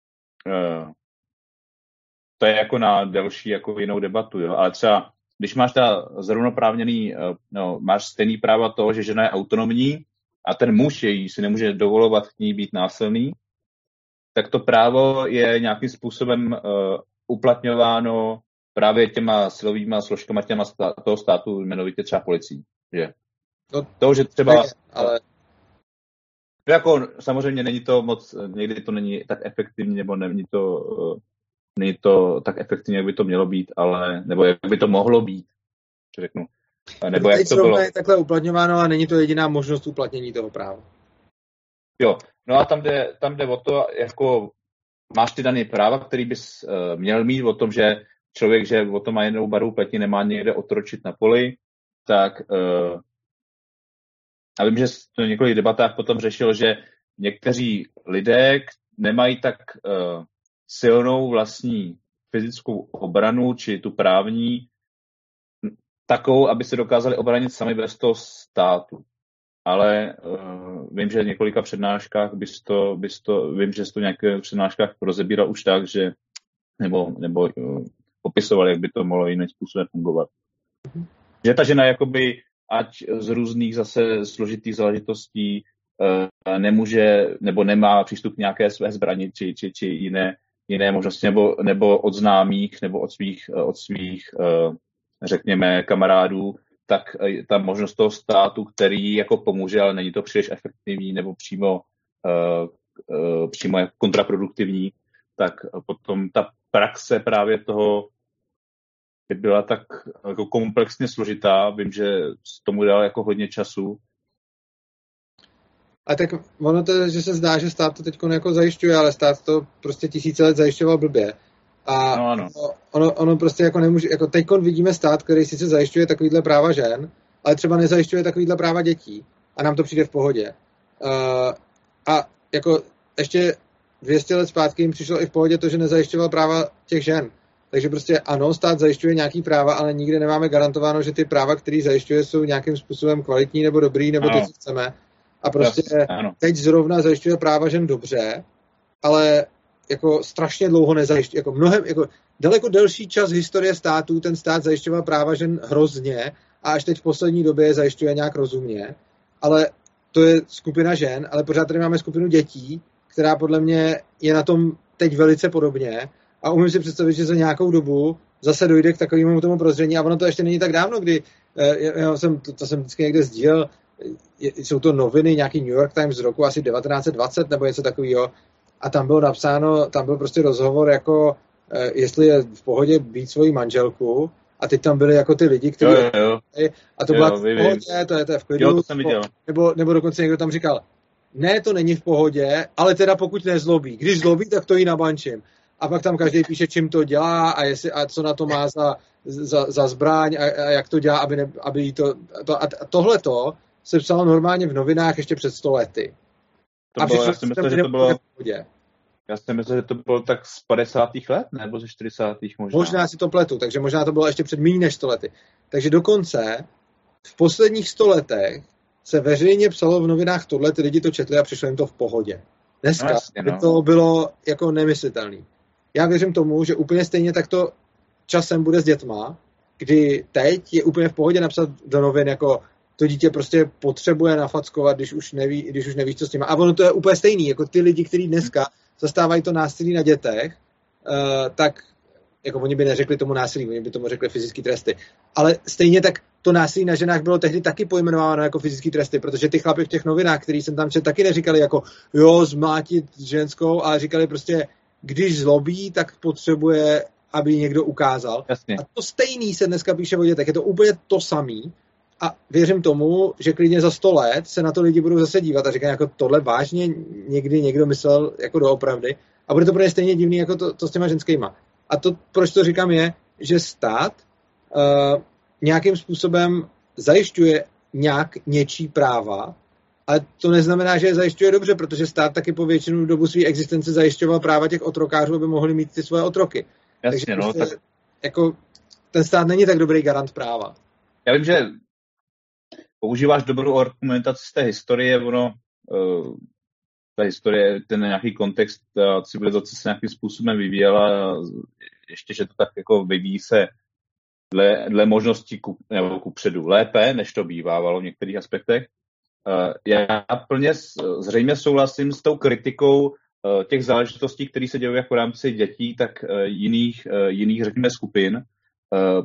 to je jako na další jako jinou debatu, jo? Ale třeba když máš ta zrovnoprávněný, no, máš stejný práva toho, že žena je autonomní a ten muž její si nemůže dovolovat k ní být násilný, tak to právo je nějakým způsobem uplatňováno právě těma silovýma složkama těma stá, toho státu, jmenovitě třeba policií. Že? No, to, že třeba... Ne, ale... Jako, samozřejmě není to moc, někdy to není tak efektivní, nebo není to, není to tak efektivní, jak by to mělo být, ale, nebo jak by to mohlo být, řeknu. Nebo jak to bylo. Je takhle uplatňováno a není to jediná možnost uplatnění toho práva. Jo, no a tam jde, tam jde o to, jako máš ty dané práva, který bys uh, měl mít o tom, že člověk, že o tom má jednou barvu pleti, nemá někde otročit na poli, tak uh, a vím, že to v několik debatách potom řešil, že někteří lidé nemají tak uh, silnou vlastní fyzickou obranu, či tu právní, takovou, aby se dokázali obranit sami bez toho státu. Ale uh, vím, že v několika přednáškách bys to, bys to, vím, že jsi to v nějakých přednáškách rozebíral už tak, že nebo, nebo uh, popisoval, jak by to mohlo jiným způsobem fungovat. Mm-hmm. Že ta žena jakoby ať z různých zase složitých záležitostí nemůže nebo nemá přístup k nějaké své zbrani či, či, či jiné, jiné možnosti, nebo, nebo od známých, nebo od svých, od svých, řekněme, kamarádů, tak ta možnost toho státu, který jako pomůže, ale není to příliš efektivní nebo přímo, přímo kontraproduktivní, tak potom ta praxe právě toho by byla tak jako komplexně složitá. Vím, že tomu dal jako hodně času. A tak ono to, že se zdá, že stát to teď jako zajišťuje, ale stát to prostě tisíce let zajišťoval blbě. A no, ano. ono, ono prostě jako nemůže, jako teďkon vidíme stát, který sice zajišťuje takovýhle práva žen, ale třeba nezajišťuje takovýhle práva dětí. A nám to přijde v pohodě. Uh, a jako ještě dvě stě let zpátky jim přišlo i v pohodě to, že nezajišťoval práva těch žen. Takže prostě ano, stát zajišťuje nějaký práva, ale nikdy nemáme garantováno, že ty práva, které zajišťuje, jsou nějakým způsobem kvalitní nebo dobrý, nebo ano. To, co chceme. A prostě yes, teď zrovna zajišťuje práva žen dobře, ale jako strašně dlouho nezajišťuje. Jako mnohem, jako daleko delší čas historie států ten stát zajišťoval práva žen hrozně a až teď v poslední době zajišťuje nějak rozumně. Ale to je skupina žen, ale pořád tady máme skupinu dětí, která podle mě je na tom teď velice podobně. A umím si představit, že za nějakou dobu zase dojde k takovému tomu prozření. A ono to ještě není tak dávno, kdy já jsem, to, to jsem vždycky někde sdílel, jsou to noviny, nějaký New York Times z roku asi devatenáct set dvacet nebo něco takového. A tam bylo napsáno, tam byl prostě rozhovor jako, jestli je v pohodě být svoji manželku. A teď tam byli jako ty lidi, kteří... Jo, jo. A to jo, byla v pohodě, to je, to je v klidu. Jo, to jsem viděl. Nebo, nebo dokonce někdo tam říkal, ne, to není v pohodě, ale teda pokud nezlobí. Když zlobí, tak to jí nabančím. A pak tam každý píše, čím to dělá a, jestli, a co na to má za, za, za zbraň a, a jak to dělá, aby, ne, aby jí to... to a tohleto se psalo normálně v novinách ještě před sto lety. To bylo, já si myslím, že to bylo... Já si myslím, že to bylo tak z padesátých let, nebo ze čtyřicátých možná. Možná si to pletu, takže možná to bylo ještě před méně než sto lety. Takže dokonce v posledních sto letech se veřejně psalo v novinách tohle, ty lidi to četli a přišlo jim to v pohodě. Dneska no, jasně, no. to bylo jako nemyslitelný. Já věřím tomu, že úplně stejně tak to časem bude s dětma, kdy teď je úplně v pohodě napsat do novin, jako to dítě prostě potřebuje nafackovat, když už neví, když už nevíš, co s tím má. A ono to je úplně stejný, jako ty lidi, kteří dneska zastávají to násilí na dětech, uh, tak jako oni by neřekli tomu násilí, oni by tomu řekli fyzické tresty. Ale stejně tak to násilí na ženách bylo tehdy taky pojmenováno jako fyzické tresty, protože ty chlapi v těch novinách, který jsem tam četl, taky neříkali jako jo, zmátit ženskou, ale říkali prostě, když zlobí, tak potřebuje, aby někdo ukázal. Jasně. A to stejný se dneska píše o dětech, je to úplně to samý. A věřím tomu, že klidně za sto let se na to lidi budou zase dívat a říkají, jako tohle vážně někdy někdo myslel jako doopravdy. A bude to pro ně stejně divný jako to, to s těma ženskýma. A to, proč to říkám, je, že stát uh, nějakým způsobem zajišťuje nějak něčí práva, ale to neznamená, že je zajišťuje dobře, protože stát taky po většinu dobu své existence zajišťoval práva těch otrokářů, aby mohli mít ty svoje otroky. Jasně, Takže no, prostě, tak... jako, ten stát není tak dobrý garant práva. Já vím, že používáš dobrou argumentaci z té historie, ono, uh, ta historie, ten nějaký kontext, ta civilizace se nějakým způsobem vyvíjela, ještě, že to tak jako vyvíjí se dle, dle možností ku, nebo kupředu lépe, než to bývávalo v některých aspektech. Uh, já plně zřejmě souhlasím s tou kritikou uh, těch záležitostí, které se dějí jako v rámci dětí, tak uh, jiných, uh, jiných, řekněme, skupin. Uh,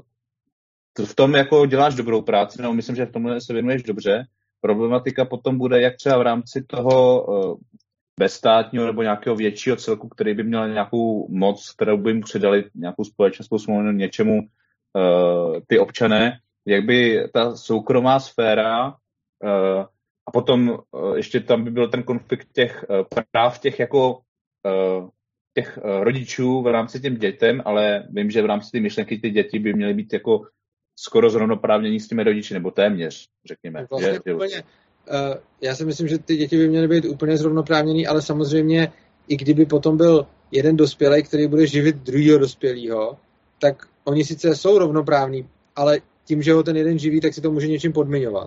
v tom jako děláš dobrou práci, no myslím, že v tomhle se věnuješ dobře. Problematika potom bude, jak třeba v rámci toho uh, bezstátního nebo nějakého většího celku, který by měl nějakou moc, kterou by mu přidali nějakou společenskou smlouvu něčemu uh, ty občané, jak by ta soukromá sféra uh, a potom uh, ještě tam by byl ten konflikt těch uh, práv těch jako uh, těch uh, rodičů v rámci těm dětem, ale vím, že v rámci ty myšlenky ty děti by měly být jako skoro zrovnoprávnění s těmi rodiči, nebo téměř, řekněme. Vlastně že, úplně, uh, já si myslím, že ty děti by měly být úplně zrovnoprávněný, ale samozřejmě i kdyby potom byl jeden dospělý, který bude živit druhýho dospělého, tak oni sice jsou rovnoprávní, ale tím, že ho ten jeden živí, tak si to může něčím podmiňovat.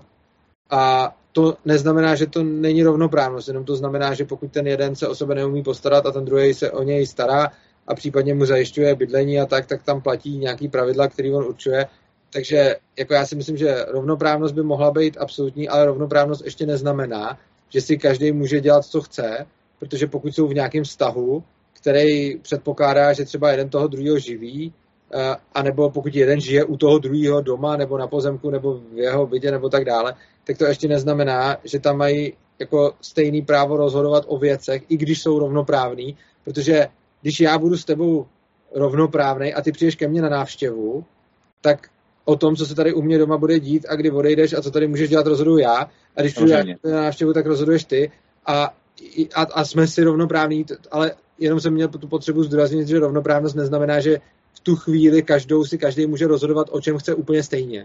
A to neznamená, že to není rovnoprávnost, jenom to znamená, že pokud ten jeden se o sebe neumí postarat a ten druhý se o něj stará a případně mu zajišťuje bydlení a tak, tak tam platí nějaký pravidla, který on určuje. Takže jako já si myslím, že rovnoprávnost by mohla být absolutní, ale rovnoprávnost ještě neznamená, že si každý může dělat, co chce, protože pokud jsou v nějakém vztahu, který předpokládá, že třeba jeden toho druhého živí, anebo pokud jeden žije u toho druhého doma, nebo na pozemku, nebo v jeho bytě, nebo tak dále, tak to ještě neznamená, že tam mají jako stejný právo rozhodovat o věcech, i když jsou rovnoprávný, protože když já budu s tebou rovnoprávnej a ty přijdeš ke mně na návštěvu, tak o tom, co se tady u mě doma bude dít a kdy odejdeš a co tady můžeš dělat, rozhoduju já. A když přijdu na návštěvu, tak rozhoduješ ty. A, a, a jsme si rovnoprávní, ale jenom jsem měl tu potřebu zdůraznit, že rovnoprávnost neznamená, že v tu chvíli každou si každý může rozhodovat, o čem chce úplně stejně.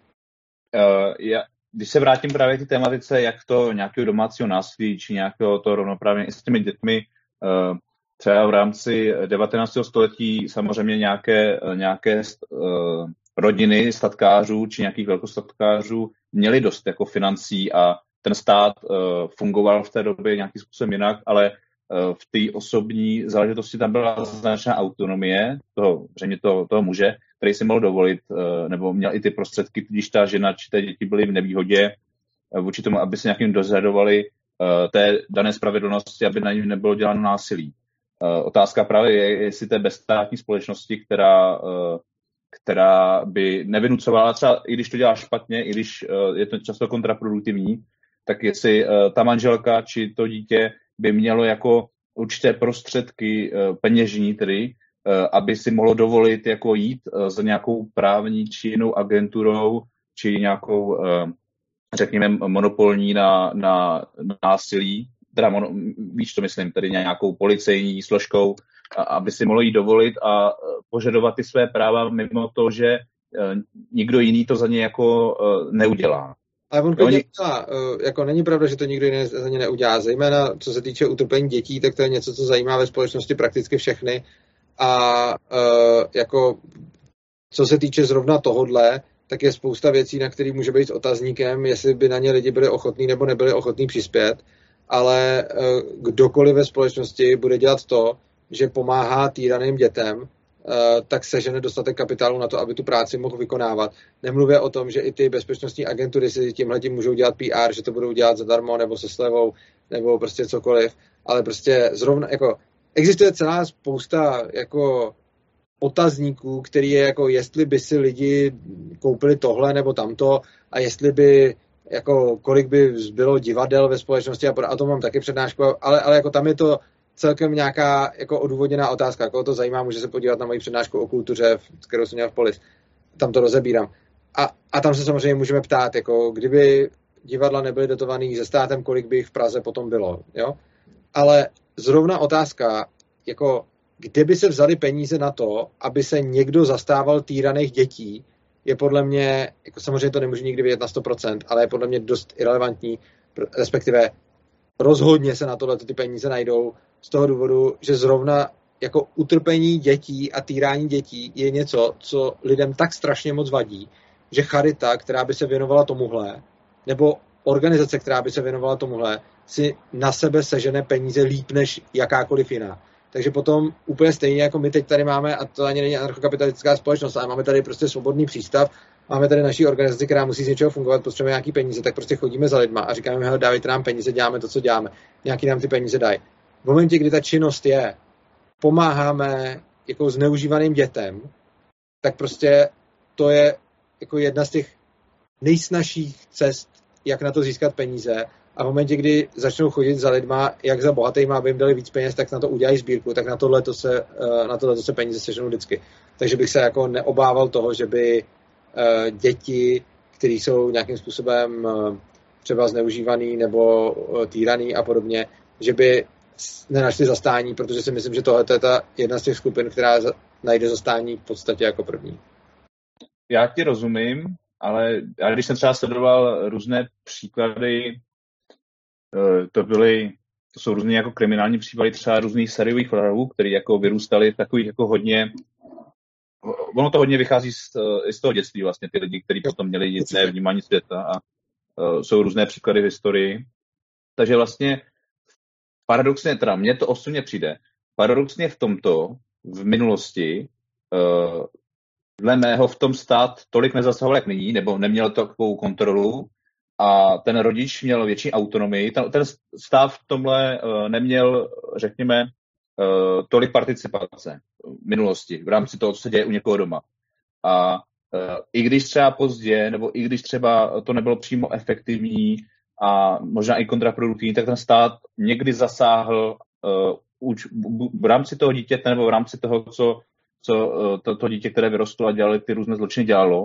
Uh, já, když se vrátím právě k té tematice, jak to nějakého domácího násilí či nějakého to rovnoprávně i s těmi dětmi, uh, třeba v rámci devatenáctého století samozřejmě nějaké, nějaké uh, rodiny statkářů či nějakých velkostatkářů měli dost jako financí a ten stát uh, fungoval v té době nějakým způsobem jinak, ale uh, v té osobní záležitosti tam byla značná autonomie toho, řekně toho, toho muže, který si mohl dovolit, uh, nebo měl i ty prostředky, když ta žena či ty děti byly v nevýhodě uh, vůči tomu, aby se nějakým dozhledovali uh, té dané spravedlnosti, aby na ní nebylo děláno násilí. Uh, otázka právě je, jestli té bezstátní společnosti, která uh, která by nevynucovala, třeba i když to dělá špatně, i když uh, je to často kontraproduktivní, tak jestli uh, ta manželka či to dítě by mělo jako určité prostředky uh, peněžní, tedy, uh, aby si mohlo dovolit jako jít uh, za nějakou právní či jinou agenturou, či nějakou, uh, řekněme, monopolní na, na, na násilí, teda mono, víš, to myslím, tedy nějakou policejní složkou, aby si mohlo jí dovolit a požadovat ty své práva mimo to, že nikdo jiný to za ně jako neudělá. Ale on klidně udělá. Jako není pravda, že to nikdo jiný za ně neudělá. Zejména co se týče utrpení dětí, tak to je něco, co zajímá ve společnosti prakticky všechny. A jako co se týče zrovna tohodle, tak je spousta věcí, na které může být s otazníkem, jestli by na ně lidi byli ochotní nebo nebyli ochotní přispět. Ale kdokoliv ve společnosti bude dělat to, že pomáhá týraným dětem, tak sežene dostatek kapitálu na to, aby tu práci mohl vykonávat. Nemluvě o tom, že i ty bezpečnostní agentury si tímhletím můžou dělat P R, že to budou dělat zadarmo nebo se slevou, nebo prostě cokoliv, ale prostě zrovna, jako, existuje celá spousta jako otazníků, který je jako, jestli by si lidi koupili tohle nebo tamto a jestli by jako, kolik by zbylo divadel ve společnosti a, a to mám taky přednášku, ale, ale jako tam je to celkem nějaká jako odůvodněná otázka. Koho to zajímá, může se podívat na moji přednášku o kultuře, kterou jsem měl v Polis. Tam to rozebírám. A, a tam se samozřejmě můžeme ptát, jako kdyby divadla nebyly dotovaný se státem, kolik by jich v Praze potom bylo. Jo? Ale zrovna otázka, jako kde by se vzaly peníze na to, aby se někdo zastával týraných dětí, je podle mě, jako samozřejmě to nemůže nikdy vědět na sto procent, ale je podle mě dost irelevantní, respektive rozhodně se na tohle ty peníze najdou z toho důvodu, že zrovna jako utrpení dětí a týrání dětí je něco, co lidem tak strašně moc vadí, že charita, která by se věnovala tomuhle, nebo organizace, která by se věnovala tomuhle, si na sebe sežene peníze líp než jakákoliv jiná. Takže potom úplně stejně, jako my teď tady máme, a to ani není anarchokapitalistická společnost, ale máme tady prostě svobodný přístav, máme tady naší organizaci, která musí z něčeho fungovat, potřebujeme nějaký peníze, tak prostě chodíme za lidma a říkáme, hele, dávejte nám peníze, děláme to, co děláme. Nějaký nám ty peníze dají. V momentě, kdy ta činnost je, pomáháme jako zneužívaným dětem, tak prostě to je jako jedna z těch nejsnažších cest, jak na to získat peníze. A v momentě, kdy začnou chodit za lidma, jak za bohatýma, aby jim dali víc peněz, tak na to udělají sbírku, tak na tohle to se, na tohle to se peníze seženou vždycky. Takže bych se jako neobával toho, že by děti, které jsou nějakým způsobem třeba zneužívaný nebo týraný a podobně, že by nenašli zastání, protože si myslím, že tohle je ta jedna z těch skupin, která najde zastání v podstatě jako první. Já ti rozumím, ale já když jsem třeba sledoval různé příklady, to byly, to jsou různé jako kriminální případy třeba různých sériových vrahů, který jako vyrůstali v takových jako hodně, ono to hodně vychází z, z toho dětství vlastně, ty lidi, kteří potom měli jiné vnímání světa a uh, jsou různé příklady v historii. Takže vlastně paradoxně, teda mně to osobně přijde, paradoxně v tomto, v minulosti, uh, dle mého v tom stát tolik nezasahoval, jak nyní, nebo neměl takovou kontrolu a ten rodič měl větší autonomii. Ten, ten stát v tomhle uh, neměl, řekněme, uh, tolik participace v minulosti v rámci toho, co se děje u někoho doma. A uh, i když třeba pozdě, nebo i když třeba to nebylo přímo efektivní a možná i kontraproduktivní, tak ten stát někdy zasáhl uh, už v rámci toho dítěte nebo v rámci toho, co, co to, to dítě, které vyrostlo a dělali ty různé zločiny, dělalo.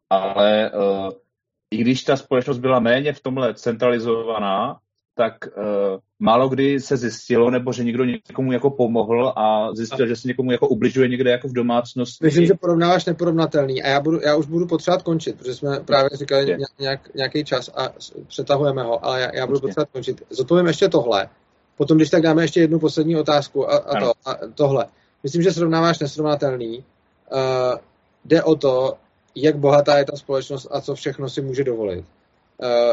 Ale uh, i když ta společnost byla méně v tomhle centralizovaná, tak uh, málo kdy se zjistilo, nebo že někdo někomu jako pomohl a zjistil, že se někomu jako ubližuje někde jako v domácnosti. Myslím, že porovnáváš neporovnatelný a já, budu, já už budu potřebovat končit, protože jsme právě říkali nějak, nějaký čas a přetahujeme ho, ale já, já budu potřebovat končit. Zodpovím ještě tohle. Potom, když tak dáme ještě jednu poslední otázku a, a, to, a tohle. Myslím, že srovnáváš nesrovnatelný. Uh, jde o to, jak bohatá je ta společnost a co všechno si může dovolit. Uh,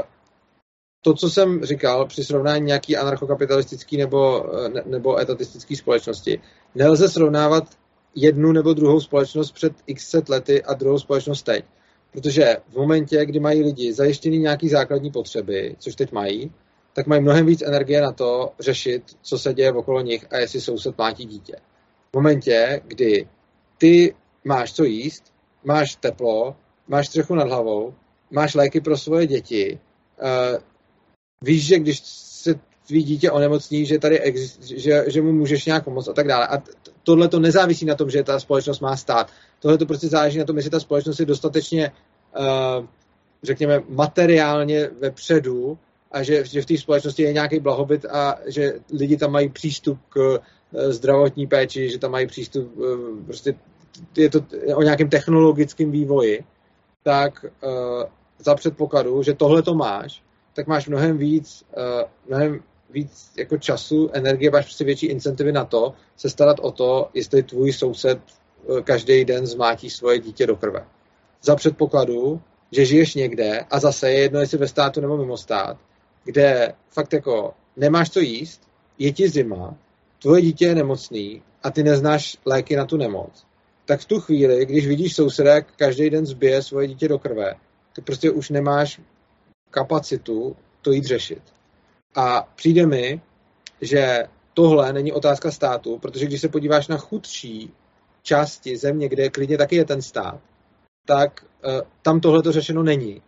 to, co jsem říkal při srovnání nějaký anarchokapitalistický nebo, ne, nebo etatistický společnosti, nelze srovnávat jednu nebo druhou společnost před x set lety a druhou společnost teď. Protože v momentě, kdy mají lidi zajištěný nějaký základní potřeby, což teď mají, tak mají mnohem víc energie na to řešit, co se děje okolo nich a jestli soused mlátí dítě. V momentě, kdy ty máš co jíst, máš teplo, máš střechu nad hlavou, máš léky pro svoje děti, uh, víš, že když se tvý dítě onemocní, že tady exist, že, že mu můžeš nějak pomoct a tak dále. A tohle to nezávisí na tom, že ta společnost má stát. Tohle to prostě záleží na tom, jestli ta společnost je dostatečně, uh, řekněme, materiálně vepředu a že, že v té společnosti je nějaký blahobyt a že lidi tam mají přístup k zdravotní péči, že tam mají přístup, prostě je to o nějakém technologickém vývoji, tak uh, za předpokladu, že tohle to máš, tak máš mnohem víc, uh, mnohem víc jako času, energie, máš prostě větší incentivy na to, se starat o to, jestli tvůj soused uh, každý den zmátí svoje dítě do krve. Za předpokladu, že žiješ někde a zase je jedno, jestli ve státu nebo mimo stát, kde fakt jako nemáš co jíst, je ti zima, tvoje dítě je nemocný a ty neznáš léky na tu nemoc, tak v tu chvíli, když vidíš souseda, jak každý den zbije svoje dítě do krve, tak prostě už nemáš kapacitu to jít řešit. A přijde mi, že tohle není otázka státu, protože když se podíváš na chudší části země, kde klidně taky je ten stát, tak uh, tam tohle to řešeno není.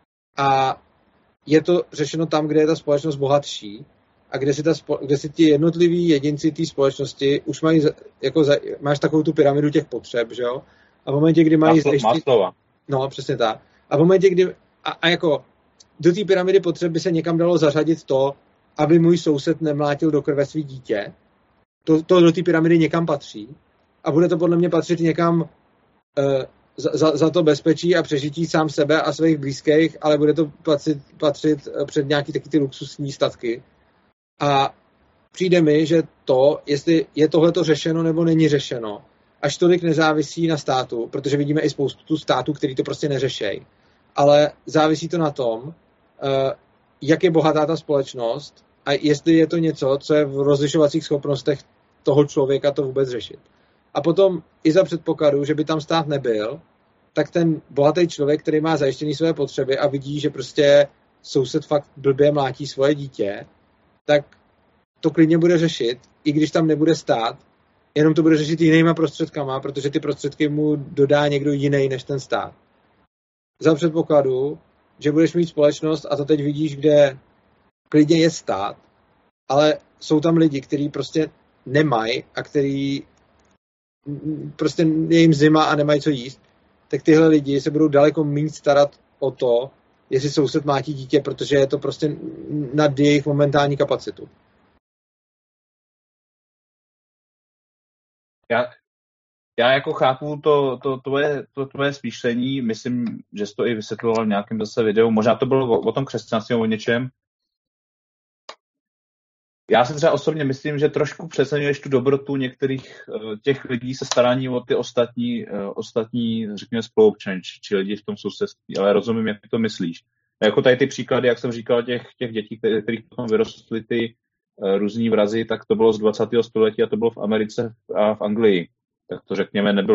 A je to řešeno tam, kde je ta společnost bohatší a kde si, ta, kde si ti jednotliví jedinci té společnosti už mají, jako za, máš takovou tu pyramidu těch potřeb, že jo? A v momentě, kdy mají... Má slova. No, přesně tak. A v momentě, kdy... A, a jako do té pyramidy potřeb by se někam dalo zařadit to, aby můj soused nemlátil do krve svý dítě. To, to do té pyramidy někam patří. A bude to podle mě patřit někam uh, za, za, za to bezpečí a přežití sám sebe a svých blízkých, ale bude to patřit, patřit před nějaký taky ty luxusní statky. A přijde mi, že to, jestli je tohleto řešeno nebo není řešeno, až tolik nezávisí na státu, protože vidíme i spoustu států, který to prostě neřešejí. Ale závisí to na tom, jak je bohatá ta společnost a jestli je to něco, co je v rozlišovacích schopnostech toho člověka to vůbec řešit. A potom i za předpokladu, že by tam stát nebyl, tak ten bohatý člověk, který má zajištěný své potřeby a vidí, že prostě soused fakt blbě mlátí svoje dítě, tak to klidně bude řešit, i když tam nebude stát, jenom to bude řešit jinýma prostředkama, protože ty prostředky mu dodá někdo jiný než ten stát. Za předpokladu, že budeš mít společnost, a to teď vidíš, kde klidně je stát, ale jsou tam lidi, kteří prostě nemají a který prostě je jim zima a nemají co jíst, tak tyhle lidi se budou daleko méně starat o to, jestli soused mlátí dítě, protože je to prostě nad jejich momentální kapacitu. Já, já jako chápu to, to, tvoje, to tvoje smýšlení, myslím, že jsi to i vysvětloval v nějakém zase videu, možná to bylo o, o tom křesťanství o něčem. Já si třeba osobně myslím, že trošku přeceňuješ tu dobrotu některých uh, těch lidí se starání o ty ostatní, uh, ostatní řekněme, spoluobčany, či, či lidi v tom sousedství, ale rozumím, jak ty to myslíš. Jako tady ty příklady, jak jsem říkal, těch, těch dětí, které, kterých potom vyrostly ty uh, různí vrazy, tak to bylo z dvacátého století a to bylo v Americe a v Anglii. Tak to řekněme nebylo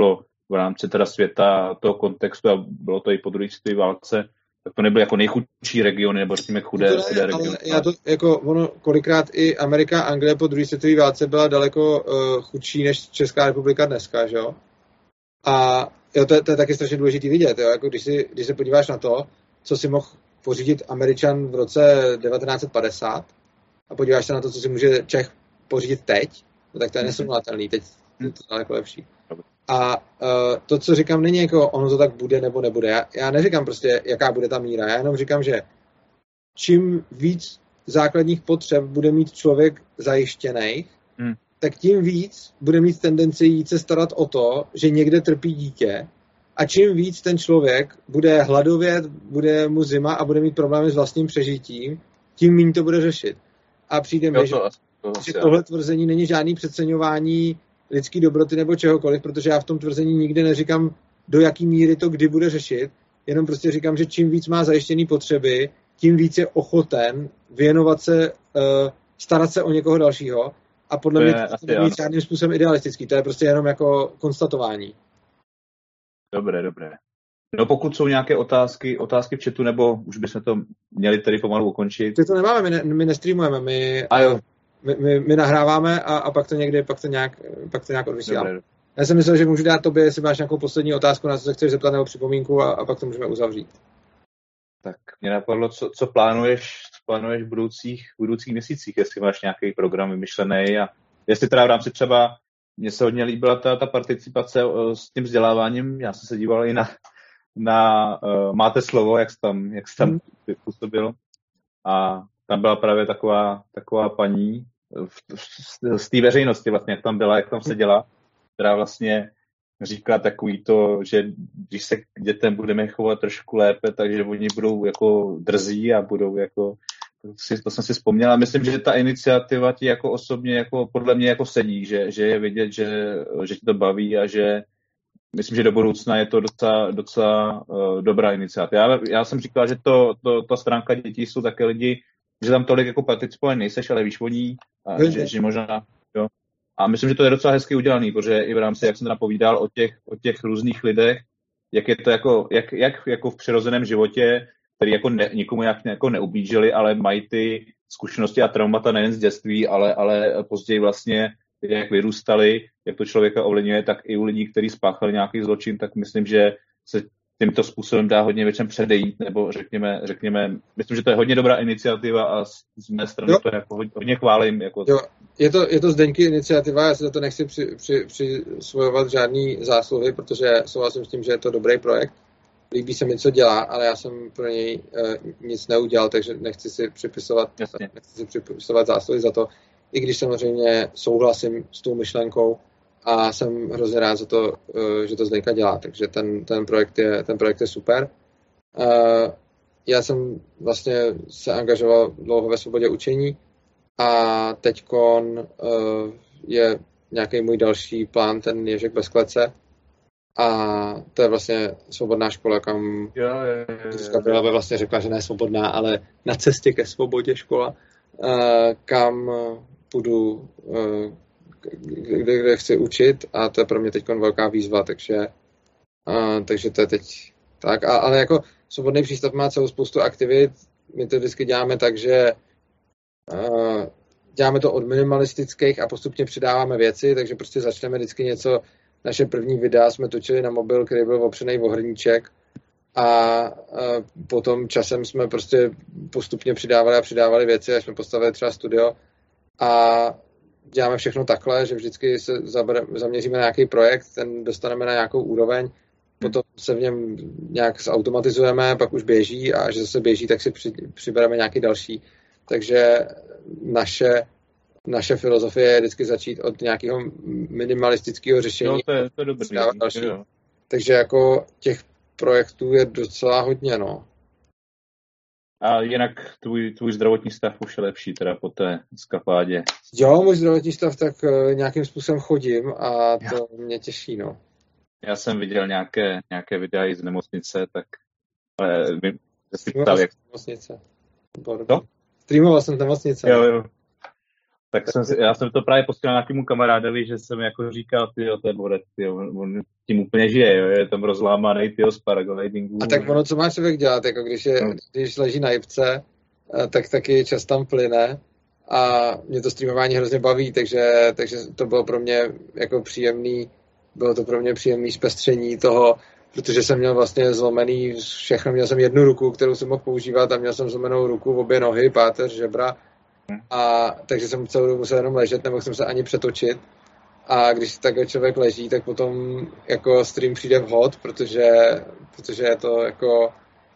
v rámci teda světa toho kontextu, a bylo to i po druhé světové válce, tak to nebyly jako nejchudší regiony, nebo řekněme chudé, to ne, chudé regiony. Já to, jako ono, kolikrát i Amerika, Anglie po druhé světové válce byla daleko uh, chudší než Česká republika dneska, že jo? A jo, to, to je taky strašně důležité vidět, jo? Jako když, si, když se podíváš na to, co si mohl pořídit Američan v roce devatenáct set padesát a podíváš se na to, co si může Čech pořídit teď, no tak to je nesrovnatelný, teď je to daleko lepší. A uh, to, co říkám, není jako ono to tak bude nebo nebude. Já, já neříkám prostě, jaká bude ta míra. Já jenom říkám, že čím víc základních potřeb bude mít člověk zajištěných, hmm. tak tím víc bude mít tendenci jít se starat o to, že někde trpí dítě, a čím víc ten člověk bude hladovět, bude mu zima a bude mít problémy s vlastním přežitím, tím méně to bude řešit. A přijde mi, že, že tohle tvrzení není žádný přeceňování lidský dobroty nebo čehokoliv, protože já v tom tvrzení nikdy neříkám, do jaký míry to kdy bude řešit, jenom prostě říkám, že čím víc má zajištěný potřeby, tím víc je ochoten věnovat se, uh, starat se o někoho dalšího, a podle to mě to není žádným způsobem idealistický, to je prostě jenom jako konstatování. Dobré, dobré. No pokud jsou nějaké otázky, otázky v chatu, nebo už bychom to měli tady pomalu ukončit. Ty to nemáme, my, ne, my nestreamujeme, my, a jo. my, my, my nahráváme a, a pak to někdy, pak to nějak, pak to nějak odvysíláme. Já jsem myslel, že můžu dát tobě, jestli máš nějakou poslední otázku, na co se chceš zeptat, nebo připomínku, a, a pak to můžeme uzavřít. Tak mě napadlo, co, co plánuješ, co plánuješ v budoucích, v budoucích měsících, jestli máš nějaký program vymyšlený, a jestli teda v rámci třeba, mně se hodně líbila ta, ta participace s tím vzděláváním, já jsem se díval i na, na uh, Máte slovo, jak jsi tam, jak jsi tam hmm. působil, a tam byla právě taková, taková paní z té veřejnosti vlastně, jak tam byla, jak tam seděla, která vlastně říká takový to, že když se k dětem budeme chovat trošku lépe, takže oni budou jako drzí a budou jako, to jsem si vzpomněl, a myslím, že ta iniciativa ti jako osobně jako podle mě jako sedí, že, že je vidět, že, že ti to baví, a že myslím, že do budoucna je to docela, docela uh, dobrá iniciativa. Já, já jsem říkal, že to, to, ta stránka dětí jsou také lidi, že tam tolik jako participovat nejseš, ale víš o ní, a že, že možná, jo. A myslím, že to je docela hezky udělaný, protože i v rámci, jak jsem teda povídal o těch, o těch různých lidech, jak je to jako, jak, jak jako v přirozeném životě, který jako ne, nikomu jak, jako neublížili, ale mají ty zkušenosti a traumata nejen z dětství, ale, ale později vlastně, jak vyrůstali, jak to člověka ovlivňuje, tak i u lidí, kteří spáchali nějaký zločin, tak myslím, že se tímto způsobem dá hodně věcem předejít, nebo řekněme, řekněme, myslím, že to je hodně dobrá iniciativa a z, z mé strany jo. to jako hodně, hodně chválím. Jako... Jo, je to, je to Zdeňky iniciativa, já si za to nechci při, při, přisvojovat žádný zásluhy, protože souhlasím s tím, že je to dobrý projekt. Líbí se mi, co dělá, ale já jsem pro něj uh, nic neudělal, takže nechci si připisovat, nechci si připisovat zásluhy za to, i když samozřejmě souhlasím s tou myšlenkou a jsem hrozně rád za to, uh, že to Zdeňka dělá, takže ten, ten, projekt, je, ten projekt je super. Uh, já jsem vlastně se angažoval dlouho ve svobodě učení a teďkon uh, je nějaký můj další plán, ten Ježek bez klece. A to je vlastně svobodná škola, kam Gabriela vlastně řekla, že ne svobodná, ale na cestě ke svobodě škola, kam půjdu, kde, kde chci učit, a to je pro mě teď velká výzva, takže, takže to je teď tak. A, ale jako svobodný přístav má celou spoustu aktivit, my to vždycky děláme tak, že děláme to od minimalistických a postupně přidáváme věci, takže prostě začneme vždycky něco. Naše první videa jsme točili na mobil, který byl opřený o hrníček, a, a potom časem jsme prostě postupně přidávali a přidávali věci, až jsme postavili třeba studio, a děláme všechno takhle, že vždycky se zaměříme na nějaký projekt, ten dostaneme na nějakou úroveň, potom se v něm nějak zautomatizujeme, pak už běží, a až zase běží, tak si při, přibereme nějaký další. Takže naše Naše filozofie je vždycky začít od nějakého minimalistického řešení. No, to je, to je dobrý. Takže jako těch projektů je docela hodně, no. A jinak tvůj, tvůj zdravotní stav už je lepší teda po té skapádě. Jo, můj zdravotní stav, tak uh, nějakým způsobem chodím a to jo. Mě těší, no. Já jsem viděl nějaké, nějaké videa i z nemocnice, tak ale my si ptal, jak... Nemocnice. Co? Streamoval jsem nemocnice. Jo, jo. Tak jsem si, já jsem to právě posílal nějakému kamarádovi, že jsem jako říkal, tyjo, to je borec, tyjo, on tím úplně žije, jo, je tam rozlámaný, tyjo, z paraglidingu. A tak ono, co má člověk dělat, jako když, je, no. když leží na jipce, tak taky čas tam plyne a mě to streamování hrozně baví, takže, takže to bylo pro mě jako příjemný, bylo to pro mě příjemný zpestření toho, protože jsem měl vlastně zlomený všechno, měl jsem jednu ruku, kterou jsem mohl používat a měl jsem zlomenou ruku, obě nohy, páteř, žebra, a takže jsem celou dobu musel jenom ležet, nemohl jsem se ani přetočit. A když takhle člověk leží, tak potom jako stream přijde vhod, protože, protože je to jako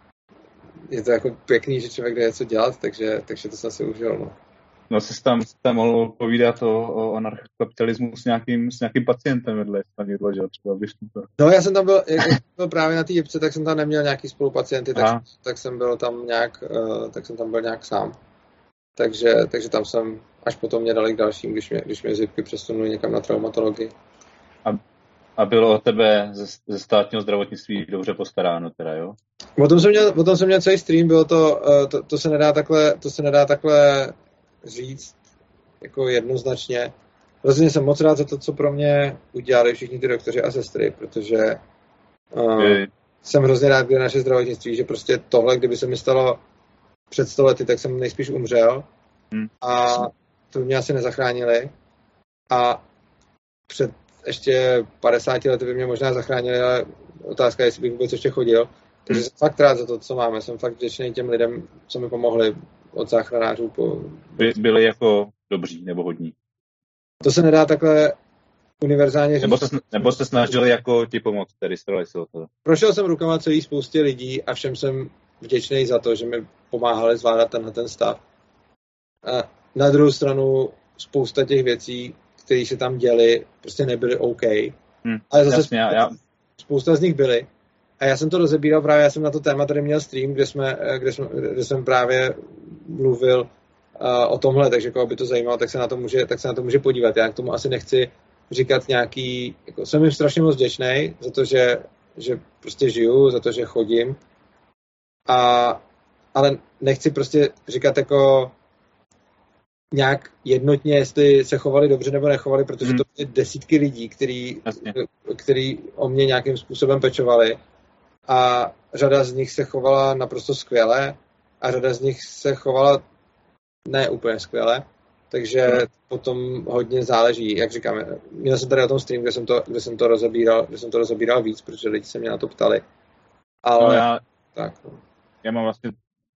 je to jako pěkný, že člověk jde něco dělat, takže, takže to jsem si užil. No, no jsi tam, jsi tam mohl povídat o, o anarchokapitalismu s nějakým, s nějakým pacientem vedle, tam někdo ležel třeba vystup. No já jsem tam byl, jako byl právě na té jipce, tak jsem tam neměl nějaký spolupacienty, tak, tak jsem byl tam nějak, uh, tak jsem tam byl nějak sám. Takže, takže tam jsem, až potom mě dali k dalším, když mě, když mě zipky přesunuli někam na traumatologii. A, a bylo o tebe ze, ze státního zdravotnictví dobře postaráno teda, jo? O tom jsem měl, o tom jsem měl celý stream, bylo to, to, to, se nedá takhle, to se nedá takhle říct jako jednoznačně. Rozhodně jsem moc rád za to, co pro mě udělali všichni ty doktoři a sestry, protože uh, jsem hrozně rád, kde naše zdravotnictví, že prostě tohle, kdyby se mi stalo před sto lety, tak jsem nejspíš umřel hmm. a to mě asi nezachránili a před ještě padesáti lety by mě možná zachránili, ale otázka je, jestli bych vůbec ještě chodil. Takže jsem fakt rád za to, co máme. Jsem fakt vděčný těm lidem, co mi pomohli od záchranářů po... By, byli jako dobří nebo hodní? To se nedá takhle univerzálně říct. Nebo se, nebo se snažili jako ti pomoct, tedy starali se o to. Prošel jsem rukama celý spoustě lidí a všem jsem vděčný za to, že mi pomáhali zvládat tenhle ten stav. A na druhou stranu spousta těch věcí, které se tam děly, prostě nebyly OK. Hmm, ale zase jasně, spousta, já... spousta z nich byly. A já jsem to rozebíral právě, já jsem na to téma tady měl stream, kde, jsme, kde, jsme, kde jsem právě mluvil uh, o tomhle, takže koho by to zajímalo, tak se na to může, tak se na to může podívat. Já k tomu asi nechci říkat nějaký, jako jsem jim strašně moc vděčnej za to, že, že prostě žiju, za to, že chodím. A, ale nechci prostě říkat jako nějak jednotně, jestli se chovali dobře nebo nechovali, protože hmm. to byly desítky lidí, který, který o mě nějakým způsobem pečovali a řada z nich se chovala naprosto skvěle a řada z nich se chovala ne úplně skvěle, takže hmm. potom hodně záleží, jak říkám, měl jsem tady o tom stream, kde jsem to, kde jsem to rozebíral, kde jsem to rozebíral víc, protože lidi se mě na to ptali, ale no já, tak. Já mám vlastně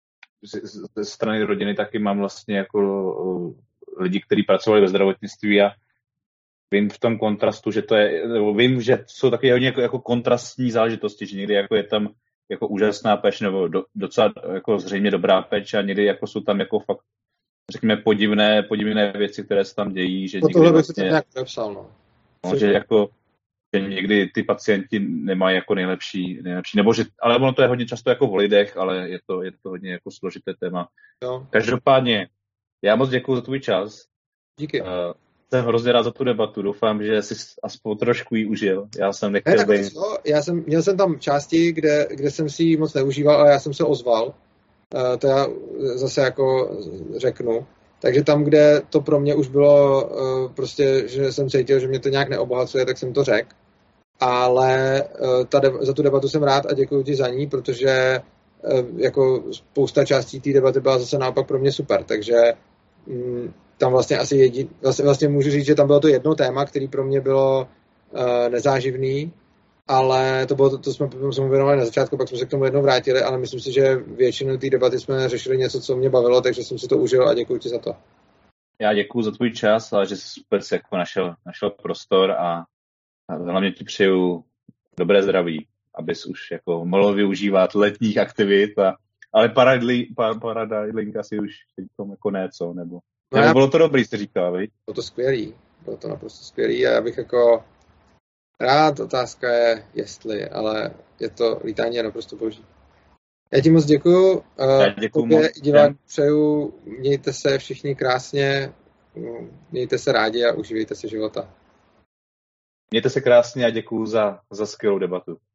ze strany rodiny taky mám vlastně jako lidi, kteří pracovali ve zdravotnictví a vím v tom kontrastu, že to je, vím, že jsou taky hodně jako, jako kontrastní záležitosti, že někdy jako je tam jako úžasná péč nebo do, docela jako zřejmě dobrá péč a někdy jako jsou tam jako fakt, řekněme, podivné, podivné věci, které se tam dějí, že no někdy vlastně, nějak nepsal, no. No, že jako že někdy ty pacienti nemají jako nejlepší, nejlepší, nebo že, ale ono to je hodně často jako v lidech, ale je to, je to hodně jako složité téma. Jo. Každopádně, já moc děkuji za tvůj čas. Díky. Uh, jsem hrozně rád za tu debatu, doufám, že jsi aspoň trošku ji užil. Já jsem nechtěl ne, být... Já jsem, měl jsem tam části, kde, kde jsem si ji moc neužíval, ale já jsem se ozval. Uh, to já zase jako řeknu. Takže tam, kde to pro mě už bylo uh, prostě, že jsem cítil, že mě to nějak neobohacuje, tak jsem to řekl. Ale uh, ta deba- za tu debatu jsem rád a děkuji ti za ní, protože uh, jako spousta částí té debaty byla zase naopak pro mě super. Takže um, tam vlastně asi jedin, vlastně, vlastně můžu říct, že tam bylo to jedno téma, který pro mě bylo uh, nezáživný, ale to bylo to, to jsme tomu věnovali na začátku, pak jsme se k tomu jednou vrátili, ale myslím si, že většinu té debaty jsme řešili něco, co mě bavilo, takže jsem si to užil a děkuji ti za to. Já děkuji za tvůj čas a že jsi vůbec jako našel, našel prostor a, a hlavně ti přeju dobré zdraví, abys už jako mohl využívat letních aktivit, a, ale paradajling asi už teďkom jako ne, co, nebo, no nebo já, bylo to dobrý, jste říkal, viď? Bylo to skvělý, bylo to naprosto skvělý a já bych jako rád, otázka je jestli, ale je to lítání je naprosto boží. Já ti moc děkuju. Já děkuju moc. Divák přeju, mějte se všichni krásně, mějte se rádi a užívejte si života. Mějte se krásně a děkuju za, za skvělou debatu.